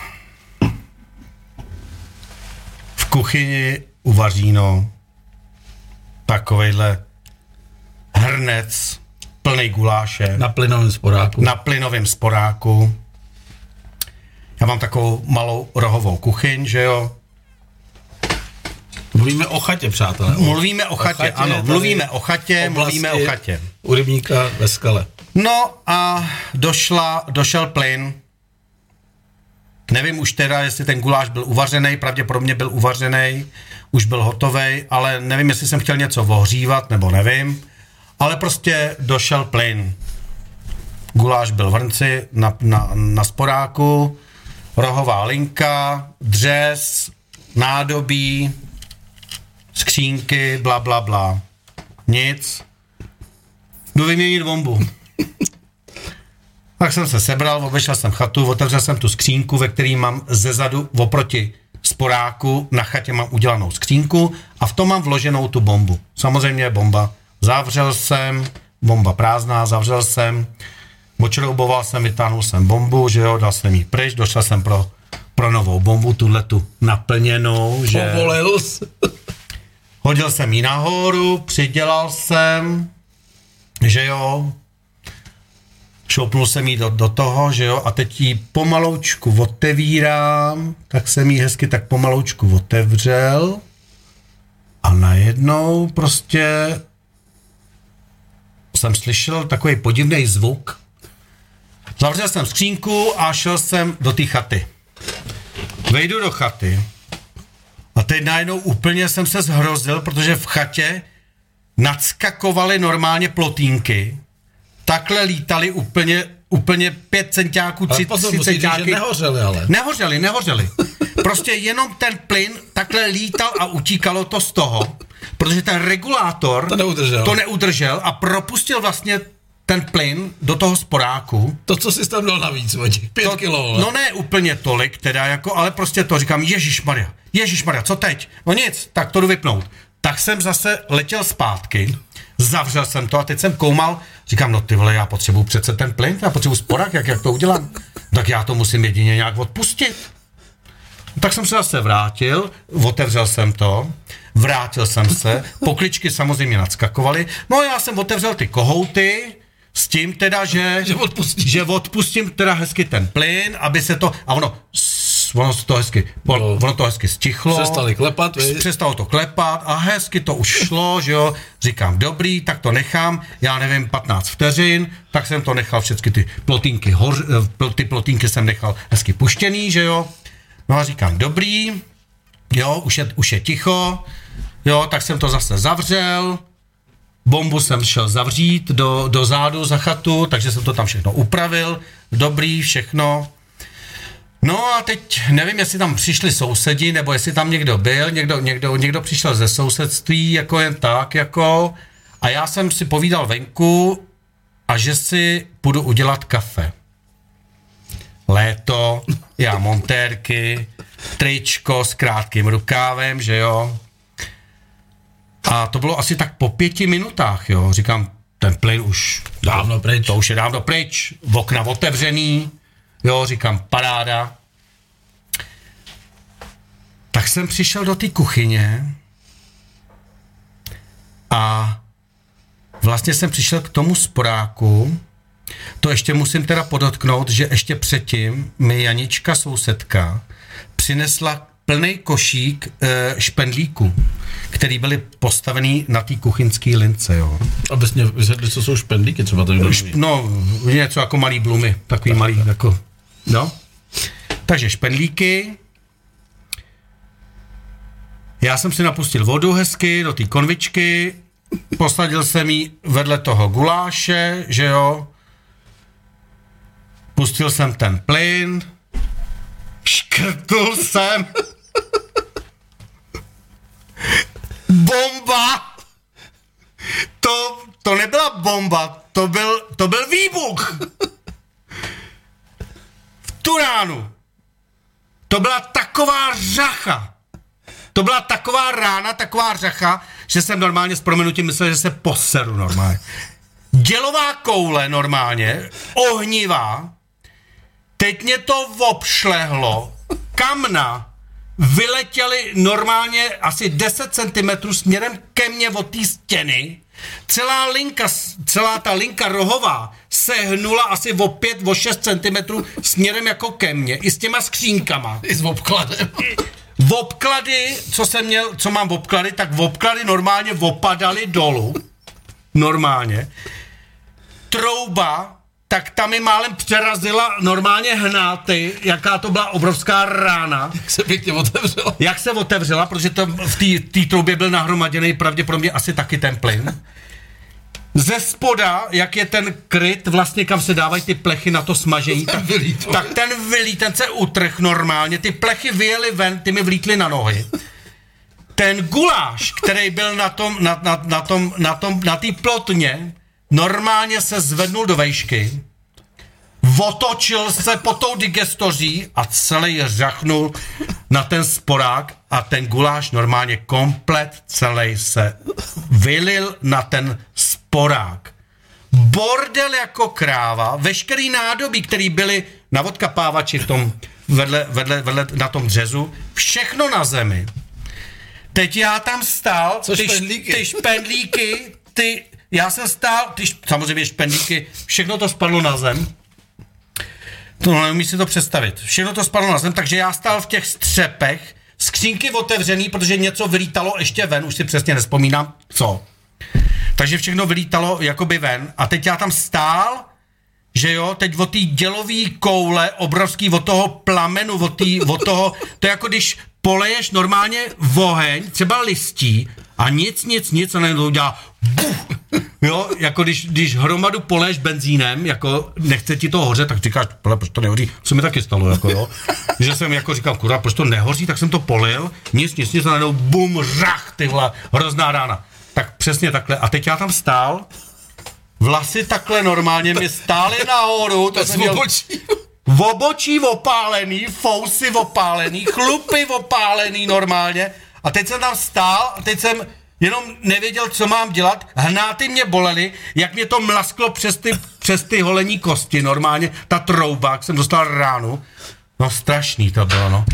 V kuchyni uvaříno takovejhle hrnec plnej guláše. Na plynovém sporáku. Na plynovém sporáku. Já mám takovou malou rohovou kuchyň, že jo. Mluvíme o chatě, přátelé. Mluvíme o chatě, chatě, ano, tady mluvíme o chatě, oblasti mluvíme o chatě. U rybníka ve skale. No a došla, došel plyn. Nevím už teda, jestli ten guláš byl uvařený, pravděpodobně byl uvařený, už byl hotovej, ale nevím, jestli jsem chtěl něco ohřívat, nebo nevím. Ale prostě došel plyn. Guláš byl v hrnci na, na, na sporáku, rohová linka, dřez, nádobí, skřínky, bla, bla, bla. Nic. Jdu vyměnit bombu. Tak jsem se sebral, obešel jsem chatu, otevřel jsem tu skřínku, ve který mám zezadu oproti sporáku, na chatě mám udělanou skřínku a v tom mám vloženou tu bombu. Samozřejmě je bomba. Zavřel jsem, bomba prázdná, zavřel jsem, odšrouboval jsem, vytáhnul jsem bombu, že jo, dal jsem jí pryč, došel jsem pro, pro novou bombu, tuhletu naplněnou, že... Povolil jsi. Hodil jsem ji nahoru, přidělal jsem, že jo, šoupnul jsem jí do, do toho, že jo, a teď ji pomaloučku otevírám, tak jsem ji hezky tak pomaloučku otevřel a najednou prostě jsem slyšel takový podivný zvuk. Zavřel jsem skřínku a šel jsem do té chaty. Vejdu do chaty a teď najednou úplně jsem se zhrozil, protože v chatě nadskakovaly normálně plotínky, takhle lítali úplně, úplně pět centiáků, tři, pozor, tři centiáky. nehořeli, ale. Nehořeli, nehořeli. Prostě jenom ten plyn takhle lítal a utíkalo to z toho, protože ten regulátor To neudržel. to neudržel a propustil vlastně ten plyn do toho sporáku. To, co jsi tam dal navíc, těch pět To, kilo. no ne úplně tolik teda, jako, ale prostě to říkám, ježišmarja, ježišmarja, co teď? No nic, tak to jdu vypnout. Tak jsem zase letěl zpátky, zavřel jsem to a teď jsem koumal, říkám, no ty vole, já potřebuji přece ten plyn, já potřebuji sporák, jak, jak to udělám? Tak já to musím jedině nějak odpustit. Tak jsem se zase vrátil, otevřel jsem to, vrátil jsem se, pokličky samozřejmě nadskakovaly, no a já jsem otevřel ty kohouty, s tím teda, že, Že odpustíš. že odpustím teda hezky ten plyn, aby se to, a ono, s- ono to hezky, No. ono to hezky stichlo. Přestali klepat, viď? Přestalo to klepat a hezky to už šlo, že jo. Říkám, dobrý, tak to nechám, já nevím, patnáct vteřin, tak jsem to nechal všechny ty plotínky, hor, ty plotínky jsem nechal hezky puštěný, že jo. No a říkám, dobrý, jo, už je, už je ticho, jo, tak jsem to zase zavřel, bombu jsem šel zavřít do, do zádu za chatu, takže jsem to tam všechno upravil, dobrý, všechno. No a teď nevím, jestli tam přišli sousedi, nebo jestli tam někdo byl, někdo, někdo, někdo přišel ze sousedství, jako jen tak, jako, a já jsem si povídal venku a že si půjdu udělat kafe. Léto, já montérky, tričko s krátkým rukávem, že jo. A to bylo asi tak po pěti minutách, jo. Říkám, ten plyn už... Dávno pryč. To už je dávno pryč, okna otevřený, jo, říkám, paráda. Tak jsem přišel do té kuchyně a vlastně jsem přišel k tomu sporáku. To ještě musím teda podotknout, že ještě předtím mi Janička sousedka přinesla plný košík e, špendlíků, který byly postavený na té kuchyňské lince, jo. A bez mě vysvětli, co jsou špendlíky, třeba to kdo Šp, No, něco jako malý blumy, takový tak, malý, tak. jako, no. Takže špendlíky. Já jsem si napustil vodu hezky do té konvičky, posadil jsem jí vedle toho guláše, že jo. Pustil jsem ten plyn, škrtnul jsem. Bomba! To, to nebyla bomba, to byl, to byl výbuch! V tu ránu. To byla taková řacha. To byla taková rána, taková řacha, že jsem normálně s prominutím myslel, že se poseru normálně. Dělová koule normálně, ohnivá, teď mě to obšlehlo, kamna vyletěly normálně asi deset centimetrů směrem ke mně od té stěny, celá linka, celá ta linka rohová se hnula asi o pět, o šest centimetrů směrem jako ke mně, i s těma skřínkama. I s obkladem. V obklady, co jsem měl, co mám v obklady, tak v obklady normálně opadaly dolů. Normálně. Trouba, tak tam mi málem přerazila normálně hnáty, jaká to byla obrovská rána. Jak se pěkně otevřela. Jak se otevřela, protože to v té troubě byl nahromaděný pravděpodobně asi taky ten plyn. Ze spoda, jak je ten kryt, vlastně kam se dávají ty plechy na to smažení, tak, tak ten vylí, ten se utrh normálně, ty plechy vyjeli ven, ty mi vlítly na nohy. Ten guláš, který byl na tom, na, na, na tom, na tom, na té plotně, normálně se zvednul do vejšky, otočil se po tou digestoří a celý řachnul na ten sporák a ten guláš normálně komplet celý se vylil na ten sporák. Bordel jako kráva, veškerý nádobí, který byly na odkapávači v tom, vedle, vedle, vedle na tom řezu, všechno na zemi. Teď já tam stál, Co ty, špendlíky? ty špendlíky, ty, já jsem stál, ty, samozřejmě špendlíky, všechno to spadlo na zem. To neumí si to představit. Všechno to spadlo na zem, takže já stál v těch střepech, skřínky otevřený, protože něco vylítalo ještě ven, už si přesně nespomínám, co. Takže všechno vylítalo jakoby ven a teď já tam stál, že jo, teď od té dělové koule obrovský, od toho plamenu, od, tý, od toho, to je jako když poleješ normálně oheň, třeba listí a nic, nic, nic a najednou udělá buf, jo, jako když, když hromadu poleješ benzínem, jako nechce ti to hořet, tak říkáš, proč to nehoří, co mi taky stalo, jako jo, že jsem jako říkal, kurva, proč to nehoří, tak jsem to polil, nic, nic, nic a najednou bum, řach, tyhle, hrozná rána. Tak přesně takhle. A teď já tam stál, vlasy takhle normálně mi stály nahoru. To jsem měl v obočí opálený, fousy opálený, chlupy opálený normálně. A teď jsem tam stál a teď jsem jenom nevěděl, co mám dělat. Hnáty mě bolely, jak mě to mlasklo přes ty, přes ty holení kosti normálně. Ta trouba, jak jsem dostal ránu. No strašný to bylo, no.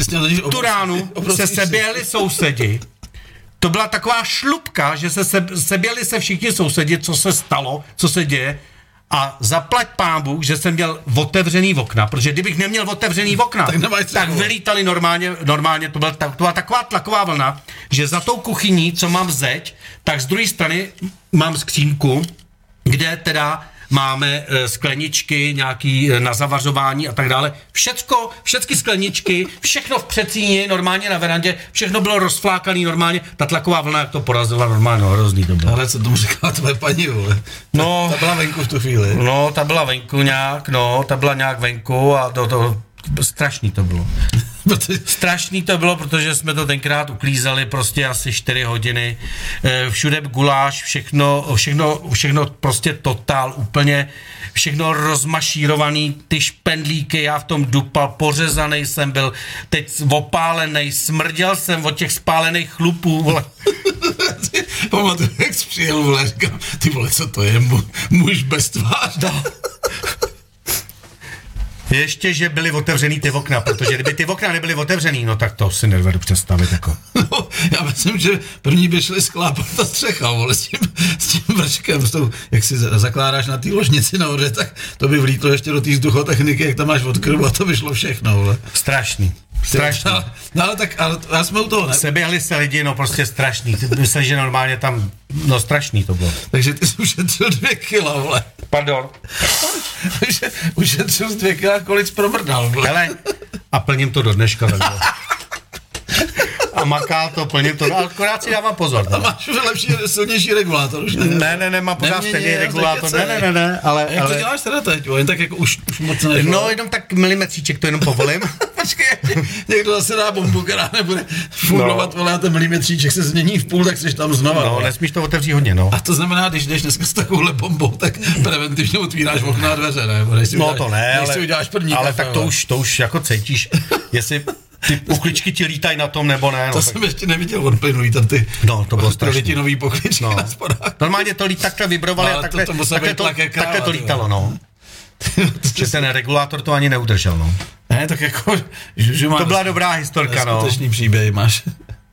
Tu ránu se seběhli sousedi. To byla taková šlupka, že se seběli se všichni sousedi, co se stalo, co se děje. A zaplať pán Bůh, že jsem měl otevřený okna, protože kdybych neměl otevřený okna, tak, tak vylítali normálně, normálně to byla, to byla taková tlaková vlna, že za tou kuchyní, co mám zeď, tak z druhé strany mám skřínku, kde teda máme e, skleničky nějaký e, na zavařování a tak dále. Všecko, všechny skleničky, všechno v předsíni, normálně na verandě, všechno bylo rozflákaný normálně, ta tlaková vlna, jak to porazila normálně, no, hrozný to bylo. Ale co tomu říkala tvoje paní, vole? No, ta, ta byla venku v tu chvíli. No, ta byla venku nějak, no, ta byla nějak venku a to, to strašný to bylo. Strašný to bylo, protože jsme to tenkrát uklízeli prostě asi čtyři hodiny. Všude guláš, všechno, všechno, všechno prostě totál, úplně všechno rozmašírovaný, ty špendlíky, já v tom dupal, pořezaný jsem byl, teď opálený, smrděl jsem od těch spálených chlupů, vole. Pamatuju, jak jsi přijel, vole, říkám, ty vole, co to je, muž bez tváře. No. Ještě, že byly otevřený ty okna, protože kdyby ty okna nebyly otevřený, no tak to si nedovedu představit, jako. No, já myslím, že první by šli sklápat ta střecha, vole, s tím, s tím vrškem, s tou, jak si zakládáš na té ložnici nahoře, tak to by vlítlo ještě do té vzduchotechniky, jak tam máš od krbu a to by šlo všechno, vole. Strašný. Strašný. No, no ale tak, ale já jsme u toho, ne? Seběhli se lidi, no prostě strašný. Ty myslíš, že normálně tam, no strašný to bylo. Takže ty jsi ušetřil dvě kila, vole. Pardon. Ušetřil jsi dvě kila, kolik promrdal, vole. Hele, a plním to do dneška, takže. A maká to, plním to, ale akorát si dávám pozor. A máš už lepší, silnější regulátor, už ne? Ne, ne, ne, mám pořád stejný regulátor, ne, ne, ne, ne, ale... A jak ale... to děláš teda teď, jen tak jako už, už moc nešlo? No, jenom tak milimetříček to jenom povolím. Počkej, někdo zase dá bombu, která nebude fungovat, no. Vole, a ten milimetříček se změní v půl, tak jsi tam znova. No, nesmíš to otevřít hodně, no. A to znamená, když jdeš dneska s takovouhle bombou, tak preventivně otvíráš okna a dveře, ne? No uděláš, to ne, ale, uděláš první ale kafe, tak to už, to už jako cítíš, jestli ty pokličky ti lítají na tom, nebo ne. No, to tak... jsem ještě neviděl od plynu, lítat ty, no, to bylo strašný. litinový pokličky no. na spodách. Normálně to lít takhle vibrovali no, a takhle to, to, takhle to, kráva, takhle to lítalo, no. Že ten regulátor to ani neudržel, no. Ne, tak jako... Že to byla dobrá historka, no. Skutečný příběh máš.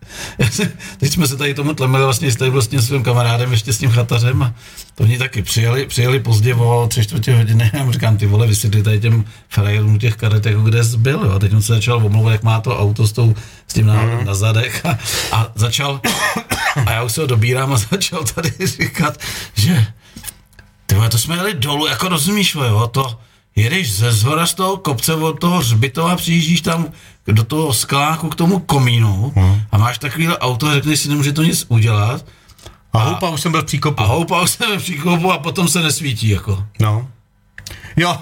Teď jsme se tady tomu tlemili vlastně s tady vlastně svým kamarádem, ještě s tím chatařem a to oni taky přijeli, přijeli pozdě o tři čtvrtě hodiny a já mu říkám, ty vole, vysvětli tady těm frajerům těch karet, jako kde jsi byl, jo. A teď on se začal omlouvat, jak má to auto s, tou, s tím na, mm. na zadech a, a začal, a já už se ho dobírám a začal tady říkat, že ty vole, to jsme jeli dolů, jako rozumíš, jo, to jedeš ze zhora z toho kopce od toho hřbitova, přijíždíš tam do toho skláku k tomu komínu hmm. a máš takovýhle auto a řekneš si, nemůže to nic udělat. A, a houpa už jsem byl v příkopu. A houpa už jsem byl v příkopu a potom se nesvítí, jako. No. Jo.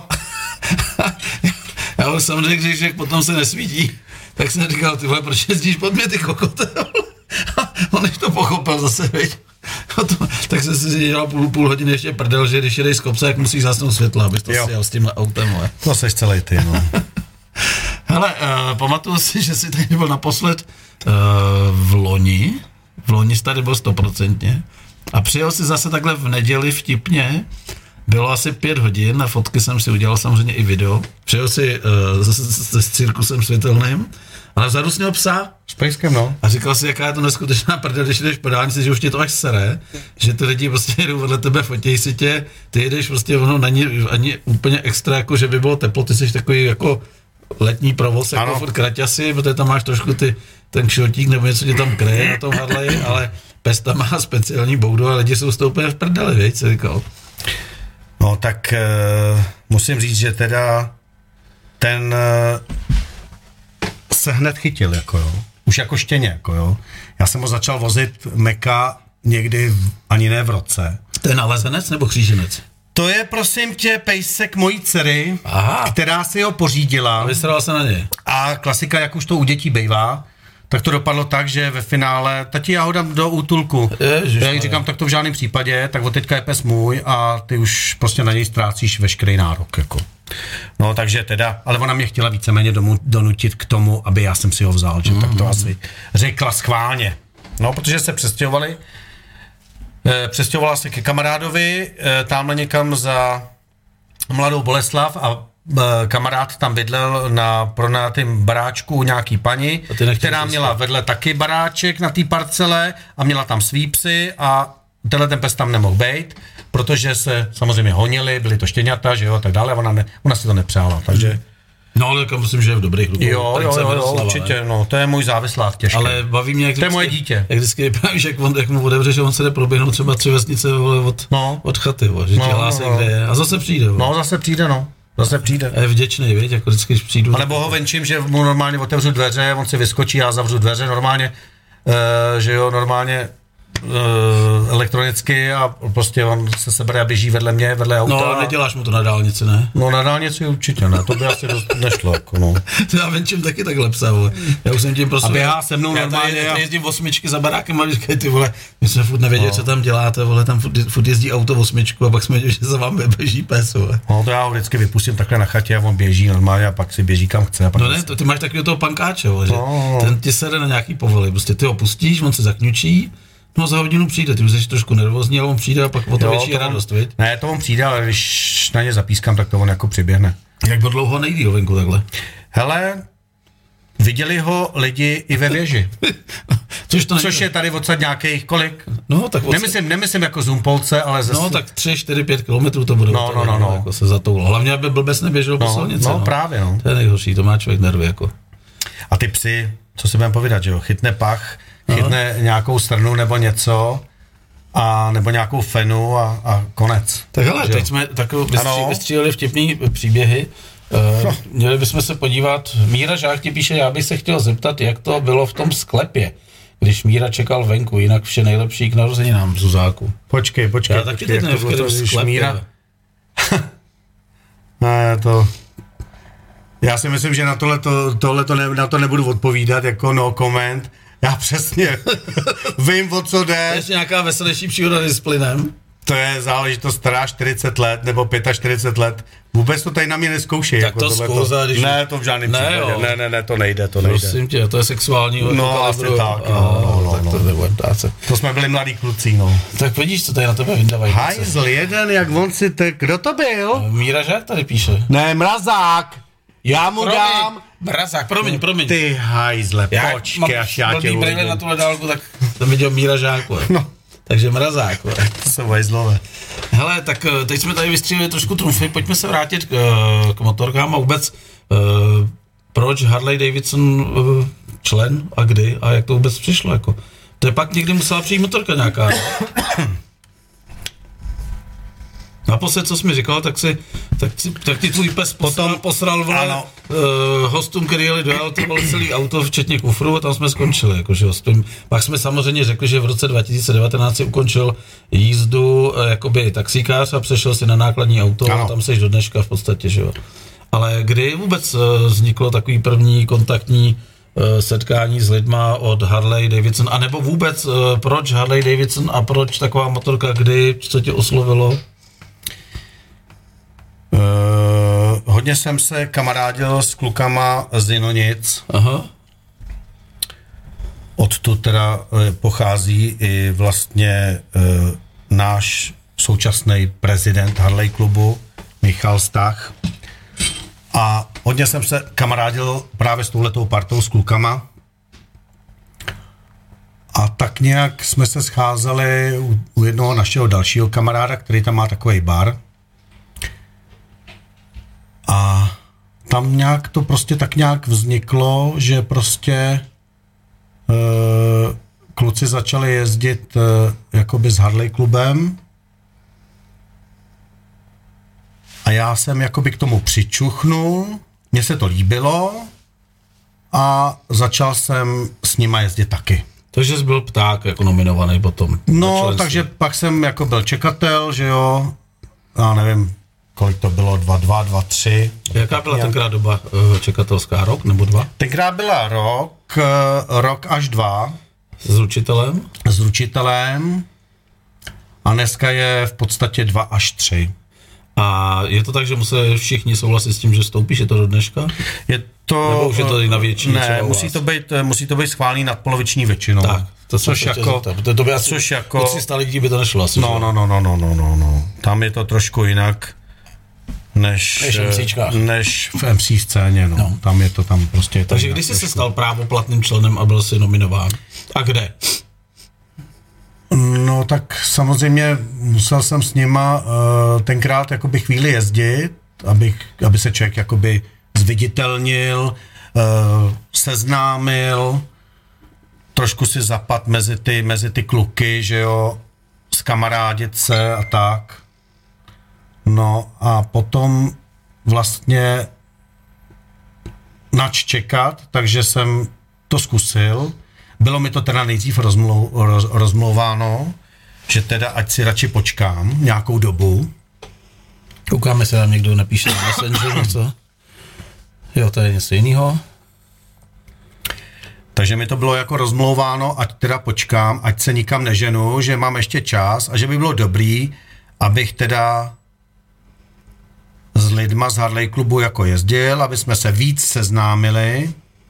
Já už jsem řekl, že potom se nesvítí, tak jsem říkal, ty vole, proč jezdíš pod mě, ty kokote? A on než to pochopil zase, veď. Potom, tak jsem si dělal půl, půl hodiny ještě prdel, že když jedeš z kopce, jak musíš zasnout světla, abys to si jel s tímhle autem, ale. To seš celý ty, no. Hele, uh, pamatuju si, že jsi tady byl naposled uh, v loni, v loni jsi tady byl stoprocentně a přijel si zase takhle v neděli vtipně, bylo asi pět hodin, na fotky jsem si udělal samozřejmě i video, přijel si uh, se s cirkusem světelným, ale vzadu s něho psa. S pejskem, no. A říkal si, jaká je to neskutečná prdel, když jdeš po dálnici, že už tě to až sere, že ty lidi prostě jedou vedle tebe, fotěj si tě, ty jedeš prostě, ono není ani úplně extra, jako že by bylo teplo, ty jsi takový jako letní provoz, jako ano. Furt kraťasy, protože tam máš trošku ty, ten kšiltík nebo něco tě tam kreje na tom Harleji, ale pes tam má speciální boudu a lidi jsou stoupně v prdeli, víš, co říkal. No tak uh, musím říct, že teda ten uh, se hned chytil, jako jo. Už jako štěně, jako jo. Já jsem ho začal vozit Meka někdy v, ani ne v roce. To je nalezenec nebo kříženec? To je, prosím tě, pejsek mojí dcery, Aha. která si ho pořídila. A vysral se na něj. A klasika, jak už to u dětí bejvá, tak to dopadlo tak, že ve finále, tati, já ho dám do útulku. Ježiš, já jí říkám, tak to v žádném případě, tak od teďka je pes můj a ty už prostě na něj ztrácíš veškerý nárok, jako. No, takže teda, ale ona mě chtěla víceméně domů, donutit k tomu, aby já jsem si ho vzal, že mm-hmm. tak to asi řekla schválně. No, protože se přestěhovali, e, přestěhovala se ke kamarádovi, e, tamhle někam za Mladou Boleslav a e, kamarád tam bydlel na pronajatém baráčku nějaký paní, která měla vedle taky baráček na té parcele a měla tam svý psy a tenhle ten pes tam nemohl být, protože se samozřejmě honili, byly to štěňata, že jo, a tak dále, a ona, ne, ona si to nepřála, takže... No, ale myslím, že je v dobrých rukou. Jo, jo, jo, jo, určitě, ne? No, to je můj závislák těžký. Ale baví mě, jak to je moje dítě. Jak vždycky vyprávíš, jak, on, jak mu odevře, že on se jde proběhnout třeba tři vesnice od, no. od chaty, vo, že no, dělá se, no, kde je, a zase přijde. Vo. No, zase přijde, no. Zase přijde. A je vděčný, víš, jako vždycky, když přijdu. A nebo ho venčím, že mu normálně otevřu dveře, on si vyskočí, já zavřu dveře normálně, uh, že jo, normálně Uh, elektronicky a prostě on se sebere a běží vedle mě, vedle auta. No, neděláš mu to na dálnici, ne? No, na dálnici určitě ne, to by asi dost nešlo, jako no. To já venčím taky takhle psa, vole. Já už jsem tím prostě... A běhá se mnou já normálně. Já tady jezdím osmičky za barákem a říkají, ty vole, my jsme furt nevěděli, no. co tam děláte, vole, tam furt, furt jezdí auto osmičku a pak jsme věděli, že za vám běží pes, vole. No, to já ho vždycky vypustím takhle na chatě a on běží normálně a pak si běží kam chce. A pak no ne, to, ty máš takového toho pankáče, vole, že no. Ten ti sede na nějaký povely, prostě ty ho pustíš, on se zakňučí. No za hodinu přijde, ty už jsi trošku nervózní, ale on přijde a pak o to větší radost, viď? Ne, to on přijde, ale když na ně zapískám, tak to on jako přiběhne. Jak byl dlouho nejdýl venku takhle? Hele, viděli ho lidi i ve věži. Což, to Což je tady odsad nějakých kolik? No, tak odsad... nemyslím, nemyslím jako Zumpolce, ale ze... No, tak tři, čtyři, pět kilometrů to bude. No, no, no, no. Jako se zatoulo. Hlavně, aby blbec neběžel no, po silnici. No, no, právě, no. To je nejhorší, to má člověk nervy, jako. A ty psy, co si budeme povídat, že jo, chytne pach, chytne Aha. nějakou strnu nebo něco, a nebo nějakou fenu a, a konec. Tak hele, teď jsme takovou vystří, vystříleli vtipný příběhy. Uh, měli bychom se podívat, Míra Žák ti píše, já bych se chtěl zeptat, jak to bylo v tom sklepě, když Míra čekal venku, jinak vše nejlepší k narozeninám, Zuzáku. Počkej, počkej. Já taky teď nevím, v kterém sklepě. Míra... ne, to... Já si myslím, že na tohle, to, tohle to ne, na to nebudu odpovídat, jako no comment. Já přesně vím, o co jde. Ještě nějaká veselější příhoda s plynem? To je záležitost stará čtyřicet let nebo čtyřicet pět let. Vůbec to tady na mě neskoušej. Tak jako to zkouza, když... Ne, to v žádném ne, případě. Ne, ne, ne, to nejde, to nejde. Prosím tě, to je sexuální. No, asi tak, no, no, no, tak no. to nebudem dát se. To jsme byli mladí kluci, no. Tak vidíš, co tady na tebe vyndávají. Hajzl, jeden, jak on si, te, kdo to byl? Míra Žák tady píše. Ne, Mrazák. Já mu promiň, dám... Mrazák, promiň, promiň. Ty hajzle, počkej, až já tě uvidím. Na tuhle dálku, tak jsem viděl Míra Žáku. No. Takže Mrazák. To jsou hajzlové. Hele, tak teď jsme tady vystříleli trošku trumfy, pojďme se vrátit k, k motorkám a vůbec uh, proč Harley Davidson uh, člen a kdy a jak to vůbec přišlo, jako. To je pak někdy musela přijít motorka nějaká. Naposled, co jsi mi říkal, tak si, tak, si, tak ti tvůj pes posral, potom posral vole, uh, hostům, který jeli do Jalty, vole celý auto, včetně kufru a tam jsme skončili. Jakože, pak jsme samozřejmě řekli, že v roce dva tisíce devatenáct si ukončil jízdu uh, jakoby taxíkář a přešel si na nákladní auto ano. A tam seš do dneška v podstatě, že jo. Ale kdy vůbec uh, vzniklo takový první kontaktní uh, setkání s lidma od Harley Davidson, anebo vůbec uh, proč Harley Davidson a proč taková motorka, kdy, co tě oslovilo? Uh, hodně jsem se kamarádil s klukama z Jinonic. Aha. Odtud teda uh, pochází i vlastně uh, náš současný prezident Harley klubu Michal Stach. A hodně jsem se kamarádil právě s touhletou partou s klukama. A tak nějak jsme se scházeli u, u jednoho našeho dalšího kamaráda, který tam má takový bar. A tam nějak to prostě tak nějak vzniklo, že prostě e, kluci začali jezdit e, jakoby s Harley klubem a já jsem jakoby k tomu přičuchnul, mně se to líbilo a začal jsem s nima jezdit taky. Takže jsi byl pták jako nominovaný potom. No, takže pak jsem jako byl čekatel, že jo, já nevím, kolik to bylo, dva, dva, dva, tři. Jaká byla tenkrát doba čekatelská, rok nebo dva? Tenkrát byla rok, rok až dva. S ručitelem? S ručitelem. A dneska je v podstatě dva až tři. A je to tak, že musí všichni souhlasit s tím, že stoupíš, je to do dneška? Je to... Nebo už je to na většině? Ne, musí to být, musí to být schválený nadpoloviční většinou. Tak, to což jako... To, to by asi což jako... tři sta lidí by to nešlo asi. No, no, no, no, no, no, no, no. Tam je to trošku jinak. Než, než, než v em cé scéně, no. no. Tam je to tam prostě... Takže kdy jsi se stal právoplatným členem a byl jsi nominován? A kde? No tak samozřejmě musel jsem s nima uh, tenkrát jakoby chvíli jezdit, abych, aby se člověk jakoby zviditelnil, uh, seznámil, trošku si zapad mezi ty, mezi ty kluky, že jo, zkamarádit se a tak. No a potom vlastně nač čekat, takže jsem to zkusil. Bylo mi to teda nejdřív rozmlou, roz, rozmlouváno, že teda ať si radši počkám nějakou dobu. Koukáme se, nám někdo napíše na Messenger něco. Jo, to je něco jiného. Takže mi to bylo jako rozmlouváno, ať teda počkám, ať se nikam neženu, že mám ještě čas a že by bylo dobrý, abych teda s lidma z Harley klubu jako jezdil, aby jsme se víc seznámili.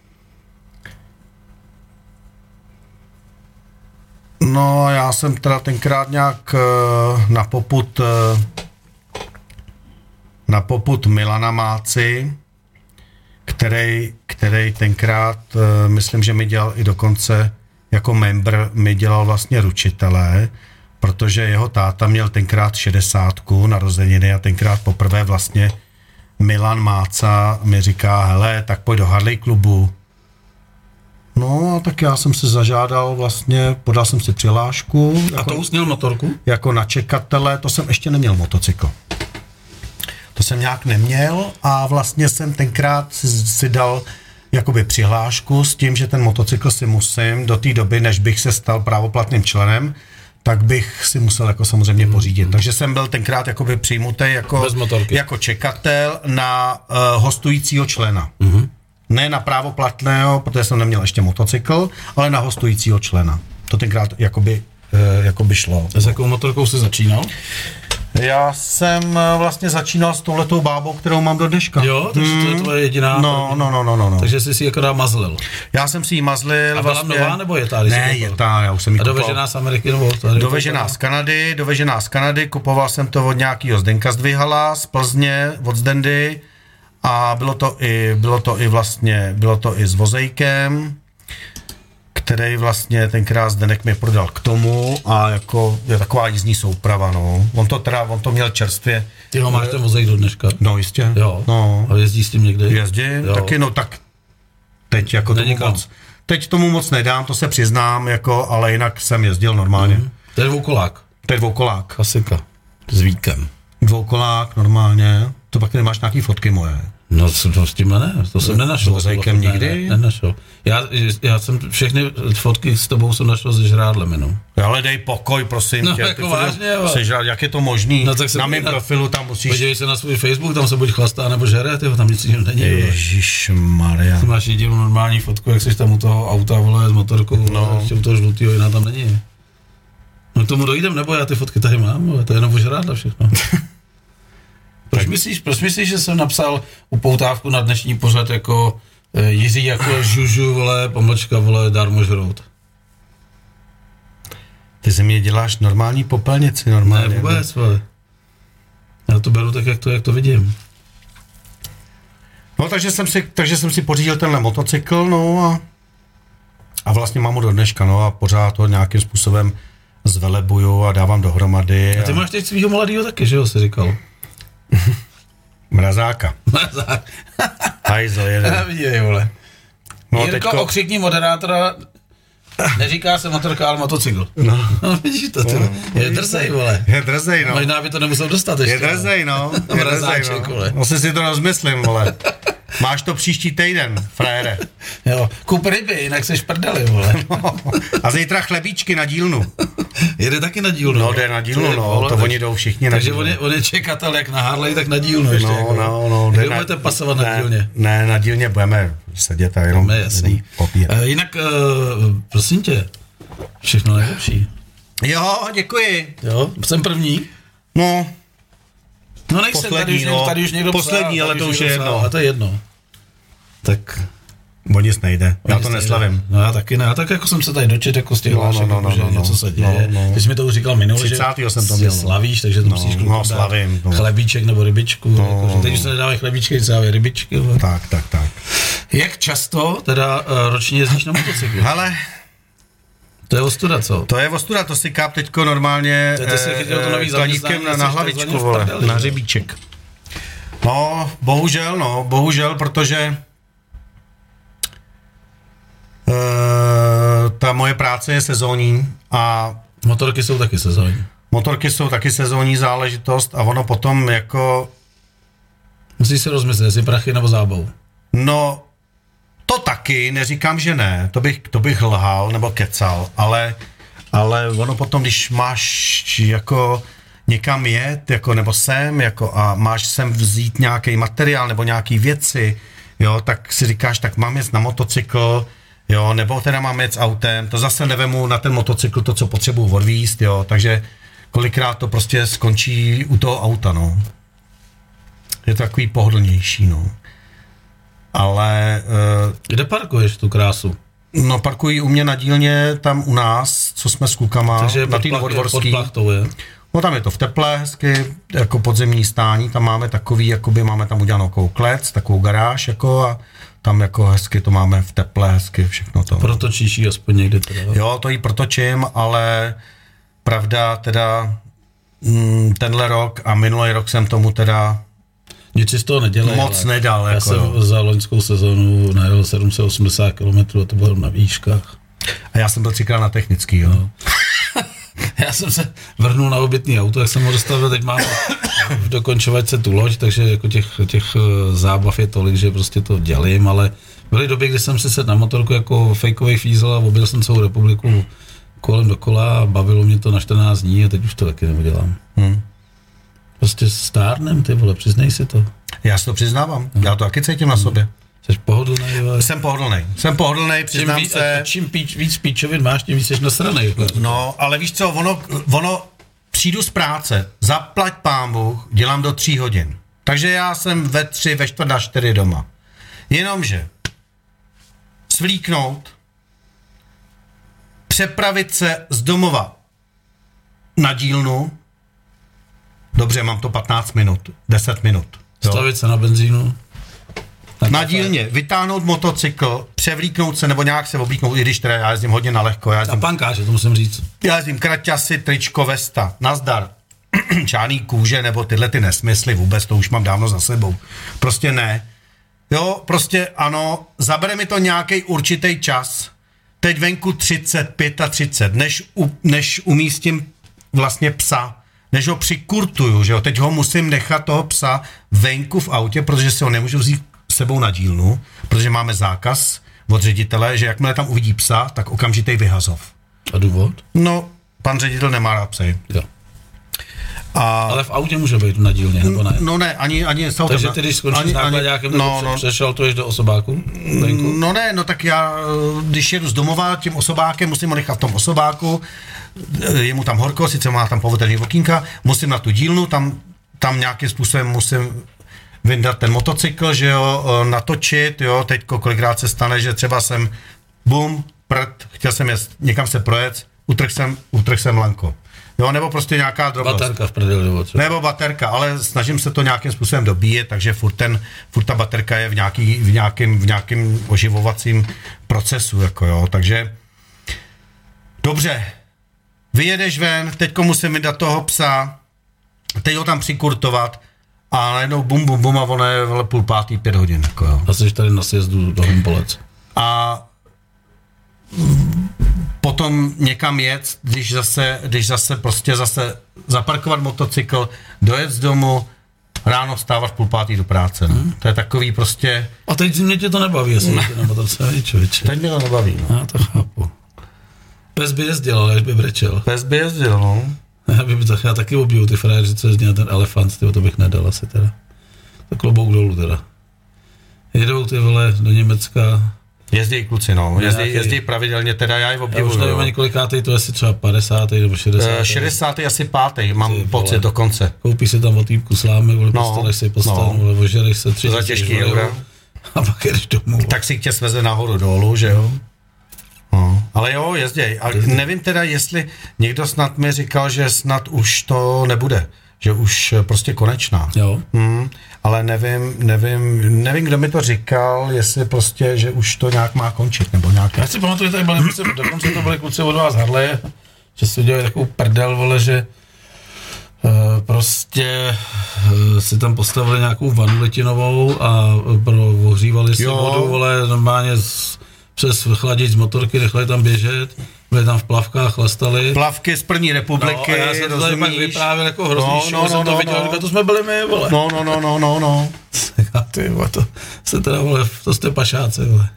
No, já jsem teda tenkrát nějak na popud na popud Milana Máci, který, který tenkrát, myslím, že mi dělal i dokonce jako member, mi dělal vlastně ručitelé, protože jeho táta měl tenkrát šedesátku narozeniny a tenkrát poprvé vlastně Milan Máca mi říká, hele, tak pojď do Harley klubu No a tak já jsem si zažádal vlastně, podal jsem si přihlášku. A jako, to už měl motorku? Jako na čekatele, to jsem ještě neměl motocykl. To jsem nějak neměl a vlastně jsem tenkrát si, si dal jakoby přihlášku s tím, že ten motocykl si musím do té doby, než bych se stal právoplatným členem, tak bych si musel jako samozřejmě pořídit. Mm. Takže jsem byl tenkrát jakoby přijmutý jako, jako čekatel na uh, hostujícího člena. Mm. Ne na právoplatného, protože jsem neměl ještě motocykl, ale na hostujícího člena. To tenkrát jakoby, uh, jakoby šlo. A s jakou motorkou jsi začínal? Já jsem vlastně začínal s touhletou bábou, kterou mám do dneška. Jo, takže to je tvoje jediná. No, no, no, no, no. Takže jsi si akorát mazlil. Já jsem si ji mazlil. A byla vlastně nová, nebo je ta? Ne, je ta, já už jsem ji kupoval. A dovežená z Ameriky, nebo? Dovežená z Kanady, dovežená z Kanady, kupoval jsem to od nějakýho Zdenka Zdvihala z Plzně, od Zdendy a bylo to i, bylo to i vlastně, bylo to i s vozejkem, který vlastně tenkrát Zdenek mi prodal k tomu a jako je taková jízdní souprava, no. On to teda, on to měl čerstvě. Ty ho máš ten vozejk do dneška? No jistě. Jo. No. A jezdí s tím někdy? Jezdím, jo. Taky, no tak teď jako tomu moc, teď tomu moc nedám, to se přiznám, jako, ale jinak jsem jezdil normálně. Mm. To je dvoukolák? To je dvoukolák. Klasika. S víkem. Dvoukolák, normálně. To pak nemáš nějaký fotky moje. No to s tímhle ne, to jsem nenašel. S vozejkem nikdy? Ne, nenašel. Já, já jsem všechny fotky s tebou jsem našel se žrádlem jenom. Ale dej pokoj, prosím no, tě. Jako vážně, Sežrát, jak je to možný? No, tak na mém na... profilu tam musíš... Podívej se na svůj Facebook, tam se buď chlastá nebo žere, tyho, tam nic jiného není. Ježišmarja. Ty máš jedinou normální fotku, jak jsi tam u toho auta, vole, s motorkou, no. Ještě u toho žlutýho, jiná tam není. No k tomu dojdem, nebo já ty fotky tady mám, ale to je jenom o žrádle všechno. Proč myslíš, proč myslíš, že jsem napsal upoutávku na dnešní pořad jako e, Jiří jako žužu, vole, pomlčka, vole, darmo žrout? Ty ze mě děláš normální popelnici, normálně. Ne, vůbec, vole. Já to beru tak, jak to, jak to vidím. No, takže jsem si, takže jsem si pořídil tenhle motocykl, no a, a vlastně mám ho do dneška, no a pořád to nějakým způsobem zvelebuju a dávám dohromady. A ty a... máš teď svýho mladýho taky, že jo, jsi říkal? Mrazáka. Mrazák. Hajzl jeden. Vidíš, vole. No, Jirko, teďko... okřikní moderátora, neříká se motorka, ale motocykl. No. No, vidíš to, ty. No, je drzej, vole. Je drzej, no. Možná by to nemusel dostat ještě. Je drzej, no. Je drzej, no. Musím si to rozmyslím, vole. Máš to příští týden, frajere. Jo, kup ryby, jinak seš prdeli, vole. No. A zítra chlebíčky na dílnu. Jede taky na dílnu. No, jde na dílnu, no, vole, to oni jdou všichni na takže dílnu. Takže on, on je čekatel jak na Harley, tak na dílnu ještě. No, jako. no, no. Kde budete pasovat ne, na dílně? Ne, na dílně budeme sedět a jenom jasný. popírat. Uh, jinak, uh, prosím tě, všechno nejlepší. Jo, děkuji. Jo, jsem první. No. No nejsem, poslední, tady už, no. tady už někdo poslední, psal, ale to už je jedno. A to je jedno. Tak... O nic nejde, já to neslavím. No já taky ne, a tak jako jsem se tady dočet jako z těch hlášek, no, no, no, že no, něco se děje. No, no. Ty jsi mi to už říkal minule, že jsem to měl, slavíš, takže to no, musíš no, slavím, no. Chlebíček nebo rybičku. No, jako, no, teď už se nedávají chlebíčky, teď se dávají rybičky. Ale. Tak, tak, tak. Jak často teda uh, ročně jezdíš na motocyklu? Hele, to je ostuda, co? To je ostuda, to si káp teďko normálně eh, kladívkem na, na hlavičku, vole, prdeli, na řebíček. No, bohužel, no, bohužel, protože uh, ta moje práce je sezónní a... Motorky jsou taky sezónní. Motorky jsou taky sezónní záležitost a ono potom jako... Musíš si rozmyslet, jestli prachy nebo zábavu. No, to taky, neříkám, že ne, to bych, to bych lhal nebo kecal, ale, ale ono potom, když máš jako někam jet, jako, nebo sem, jako, a máš sem vzít nějaký materiál nebo nějaký věci, jo, tak si říkáš, tak mám jet na motocykl, jo, nebo teda mám jet s autem, to zase nevemu na ten motocykl to, co potřebuji odvízt, jo, takže kolikrát to prostě skončí u toho auta, no. Je to takový pohodlnější, no. Ale... Uh, Kde parkuješ tu krásu? No, parkují u mě na dílně, tam u nás, co jsme s klukama, takže na té Novodvorský. Pod plachtou, je? No, tam je to v teple, hezky, jako podzemní stání, tam máme takový, jakoby máme tam udělanou takovou klec, takovou garáž, jako a tam jako hezky to máme v teple, hezky všechno to. Protočíš ji aspoň někdy teda? Jo, to jí protočím, ale pravda teda m, tenhle rok a minulý rok jsem tomu teda... Nic si z toho nedělej. Moc nedal. Já jako jsem jo. za loňskou sezónu najel sedm set osmdesát kilometrů a to bylo na výškách. A já jsem byl třikrát na technický, jo. No. Já jsem se vrhnul na obytný auto, jak jsem ho dostal, teď mám v dokončovačce tu loď, takže jako těch, těch zábav je tolik, že prostě to dělím, ale byly doby, kdy jsem si sedl na motorku jako fejkovej fízel a objel jsem celou republiku kolem dokola a bavilo mě to na čtrnáct dní a teď už to taky neudělám. Hmm. Prostě stárnem, ty vole, přiznej si to. Já si to přiznávám, hmm. já to taky cítím na sobě. Jsi pohodlnej, ale... Jsem pohodlnej, jsem pohodlnej, přiznám čím se. Čím píč, víc píčovin máš, tím víc jsi nasranej. No, ale víš co, ono, ono, přijdu z práce, zaplať pán Bůh, dělám do tří hodin. Takže já jsem ve tři, ve čtvrt na čtyři doma. Jenomže svlíknout, přepravit se z domova na dílnu, dobře, mám to patnáct minut, deset minut. Jo. Stavit se na benzínu. Na dílně, vytáhnout motocykl, převlíknout se nebo nějak se oblíknout, i když teda já jezdím hodně na lehko. Já jezdím, na pankáže, to musím říct. Já jezdím kraťasy, tričko, vesta, nazdar, čárný kůže nebo tyhle ty nesmysly, vůbec to už mám dávno za sebou. Prostě ne. Jo, prostě ano, zabere mi to nějaký určitý čas, teď venku třicet, třicet pět, než, u, než umístím vlastně psa, než ho přikurtuju, že jo, teď ho musím nechat toho psa venku v autě, protože si ho nemůžu vzít sebou na dílnu, protože máme zákaz od ředitele, že jakmile tam uvidí psa, tak okamžitej vyhazov. A důvod? No, pan ředitel nemá rád psy. Jo. A... Ale v autě může být na dílně, nebo ne? No ne, ani, ani s autem. Takže ty, když skončíš s nákladákem, no, no, přešel to ještě do osobáku? Venku? No ne, no tak já, když jedu z domova tím osobákem, musím ho nechat v tom osobáku, je mu tam horko, sice má tam povotený okýnka, musím na tu dílnu, tam, tam nějakým způsobem musím vyndat ten motocykl, že jo, natočit, jo, teďko kolikrát se stane, že třeba jsem, bum, prd, chtěl jsem jet, někam se projet, utrhl jsem, utrhl jsem lanko. Jo, nebo prostě nějaká drobnost. Baterka v prdeli, nebo co? Nebo baterka, ale snažím se to nějakým způsobem dobíjet, takže furt, ten, furt ta baterka je v, nějaký, v, nějakým, v nějakým oživovacím procesu, jako jo, takže dobře, vyjedeš ven, teďko musím vydat toho psa, teď ho tam přikurtovat a najednou bum, bum, bum a ono je vele půl pátý, pět hodin, jako jo. A jsi tady na sjezdu do Humpolec. A potom někam jet, když zase, když zase prostě zase zaparkovat motocykl, dojet z domu, ráno vstávat půl pátý do práce. No. Hmm. To je takový prostě... A teď mě tě to nebaví, jestli ne. Tě na motocykl, člověče. Teď mě to nebaví. No. Já to chápu. Pes by jezdil, ale až by brečel. Pes by jezdil, no. Já, by to, já taky obiju ty frajeři, co jezdí na ten elefant, tyho, to bych nedal asi teda. To klobouk dolů teda. Jedou ty vole do Německa. Jezdí kluci, no. Jezdí, jezdí pravidelně, teda já je obdivuju. Já už nevím ani kolikátej, to asi třeba padesátý nebo šedesátý. šedesátý asi pátý, mám ty, pocit vole. Dokonce. Koupíš si tam otýpku slámy, vole, no, postaneš si postan, no. Ožereš se tři za těžký eura. A pak jdeš domů. Tak si tě sveze nahoru dolů, že jo? No. Ale jo, jezděj. A nevím teda, jestli někdo snad mi říkal, že snad už to nebude. Že už prostě konečná. Jo. Hmm, ale nevím, nevím, nevím, kdo mi to říkal, jestli prostě, že už to nějak má končit, nebo nějak. Já si pamatuju, že tady byli, dokonce to byli kluci od vás Harleje, že si udělali takovou prdel, vole, že uh, prostě uh, si tam postavili nějakou vanu letinovou a pro, ohřívali si jo. vodu, vole, normálně z, přes chladič z motorky, nechali tam běžet. Byli tam v plavkách, chlastali. Plavky z první republiky, no, a já jsem to tady pak vyprávěl jako hrozný no, show, no, no, jsem to no, viděl, no. To jsme byli my, vole. No, no, no, no, no, no. A ty, vole, to se teda, vole, to jste pašáci, vole.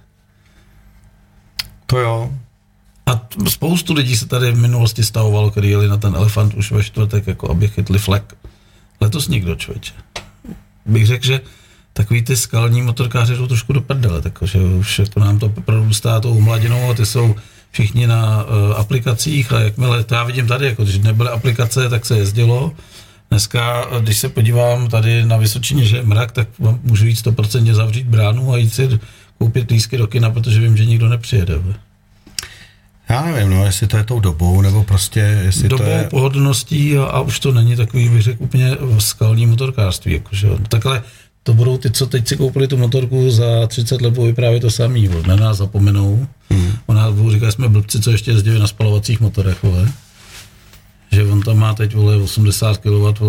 To jo. A spoustu lidí se tady v minulosti stavovalo, který jeli na ten elefant už ve čtvrtek, jako aby chytli flek. Letos nikdo, člověče. Bych řekl, že takový ty skalní motorkáři jdou trošku do prdele, takže už jako nám to prorůstá tou mladinou a ty jsou všichni na uh, aplikacích a jakmile, to já vidím tady, jako když nebyly aplikace, tak se jezdilo. Dneska, když se podívám tady na Vysočině, že je mrak, tak můžu jít sto procent zavřít bránu a jít si koupit lístky do kina, protože vím, že nikdo nepřijede. Já nevím, no, jestli to je tou dobou, nebo prostě, jestli dobou, to je... pohodlností a, a už to není takový, bych řekl, úplně skalní motorkářství, jakože. No, takhle to budou ty, co teď si koupili tu motorku za třicet let, budou právě to samý, na nás zapomenou. Hmm. O nás budou říkat, jsme blbci, co ještě jezdili na spalovacích motorech, vole. Že on tam má teď, vole, osmdesát kilowattů, vole,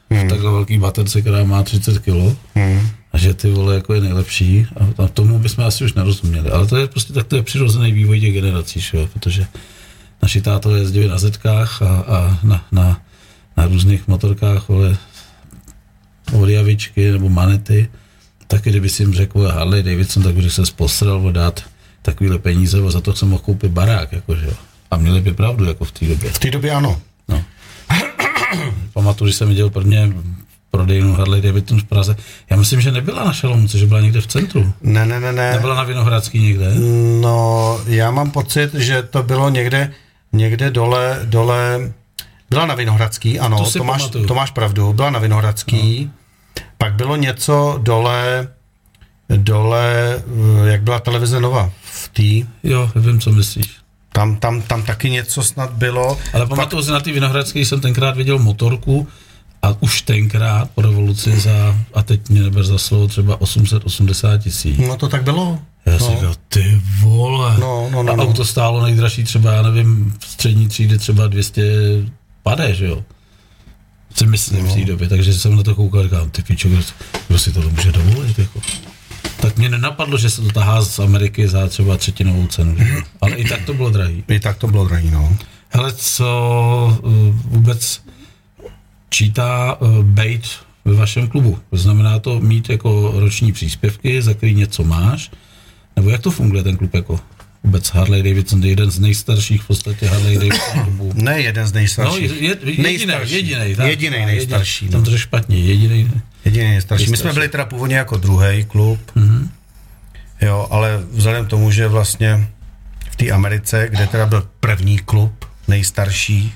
hmm. v takhle velký baterce, která má třicet kilo hmm. a že ty vole jako je nejlepší a, a tomu bychom asi už nerozuměli. Ale to je prostě tak, to je přirozený vývoj těch generací, šo? Protože naši táto jezdili na zetkách a, a na, na, na různých motorkách, vole, odjavičky nebo manety. Taky kdyby si jim řekl Harley Davidson, tak bych se posral dát takovýhle peníze a za to jsem mohl koupit barák, jakože jo. A měli by pravdu, jako v té době. V té době ano. No. Pamatuju, že jsem viděl prvně prodejnu Harley Davidson v Praze. Já myslím, že nebyla na Šalomce, že byla někde v centru. Ne, ne, ne, ne. Nebyla na Vinohradský někde? No, já mám pocit, že to bylo někde, někde dole, dole, byla na Vinohradský, ano, to, to, máš, to máš pravdu, byla na Vinohradský. No. Pak bylo něco dole, dole, jak byla televize Nova v té. Jo, vím, co myslíš. Tam, tam, tam taky něco snad bylo. Ale pamatuju si, na té Vinohradské jsem tenkrát viděl motorku a už tenkrát po revoluci za, a teď mě neber za slovo, třeba osm set osmdesát tisíc. No to tak bylo. Já no. si říkal, ty vole. No, no, no, a no. auto stálo nejdražší třeba, já nevím, v střední třídy třeba dvě stě padesát, že jo? Si myslím no. v té době, takže jsem na to koukal a říkám, ty pičo, kdo, kdo si to může dovolit, jako. Tak mě nenapadlo, že se to tahá z Ameriky za třeba třetinovou cenu, že? Ale i tak to bylo drahý. I tak to bylo drahý, no. Hele, co vůbec čítá bejt ve vašem klubu? Znamená to mít jako roční příspěvky, za který něco máš? Nebo jak to funguje ten klub jako? Vůbec Harley Davidson, jeden z nejstarších v podstatě Harley Davidson klubů. Ne jeden z nejstarších. No, je, je, jedinej, jedinej, tak. Jedinej nejstarší. Tam to je špatně, jedinej. Jedinej nejstarší. My jsme byli teda původně jako druhý klub, mm-hmm. jo, ale vzhledem tomu, že vlastně v té Americe, kde teda byl první klub, nejstarší,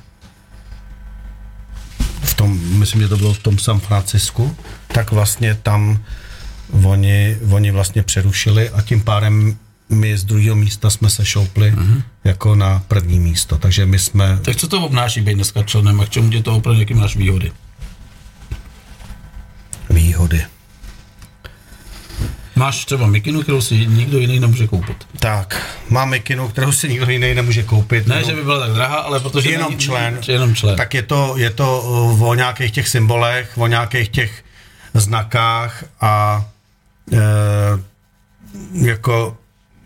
v tom, myslím, že to bylo v tom San Francisku, tak vlastně tam oni, oni vlastně přerušili a tím pádem my z druhého místa jsme se šoupli uh-huh. jako na první místo, takže my jsme... Tak co to obnáší být dneska členem a k čemu tě to opravdu, jaký máš výhody? Výhody. Máš třeba mikinu, kterou si nikdo jiný nemůže koupit. Tak, mám mikinu, kterou si nikdo jiný nemůže koupit. Ne, jenom, že by byla tak drahá, ale protože... Jenom není, člen. Jenom člen. Tak je to, je to o nějakých těch symbolech, o nějakých těch znakách a e, jako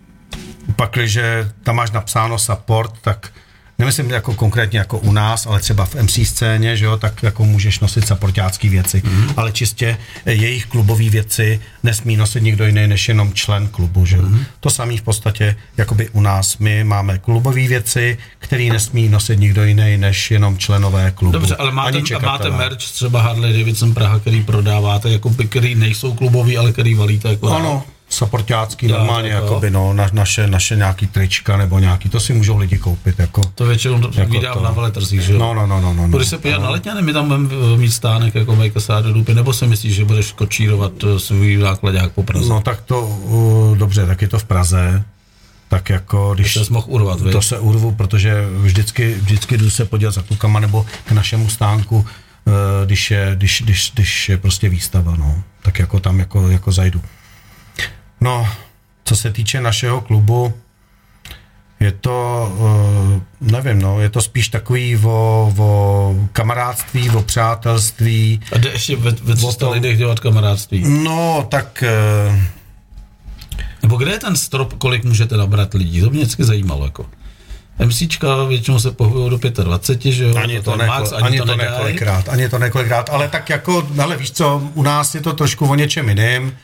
pakliže tam máš napsáno support, tak nemyslím jako konkrétně jako u nás, ale třeba v em cé scéně, že jo, tak jako můžeš nosit supportácký věci, mm. ale čistě jejich klubové věci nesmí nosit nikdo jiný než jenom člen klubu, že jo. Mm. To samé v podstatě jakoby u nás. My máme klubové věci, který nesmí nosit nikdo jiný než jenom členové klubu. Dobře, ale máte, máte merch třeba Harley Davidson Praha, který prodáváte, jakoby, který nejsou klubový, ale který valíte jako... Ano. Supportácký normálně, jako. Jakoby, no, na, naše, naše nějaký trička nebo nějaký, to si můžou lidi koupit, jako. To většinou jako vydám na veletrzích, že jo? No, no, no, no, no. Budeš se podívat no. na Letňany, my tam budeme mít stánek jako Majka Sádo Dupy, nebo si myslíš, že budeš kočírovat svůj základák po Praze? No tak to, uh, dobře, tak je to v Praze, tak jako, když... To se mohl urvat, To víc? se urvu, protože vždycky, vždycky jdu se podívat za klukama nebo k našemu stánku, uh, když je, když, když, když je prostě výstava, no. Tak jako tam jako, jako zajdu. No, co se týče našeho klubu, je to, uh, nevím, no, je to spíš takový o, o kamarádství, o přátelství. A jde ještě ve, ve tři sta lidech dělat kamarádství? No, tak... Uh, Nebo kde je ten strop, kolik můžete nabrat lidí? To mě vždycky zajímalo, jako. MCčka většinou se pohybují do dvacet pět, že jo? Ani to, neko, Max, ani ani to, to nekolikrát, ani to nekolikrát, ale tak jako, ale víš co, u nás je to trošku o něčem jiným.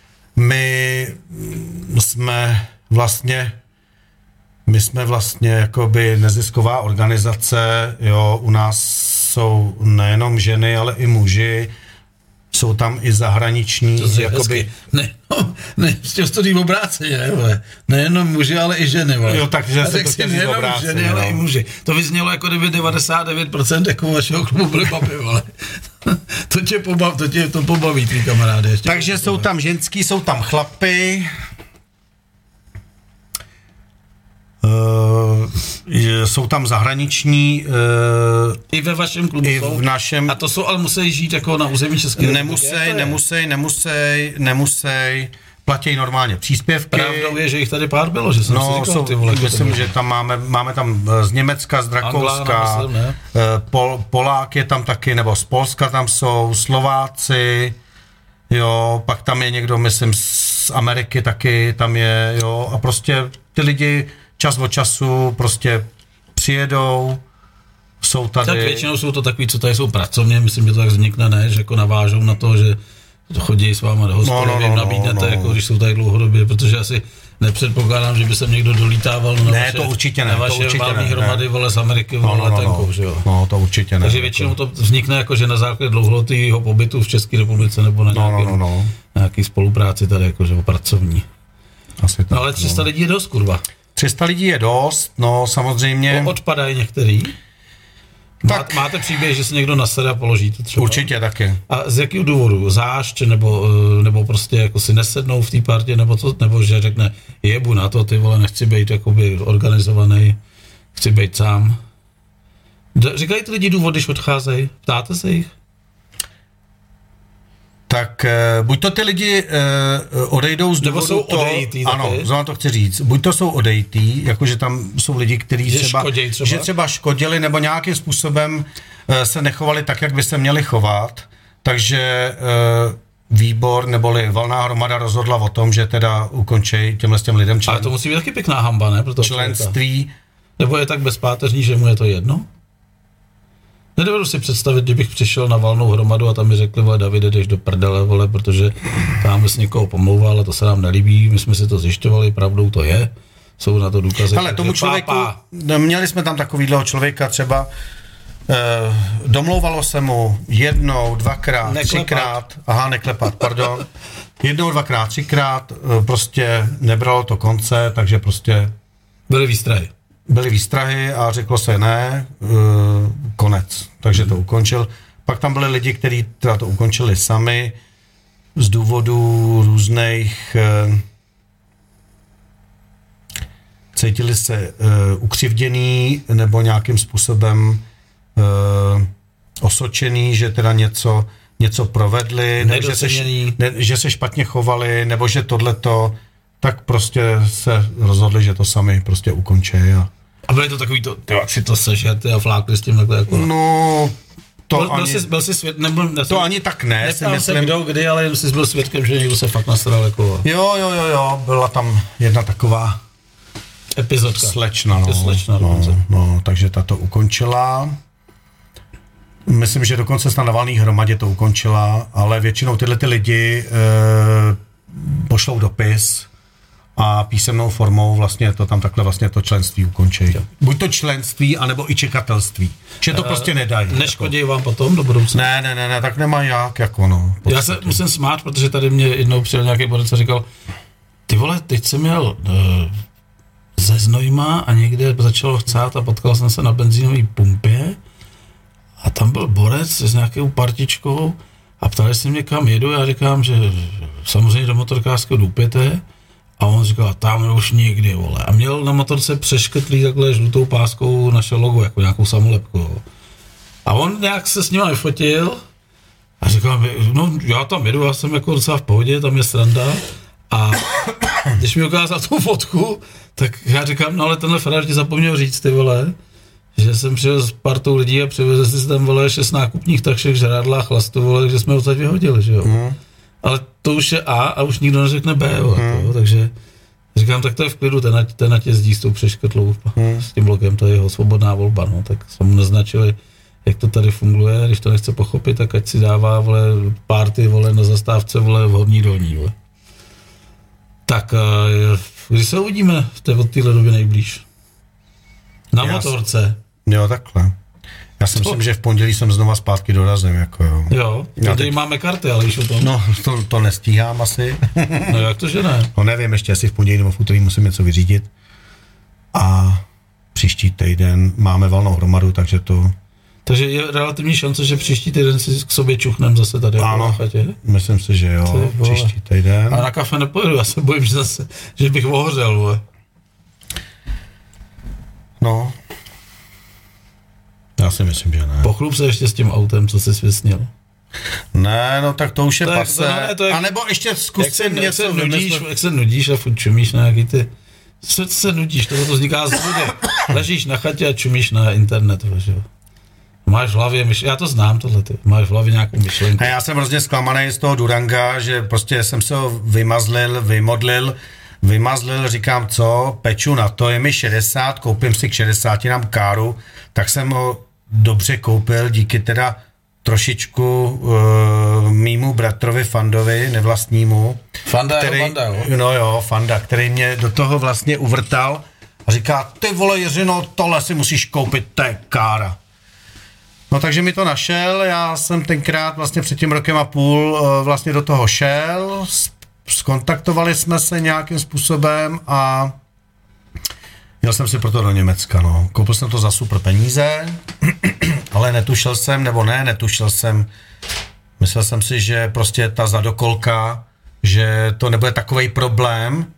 My jsme vlastně, my jsme vlastně jakoby nezisková organizace, jo, u nás jsou nejenom ženy, ale i muži, jsou tam i zahraniční, to jakoby... Ne, no, ne, ještě to dým obráceně, ne, vole. Nejenom muži, ale i ženy, vole. Jo, takže se to chtěl nejenom obráceně, ženy, ale no. i muži. To vyznělo jako kdyby devadesát devět procent jako vašeho klubu byly baby, vole. To tě pobaví, to tě to pobaví, tvý kamarády. Ještě takže jsou tam ženský, jsou tam chlapy, Uh, jsou tam zahraniční uh, i ve vašem klubu i v našem, a to jsou, ale musí žít jako na území České republiky. Nemusej, nemusej, nemusej, nemusej, platí normálně příspěvky. Pravdou je, že jich tady pár bylo, že jsem no, si říkal, jsou, ty vole, myslím, že tam máme, máme tam z Německa, z Rakouska, Anglána, myslím, ne? Pol, Polák je tam taky, nebo z Polska tam jsou, Slováci, jo, pak tam je někdo, myslím, z Ameriky taky, tam je, jo, a prostě ty lidi čas od času prostě přijedou, jsou tady. Tak většinou jsou to takový, co tady jsou pracovně, myslím, že to tak vznikne, ne, že jako navážou na to, že chodí s váma do hospody, no, no, no, nabídnete, no, no. Jako když jsou tady dlouhodobě, protože asi nepředpokládám, že by se někdo dolítával na ne, vaše, to určitě ne, na vaše to určitě valný ne, hromady, ne. vole, z Ameriky, vole, no, no, letenkou, no, že jo? No, to určitě ne. Takže většinou to vznikne jako, že na základě dlouholetého pobytu v České republice nebo na nějaký, no, no, no. nějaký spolupráci tady, jako, že pracovní. Asi tak, no, ale tři sta no. lidí je dost, kurva. tři sta lidí je dost, no samozřejmě. Odpadají některý. Tak. Máte příběh, že se někdo nasede a položí to třeba? Určitě taky. A z jakého důvodu? Zášť, nebo, nebo prostě jako si nesednou v té partě, nebo to, nebo že řekne, jebu na to, ty vole, nechci být jakoby organizovaný, chci být sám. Říkají ty lidi důvod, když odcházejí? Ptáte se jich? Tak buď to ty lidi uh, odejdou z důvodu jsou to, odejítý, ano, zrovna to chci říct, buď to jsou odejítý, jakože tam jsou lidi, kteří třeba, třeba? že třeba škodili nebo nějakým způsobem uh, se nechovali tak, jak by se měli chovat, takže uh, výbor neboli valná hromada rozhodla o tom, že teda ukončí těmhle s těm lidem člen, ale to musí být taky pěkná hamba, ne? Proto členství. Člověka. Nebo je tak bezpáteřní, že mu je to jedno? Nedovedu si představit, kdybych přišel na valnou hromadu a tam mi řekli, vole, Davide, jdeš do prdele, vole, protože tam bys někoho pomlouval a to se nám nelíbí, my jsme si to zjišťovali, pravdou to je, jsou na to důkazy. Ale tomu člověku, pá, pá. Měli jsme tam takovýhleho člověka třeba, eh, domlouvalo se mu jednou, dvakrát, neklepat. třikrát, aha, neklepat, pardon, jednou, dvakrát, třikrát, eh, prostě nebralo to konce, takže prostě byly výstrahy. Byly výstrahy a řeklo se ne, uh, konec, takže to ukončil. Pak tam byli lidi, kteří teda to ukončili sami z důvodu různých, uh, cítili se uh, ukřivděný nebo nějakým způsobem uh, osočený, že teda něco, něco provedli, nebo že se, ne, že se špatně chovali, nebo že tohleto, tak prostě se rozhodli, že to sami prostě ukončí. A, a byli to takový to, ty si to seš, a flákli s tím takhle jako... No, to byl, ani... Byl jsi, byl jsi svět, nebyl, to jsem, ani tak ne, si myslím... se kdo, kdy, ale jen jsi byl svědkem, že někdo se fakt nasral jako... Jo, jo, jo, jo, byla tam jedna taková... Epizodka. Slečna, no. Slečna, no, no, takže ta to ukončila. Myslím, že dokonce na valné hromadě to ukončila, ale většinou tyhle ty lidi e, pošlou dopis a písemnou formou vlastně to tam takhle vlastně to členství ukončí. Buď to členství, anebo i čekatelství. Že to e, prostě nedají. Neškodí jako. Vám potom do budoucna? Ne, ne, ne, ne, tak nemá jak, jako no. Já se musím smát, protože tady mě jednou přijel nějaký borec a říkal, ty vole, teď jsem měl e, ze Znojma a někde začalo chcát a potkal jsem se na benzínové pumpě a tam byl borec s nějakou partičkou a ptali se mě, kam jedu, já říkám, že samozřejmě do motorkářského Doupěté a on říkal, tam už nikdy, vole. A měl na motorce přeškrtlý takhle žlutou páskou naše logo, jako nějakou samolepku. A on nějak se s ním vyfotil a říkal mi, no já tam jedu, já jsem jako docela v pohodě, tam je sranda. A když mi ukázal tu fotku, tak já říkám, no ale tenhle frajer ti zapomněl říct, ty vole, že jsem přijel s partou lidí a přivezl si tam, vole, šest nákupních takšek, žrádla, chlastu, vole, že jsme ho teď vyhodili, že jo. Mm. Ale to už je A a už nikdo neřekne B, vole, mm. to, takže říkám, tak to je v klidu, ten, ten ať jezdí s tou přeškrtlou, mm. s tím blokem, to je jeho svobodná volba, no, tak jsme mu naznačili, jak to tady funguje, když to nechce pochopit, tak ať si dává, vole, party, vole, na zastávce, vole, v Horní Dolní, vole. Tak, kdy se uvidíme v té, od téhle době nejblíž? Na Já motorce. S... Jo, takhle. Já si myslím, že v pondělí jsem znova zpátky dorazím, jako jo. Jo, tady teď... máme karty, ale víš o tom. No, to, to nestíhám asi. No jak to, že ne? No nevím, ještě asi v pondělí nebo v úterý musím něco vyřídit. A příští týden máme valnou hromadu, takže to... Takže je relativní šance, že příští týden si k sobě čuchnem zase tady. Ano, chatě. Myslím si, že jo, příští týden. A na kafe nepojedu, já se bojím, že zase, že bych ohořel, vole. No. Já si myslím, že ne. Pochlup se ještě s tím autem, co jsi vysnil. Ne, no tak to už je Tak, pase. to ne, to je- A nebo ještě Jak zkus se, si jak, se něco nudíš, vymyslet. jak se nudíš a furt čumíš na nějaký ty... Co se nudíš, tohle to vzniká z vody. Ležíš na chatě a čumíš na internet, že jo. Máš v hlavě myšlenku, já to znám tohle, ty. Máš v hlavě nějakou myšlenku. A já jsem hrozně zklamaný z toho Duranga, že prostě jsem se ho vymazlil, vymodlil, vymazlil, říkám co, peču na to, je mi šedesát, koupím si k šedesáti nám káru, tak jsem ho dobře koupil díky teda trošičku uh, mýmu bratrovi Fandovi, nevlastnímu. Fanda který, Fanda, jo? No jo, Fanda, který mě do toho vlastně uvrtal a říká, ty vole Jiřino, tohle si musíš koupit, to je kára. No takže mi to našel, já jsem tenkrát vlastně před tím rokem a půl vlastně do toho šel, skontaktovali jsme se nějakým způsobem a jel jsem si proto do Německa, no. Koupil jsem to za super peníze, ale netušil jsem, nebo ne, netušil jsem, myslel jsem si, že prostě ta zadokolka, že to nebude takovej problém.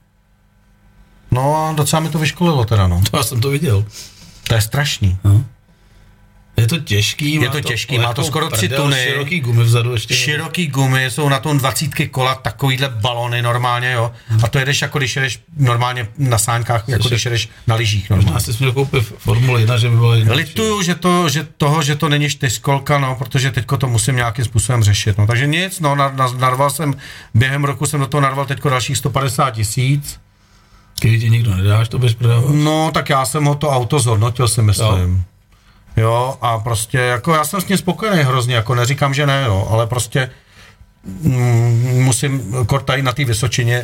No a docela mi to vyškolilo teda, no. To já jsem to viděl. To je strašný. No. Je to těžký, Je má to těžký, má to skoro tři prdel, tuny. Široký gumy vzadu ještě. Široký gumy, jsou na tom dvacítky kola, takovýhle balony normálně, jo. A to jedeš jako když jedeš normálně na sáňkách, jako když jedeš na lyžích normálně. Možná jsi měl koupit Formule jedna, že by byla jiná. Lituju, že to, že toho, že to není čtyřkolka, no, protože teďko to musím nějakým způsobem řešit, no. Takže nic, no, na, na, narval jsem, během roku jsem do toho narval teďko dalších sto padesát tisíc. Když ti nikdo nedáš, to budeš prodávat. No, tak já jsem ho to auto zhodnotil, si myslím. Jo. Jo, a prostě, jako já jsem s ním spokojený hrozně, jako neříkám, že ne, jo, ale prostě mm, musím, kor tady na té Vysočině,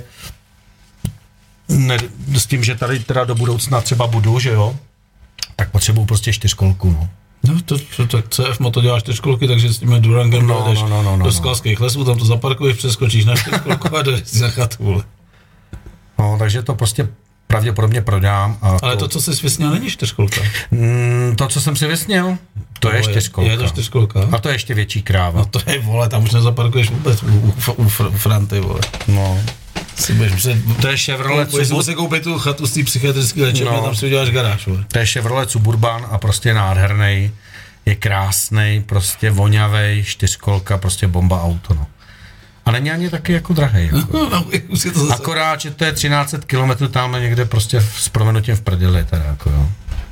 ne, s tím, že tady teda do budoucna třeba budu, že jo, tak potřebuju prostě čtyřkolku, no. No, to, to, tak C F Moto dělá čtyřkolky, takže s tím Durangem No, dojdeš no, no, no, no, do no. Skalských lesů, tam to zaparkuješ, přeskočíš na čtyřkolku a dojdeš si na chatu, vole. No, takže to prostě pravděpodobně prodám. A Ale to, co jsi vysněl, není čtyřkolka. Mm, to, co jsem si vysněl, to je čtyřkolka. Je to čtyřkolka. A to je ještě větší kráva. No to je, vole, tam už nezaparkuješ vůbec u, u, u, u Franty, vole. No. Si budeš muset... To je Chevrolet Budeš Suburban. muset koupit tu chatu z té psychiatrické léčebny, No. tam si uděláš garáž, vole. To je Chevrolet Suburban a prostě je nádherný, je krásný, prostě voňavej, čtyřkolka, prostě bomba auto, no. A není ani taky jako drahej. Jako. No, no, už je to zase... Akorát, že to je třináct set kilometrů tam někde prostě s proměnutím v prdeli, teda jako jo.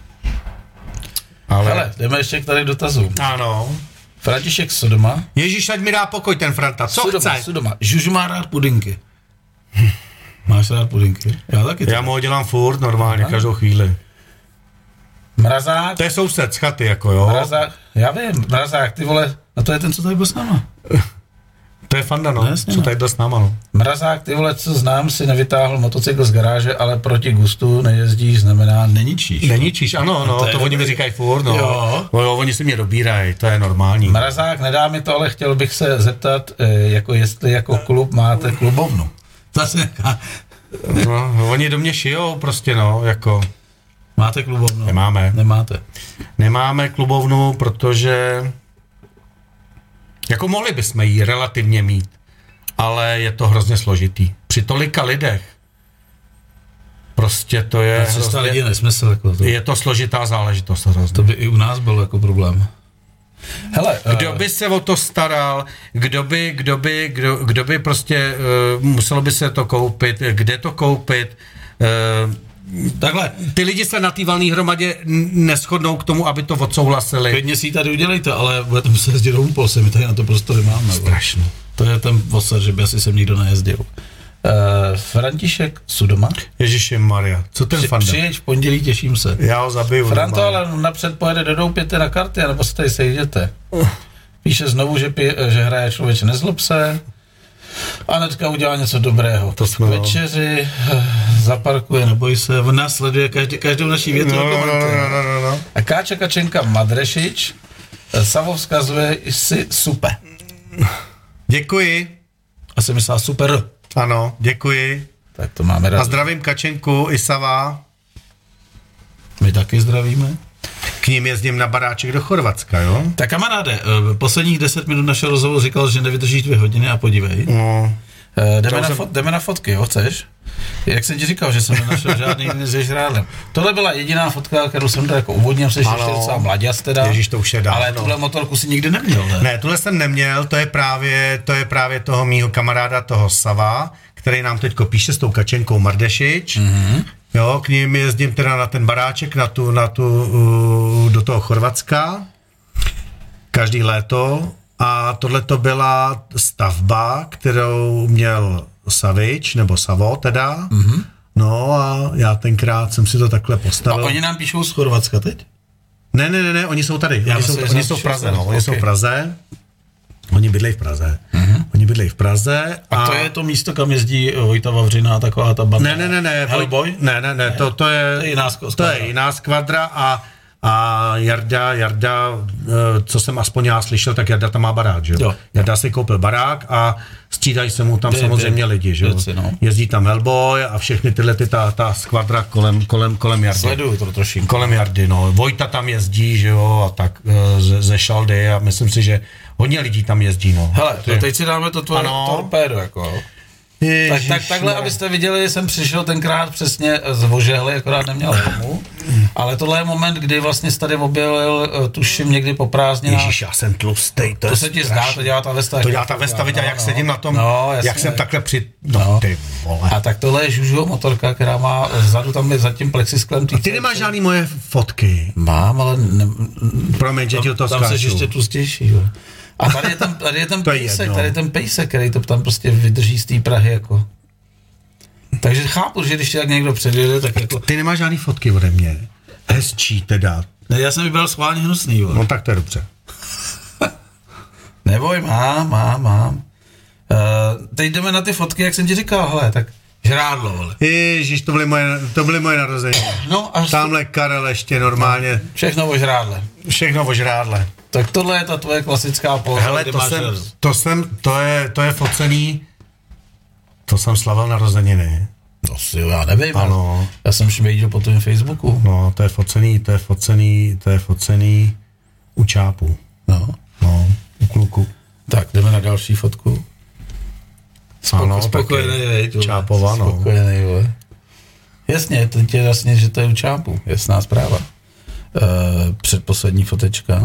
Ale... Hele, jdeme ještě k tady dotazům. Ano. František Sodoma. Ježíš, ať mi dá pokoj ten Franta, co Sodoma, chce? Sodoma. Žužu má rád pudinky. Máš rád pudinky? Já taky. Já mu ho dělám furt normálně, každou chvíli. Mrazák. To je soused z chaty, jako jo. Mrazák. Já vím, Mrazák, ty vole, a to je ten, co tady byl s náma. To je Fanda, no, No, jasně, co no. tady byl s náma, no. Mrazák, ty vole, co znám, si nevytáhl motocykl z garáže, ale proti gustu nejezdíš, znamená neničíš. Neníčíš, ano, no, To to, je to oni dobrý. mi říkají furt, no. Jo. No, jo, oni si mě dobírají, to je normální. Mrazák, nedá mi to, ale chtěl bych se zeptat, eh, jako jestli jako klub máte klubovnu. Zase nějaká... No, oni do mě šijou prostě, no, jako. Máte klubovnu? Nemáme. Nemáte. Nemáme klubovnu, protože jako mohli bychom ji relativně mít, ale je to hrozně složitý. Při tolika lidech prostě to je To hrozně, lidi nesmysl. Jako to. je to složitá záležitost hrozně. To by i u nás byl jako problém. Hele, Kdo by se o to staral, kdo by, kdo by, kdo, kdo by prostě uh, muselo by se to koupit, kde to koupit. Uh, takhle, ty lidi se na té valné hromadě n- neshodnou k tomu, aby to odsouhlasili. klidně si ji tady udělejte, ale budete muset jezdit do Humpolse, my tady na to prostory máme. Strašný. To je ten osad, že by asi sem nikdo nejezdil. Uh, František Sudoma. Ježiši Maria, co ten Při, Fanda? přijeď v pondělí, těším se. Já ho zabiju. Franto, normálně. ale napřed pojede do Doupěte na karty, nebo se tady sejděte. Píše znovu, že, pije, že hraje Člověče nezlob se. A hnedka udělá něco dobrého. To jsme, K večeři eh, zaparkuje, neboj se, následuje každý, každou naší větu. No, a no, komentuje. no, no, no, no. A Káča Kačenka Madrešič eh, Savo vzkazuje si super. Děkuji. Asi myslá super. Ano, děkuji. Tak to máme rád. A zdravím Kačenku i Sava. My taky zdravíme. K ním jezdím na baráček do Chorvatska, jo? Tak kamaráde, eh, posledních deset minut našeho rozhovoru říkal, že nevydržíš dvě hodiny a podívej. No. Eh, jdeme, To na jsem- fot, jdeme na fotky, jo, chceš? Jak jsem ti říkal, že jsem nenašel žádný jiný se žrádlem. Tohle byla jediná fotka, kterou jsem tady jako uvodnil, jsem ještě docela mladěz teda. Ježíš, to už je dávno. Ale tuhle motorku si nikdy neměl, ne? Ne, tuhle jsem neměl, to je právě, to je právě toho mýho kamaráda, toho Sava, který nám teďko píše s tou Kačenkou Mardešič. Mm-hmm. Jo, k ním jezdím teda na ten baráček, na tu, na tu, uh, do toho Chorvatska, každý léto. A tohle to byla stavba, kterou měl Savič, nebo Savo teda. Mm-hmm. No a já tenkrát jsem si to takhle postavil. A oni nám píšou z Chorvatska teď? Ne, ne, ne, ne, oni jsou tady. Já oni jsou, oni jsou v Praze, no, oni okay. jsou v Praze. Oni bydlejí v Praze. Mm-hmm. Oni bydlejí v Praze. A, a to je to místo, kam jezdí Vojta Vavřina, taková ta banda? Ne, ne, ne, ne. Hellboy? Ne, ne, ne, to, to je, to je jiná skvadra. To je jiná skvadra a A Jarda, Jarda, co jsem aspoň já slyšel, tak Jarda tam má barák, že jo? Jarda si koupil barák a střídají se mu tam Vy, samozřejmě vy, lidi, že jo? No. Jezdí tam Hellboy a všechny tyhle ty, ta, ta skvadra kolem, kolem, kolem Jardy. Sleduju to trošku. Kolem Jardy, no. Vojta tam jezdí, že jo, a tak ze, ze Šaldy a myslím si, že hodně lidí tam jezdí, no. Hele, to teď si dáme to tvoje torpédo, jako. Tak, tak, takhle, abyste viděli, jsem přišel tenkrát přesně z Vožehly, akorát neměl helmu, ale tohle je moment, kdy vlastně se tady objevil, tuším někdy po prázdninách. Ježíš, já jsem tlustej, to, to se ti zdá, to dělá ta Vesta. To dělá ta Vesta, viděl, no, jak no, sedím na tom, no, jak jsem takhle při... No, no. Ty vole. A tak tohle je Žužuho motorka, která má vzadu tam je zatím plexisklem. A ty nemáš žádný moje fotky? Mám, ale... Ne, Promiň, že ti to skáču. Tam seš ještě tlustější, jo. A tady je ten, tady je ten pejsek, tady je ten pejsek, který to tam prostě vydrží z té Prahy, jako. Takže chápu, že když tě tak někdo předjede, tak jako... Ty nemáš žádný fotky ode mě. Hezčí teda. Ne, já jsem vybral schválně hnusný, jo. No tak to je dobře. Neboj, mám, mám, mám. Uh, teď jdeme na ty fotky, jak jsem ti říkal, hele, tak žrádlo, vole. Ježíš, to byly moje, to byly moje narození. No, až tamhle Karel ještě normálně. Všechno o žrádle. Všechno o žrádle. Tak tohle je ta tvoje klasická póza. Hele, to jsem, to jsem, to je, to je focený, to jsem slavil narozeniny. No si jo, já nevím. Ano. Já jsem šmejdil po tom Facebooku. No, to je focený, to je focený, to je focený u čápu. No. No, u kluku. Tak, jdeme na další fotku. Spoko, ano, spokojený, veď, Čápova, no. Spokojený, vole. Jasně, teď je jasně, že to je u čápu. Jasná zpráva. Uh, předposlední fotečka.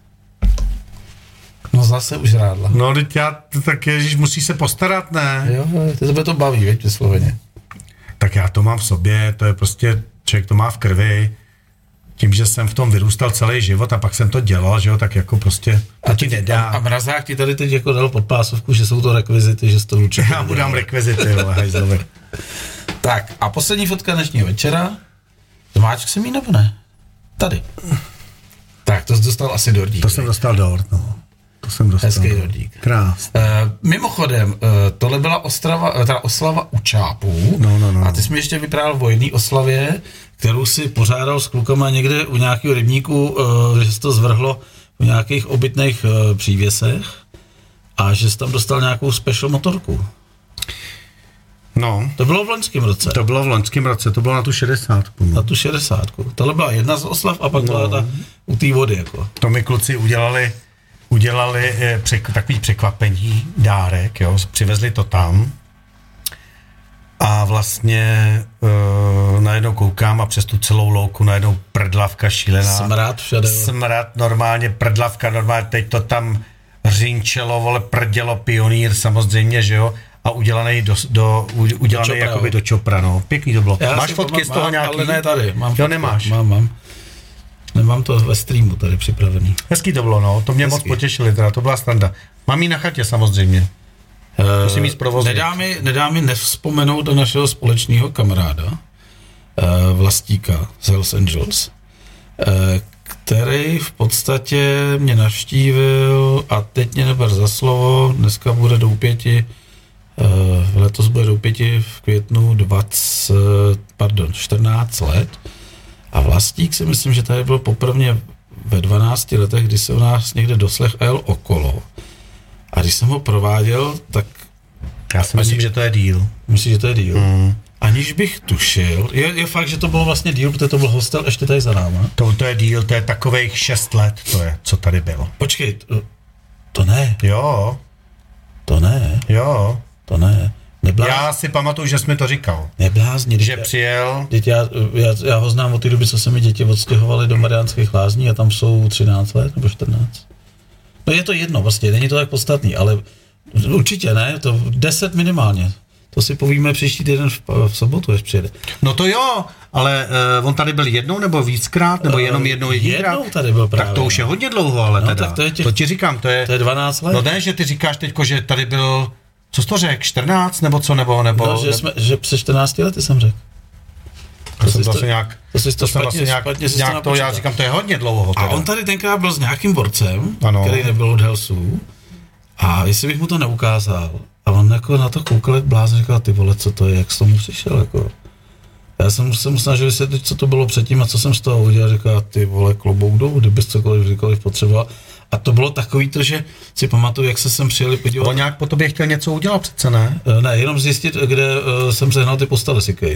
No zase už rádla. No, teď já, tak ježiš, musí se postarat, ne? Jo, ty tebe to baví, veď, vysloveně. Tak já to mám v sobě, to je prostě, člověk to má v krvi. Tím, že jsem v tom vyrůstal celý život a pak jsem to dělal, že jo, tak jako prostě to ti nedá. A mrazák ti tady teď jako dal pod pásovku, že jsou to rekvizity, že jsi to určitě. Já mu dám rekvizity, vole, hajzlové. Tak, a poslední fotka dnešního večera. Zmáčk jsem jí nebo ne? Tady. Tak, to jsi dostal asi dordík. To jsem dostal dort, no. To jsem dostal. Hezký dordík. Krás. Uh, mimochodem, uh, tohle byla ostrava, teda oslava u čápů. No, no, no. A ty jsi mi ještě vyprávěl o jedné oslavě, kterou si pořádal s klukama někde u nějakého rybníku, uh, že se to zvrhlo v nějakých obytných uh, přívěsech a že jsi tam dostal nějakou special motorku. No. To bylo v loňském roce. To bylo v loňském roce, to bylo na tu šedesátku. Na tu šedesátku. Tohle byla jedna z oslav a pak no. byla ta u té vody, jako. To mi kluci udělali, udělali eh, přek, takový překvapení, dárek, jo, přivezli to tam a vlastně uh, najednou koukám a přes tu celou louku najednou prdlavka šílená. Smrad všade. Smrad, normálně prdlavka, normálně teď to tam řinčelo, vole, prdělo, pionýr samozřejmě, že jo, a udělaný do, do, udělaný do jakoby do čopra, no. Pěkný to bylo. Já máš fotky mám, z toho mám, nějaký? Ale ne tady. Mám jo, fotky. nemáš? Mám, mám. Nemám to ve streamu tady připravený. Hezký to bylo, no. To mě Hezký. moc potěšili, teda, to byla standa. Mám ji na chatě samozřejmě. Uh, Musím jít zprovoznit. Nedá mi, nedá mi nevzpomenout do našeho společného kamaráda, uh, Vlastíka z Hells Angels, uh, který v podstatě mě navštívil a teď mě neber za slovo, dneska bude do pěti, uh, letos bude do pěti v květnu dvacet, pardon, čtrnáct let. A Vlastík si myslím, že tady byl poprvé ve dvanácti letech, kdy se u nás někde doslech a jel okolo. A když jsem ho prováděl, tak... Já si myslím, ani, že to je díl. Myslím, že to je díl. Mm. Aniž bych tušil, je, je fakt, že to bylo vlastně díl, protože to byl hostel ještě tady za náma. To, to je díl, to je takových šest let, to je, co tady bylo. Počkej, to, to ne. Jo. To ne. Jo. To ne. Neblázni. Já si pamatuju, že jsi mi to říkal. Neblázni. Že přijel. Já, já, já ho znám od té doby, co se mi děti odstěhovaly do Mariánských Lázní a tam jsou třináct let nebo čtrnáct. No je to jedno, prostě, není to tak podstatný, ale určitě ne, to deset minimálně. To si povíme příští týden v, v sobotu, až přijede. No to jo, ale uh, on tady byl jednou nebo víckrát, nebo jenom jednou jedinkrát? Jednou tady byl právě. Tak to už je hodně dlouho, ale no, teda. Tak to, je těch, to ti říkám, to je... To je dvanáct let. No ne, že ty říkáš teďko, že tady byl, co jsi to řekl, čtrnáct nebo co, nebo... nebo no, že, jsme, že před čtrnácti lety jsem řekl. To, to, to, to nějak... To jsi to špatně, vlastně nějak, špatně nějak to, já říkám, to je hodně dlouho. Teda. A on tady tenkrát byl s nějakým borcem, ano. který nebyl od Hellsů. A jestli bych mu to neukázal, a on jako na to koukal jak blázen, říkal, ty vole, co to je, jak jsi tomu přišel, jako. Já jsem se mu snažil vysvětlit, co to bylo předtím a co jsem z toho udělal, říkal, ty vole, klobouk dolů, kdybys cokoliv, kdykoliv potřeboval. A to bylo takový to, že si pamatuju, jak se sem přijeli podívat. On nějak po tobě chtěl něco udělat přece, ne? Ne, jenom zjistit, kde uh, jsem sehnal ty postele sikej.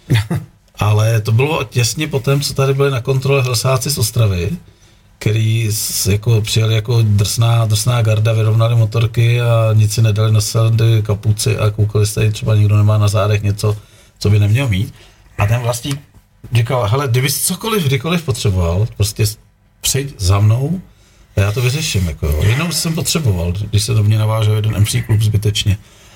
Ale to bylo těsně potom, co tady byli na kontrole hlasáci z Ostravy, který jako přijeli jako drsná, drsná garda, vyrovnali motorky a nic si nedali na sady, kapuci a koukali se tady, třeba nikdo nemá na zádech něco, co by neměl mít. A ten vlastník říkal, hele, kdyby jsi cokoliv, kdykoliv potřeboval, prostě přijď za mnou a já to vyřeším. Jako, jo. Jednou jsem potřeboval, když se do mě navážel jeden em cé klub zbytečně.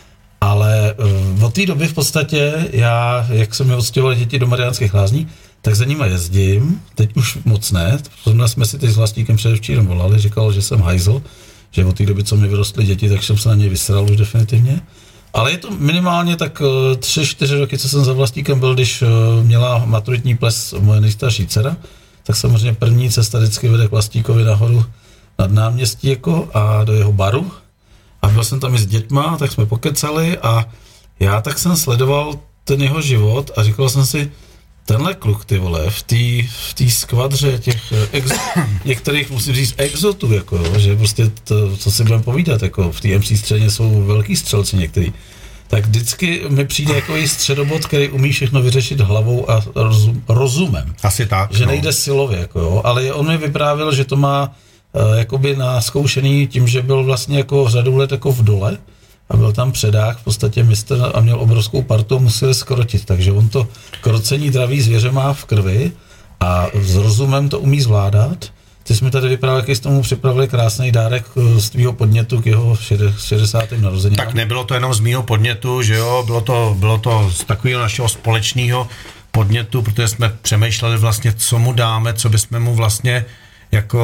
Ale uh, od té doby v podstatě já, jak jsem mi odstěhoval děti do Mariánských Lázní, tak za nima jezdím, teď už moc ne, protože jsme si teď s vlastníkem předevčírem volali, říkal, že jsem hajzl, že od té doby, co mi vyrostly děti, tak jsem se na něj vysral už definitivně. Ale je to minimálně tak uh, tři, čtyři roky, co jsem za vlastníkem byl, když uh, měla maturitní ples moje nejstarší dcera, tak samozřejmě první cesta vždycky vede k vlastníkovi nahoru nad náměstí jako a do jeho baru. A byl jsem tam i s dětma, tak jsme pokecali a já tak jsem sledoval ten jeho život a říkal jsem si, tenhle kluk, ty vole, v té v té skvadře těch ex, některých, musím říct, exotů, jako, že prostě to, co si budeme povídat, jako v té em cé středně jsou velký střelci některý, tak vždycky mi přijde jako i středobod, který umí všechno vyřešit hlavou a rozum, rozumem. Asi tak, že no. nejde silově, jako jo, ale on mi vyprávěl, že to má jakoby naskoušený tím, že byl vlastně jako řadu let jako v dole a byl tam předák, v podstatě mistr a měl obrovskou partu, museli skrotit, takže on to krocení draví zvěře má v krvi a s rozumem to umí zvládat. Ty jsi mi tady vyprávěl, jaký jsi tomu připravili krásný dárek z tvýho podnětu k jeho šedesátým narozeninám. Tak nebylo to jenom z mýho podnětu, že jo, bylo to, bylo to z takového našeho společného podnětu, protože jsme přemýšleli vlastně, co mu dáme, co bychom mu vlastně jako,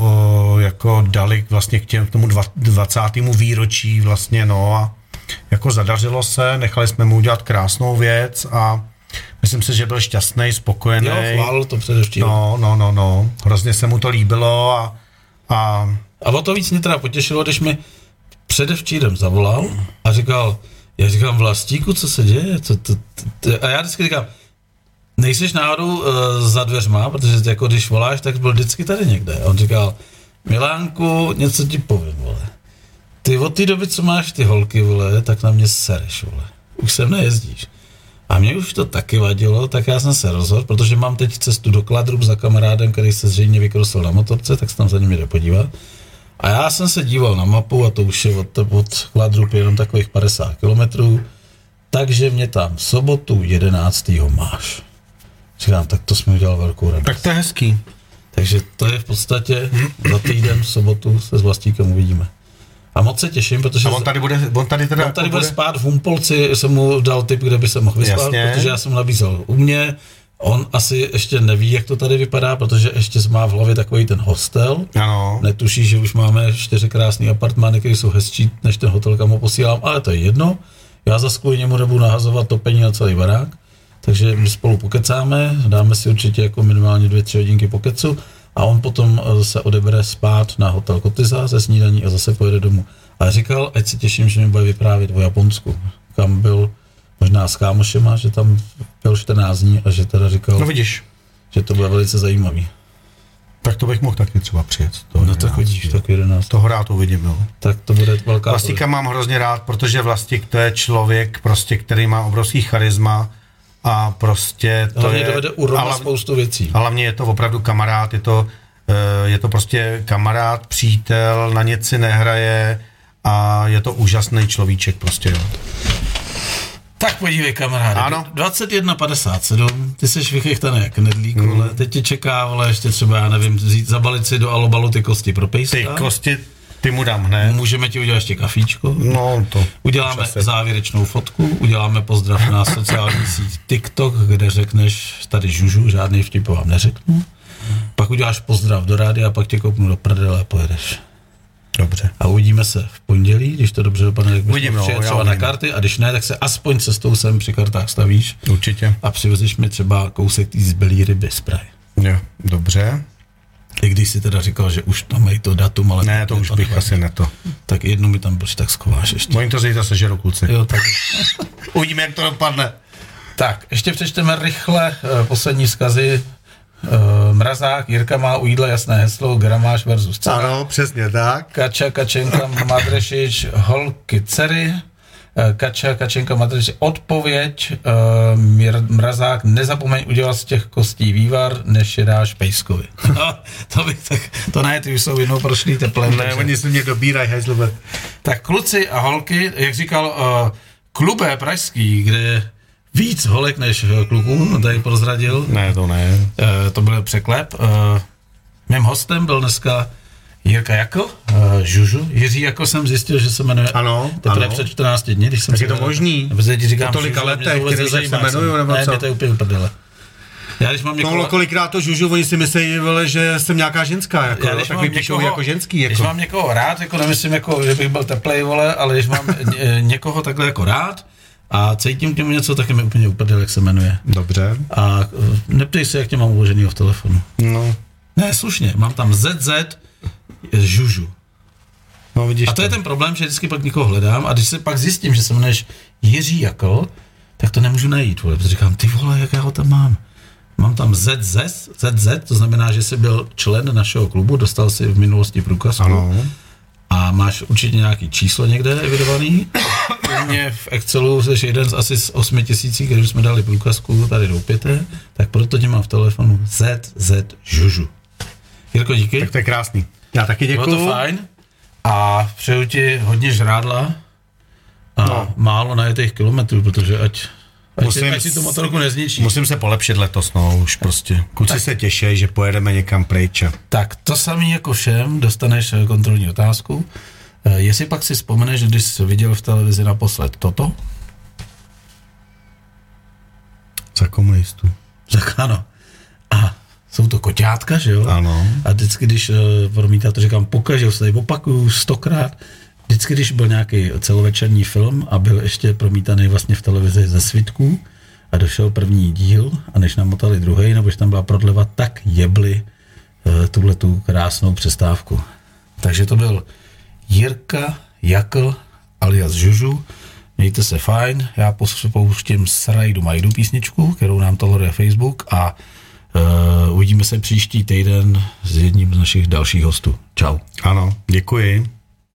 o, jako dali vlastně k, těm, k tomu dvacátému výročí vlastně, no a jako zadařilo se, nechali jsme mu udělat krásnou věc a myslím si, že byl šťastný, spokojený. Jo, chválil to předevčím. No, no, no, no, hrozně se mu to líbilo a... A, a o to víc mě teda potěšilo, když mi předevčírem zavolal a říkal, já říkám, Vlastíku, co se děje? Co, to, to, to, a já vždycky říkám, nejseš náhodou uh, za dveřma, protože jako když voláš, tak byl vždycky tady někde. A on říkal, Milánku, něco ti povím, vole. Ty od té doby, co máš ty holky, vole, tak na mě sereš, vole. Už sem nejezdíš. A mě už to taky vadilo, tak já jsem se rozhodl, protože mám teď cestu do Kladrub za kamarádem, který se zřejmě vykrosil na motorce, tak se tam za ním jde podívat. A já jsem se díval na mapu a to už je od, od Kladrub jenom takových padesát kilometrů, takže mě tam v sobotu jedenáctého máš. Říkám, tak to jsme udělal velkou radost. Tak to je hezký. Takže to je v podstatě za týden v sobotu se s Vlastíkem uvidíme. A moc se těším, protože... A on tady bude, on tady teda... On tady bude spát v Humpolci, jsem mu dal tip, kde by se mohl vyspat, Jasně. Protože já jsem mu nabízel u mě. On asi ještě neví, jak to tady vypadá, protože ještě má v hlavě takový ten hostel. Ano. Netuší, že už máme čtyři krásný apartmány, které jsou hezčí, než ten hotel, kam ho posílám, ale to je jedno. Já zas kvůli němu nebudu nahazovat topení na celý barák. Takže my spolu pokecáme, dáme si určitě jako minimálně dvě, tři hodinky pokecu a on potom se odebere spát na hotel Kotyza ze snídaní a zase pojede domů. A říkal, ať si těším, že mi bude vyprávět o Japonsku, kam byl možná s kámošema, že tam byl čtrnáct dní a že teda říkal, no vidíš, že to bude velice zajímavý. Tak to bych mohl taky třeba přijet. No tak vidíš, tak jedenáct. Toho rád uvidím, no. Tak to bude velká... Vlastíka mám hrozně rád, protože Vlastík to je člověk, prostě, který má obrovský charisma a prostě to hlavně je... dovede urovnat spoustu věcí. A hlavně je to opravdu kamarád, je to, je to prostě kamarád, přítel, na nic si nehraje a je to úžasný človíček prostě, jo. Tak podívej, kamaráde. Ano. dvacet jedna padesát sedm, ty jsi vychechtaný jak nedlík, hmm. vole. Teď tě čeká, vole, ještě třeba, já nevím, vzít, zabalit si do alobalu ty kosti pro pejska. Ty kosti, ty mu dám hned. Můžeme ti udělat ještě kafíčko. No to. Uděláme časy. Závěrečnou fotku, uděláme pozdrav na sociální síť TikTok, kde řekneš tady žužu, žádný vtip vám neřeknu. Hmm. Pak uděláš pozdrav do rádia a pak tě koupnu do prdele a pojedeš. Dobře. A uvidíme se v pondělí, když to dobře dopadne, tak bychom no, třeba na karty, a když ne, tak se aspoň cestou sem při kartách stavíš. Určitě. A přivezeš mi třeba kousek tý zbylý ryby z Prahy. Jo, dobře. I když si teda říkal, že už tam mají to datum, ale... Ne, to už bych asi ne to. Tak jednu mi tam blž, tak schováš ještě. Oni to zítra sežerou, kluci. Jo, tak. Uvidíme, jak to dopadne. Tak, ještě přečteme rychle uh, poslední vzkazy. Uh, Mrazák, Jirka má u jídla jasné heslo, gramáž versus cena. Ano, přesně tak. Kača, Kačenka, Madrešič, holky, dcery. Uh, Kača, Kačenka, Madrešič, odpověď. Uh, Mrazák, nezapomeň udělat z těch kostí vývar, než je dáš pejskovi. No, to bych tak, to ne, ty už jsou jednou prošlý teplem. Ne, takže... oni se mě dobírají, hejzlové. Tak kluci a holky, jak říkal uh, klube pražský, kde víc holek než kluků, tady prozradil. Ne, to ne. E, to byl překlep. E, mým hostem byl dneska Jirka Jako, e, Žužu. Jiří Jako jsem zjistil, že se jmenuje ano, teprve ano. před čtrnácti dny, když jsem tak je to možný. Protože ti říkám, po tolika letech, který se jmenuju, nebo ne, co? Ne, to je úplně prdele. Já když mám někoho... No, kolikrát to Žužu, oni si myslí, vole, že jsem nějaká ženská, jako, já, když tak mám mi píšou někoho, jako ženský. Jako. Když mám někoho rád, jako nemyslím, jako, že bych byl teplej, vole, ale když mám někoho takhle jako rád, a cítím těmu něco, tak je mi úplně uprdel, jak se jmenuje. Dobře. A uh, neptej se, jak tě mám uloženýho v telefonu. No. Ne, slušně, mám tam zet zet Žužu. No, vidíš a to, to je ten problém, že vždycky pak někoho hledám a když se pak zjistím, že se jmenuješ Jiří Jakl, tak to nemůžu najít, vole, protože říkám, ty vole, jak já ho tam mám. Mám tam zet zet, zet zet, to znamená, že jsi byl člen našeho klubu, dostal si v minulosti průkazku. Ano. A máš určitě nějaký číslo někde evidovaný. U mě v Excelu jsi jeden z asi z osmi tisící, když jsme dali průkazku tady do pěté, tak proto tě mám v telefonu zet zet Žužu. Jirko, díky. Tak to je krásný. Já taky děkuju. Bylo to fajn. A přeju ti hodně žrádla a no. málo najetých kilometrů, protože ať, ať, musím, si, ať si tu motorku nezničí. Musím se polepšit letos, no už prostě. Kluci se těší, že pojedeme někam pryč. Tak to samý jako všem, dostaneš kontrolní otázku. E, jestli pak si vzpomeneš, že když jsi viděl v televizi naposled toto? Za komunistů. Tak ano. A jsou to koťátka, že jo? Ano. A vždycky, když uh, promítá, to říkám pokaže, už se tady opakuju stokrát, vždycky, když byl nějaký celovečerní film a byl ještě promítaný vlastně v televizi ze svitků a došel první díl a než namotali druhý, nebo když tam byla prodleva, tak jebli uh, tuhletu krásnou přestávku. Takže to byl Jirka Jakl alias Žužu. Mějte se fajn, já pouštím Srajdu Majdu písničku, kterou nám toleruje Facebook a Uh, uvidíme se příští týden s jedním z našich dalších hostů. Čau. Ano, děkuji.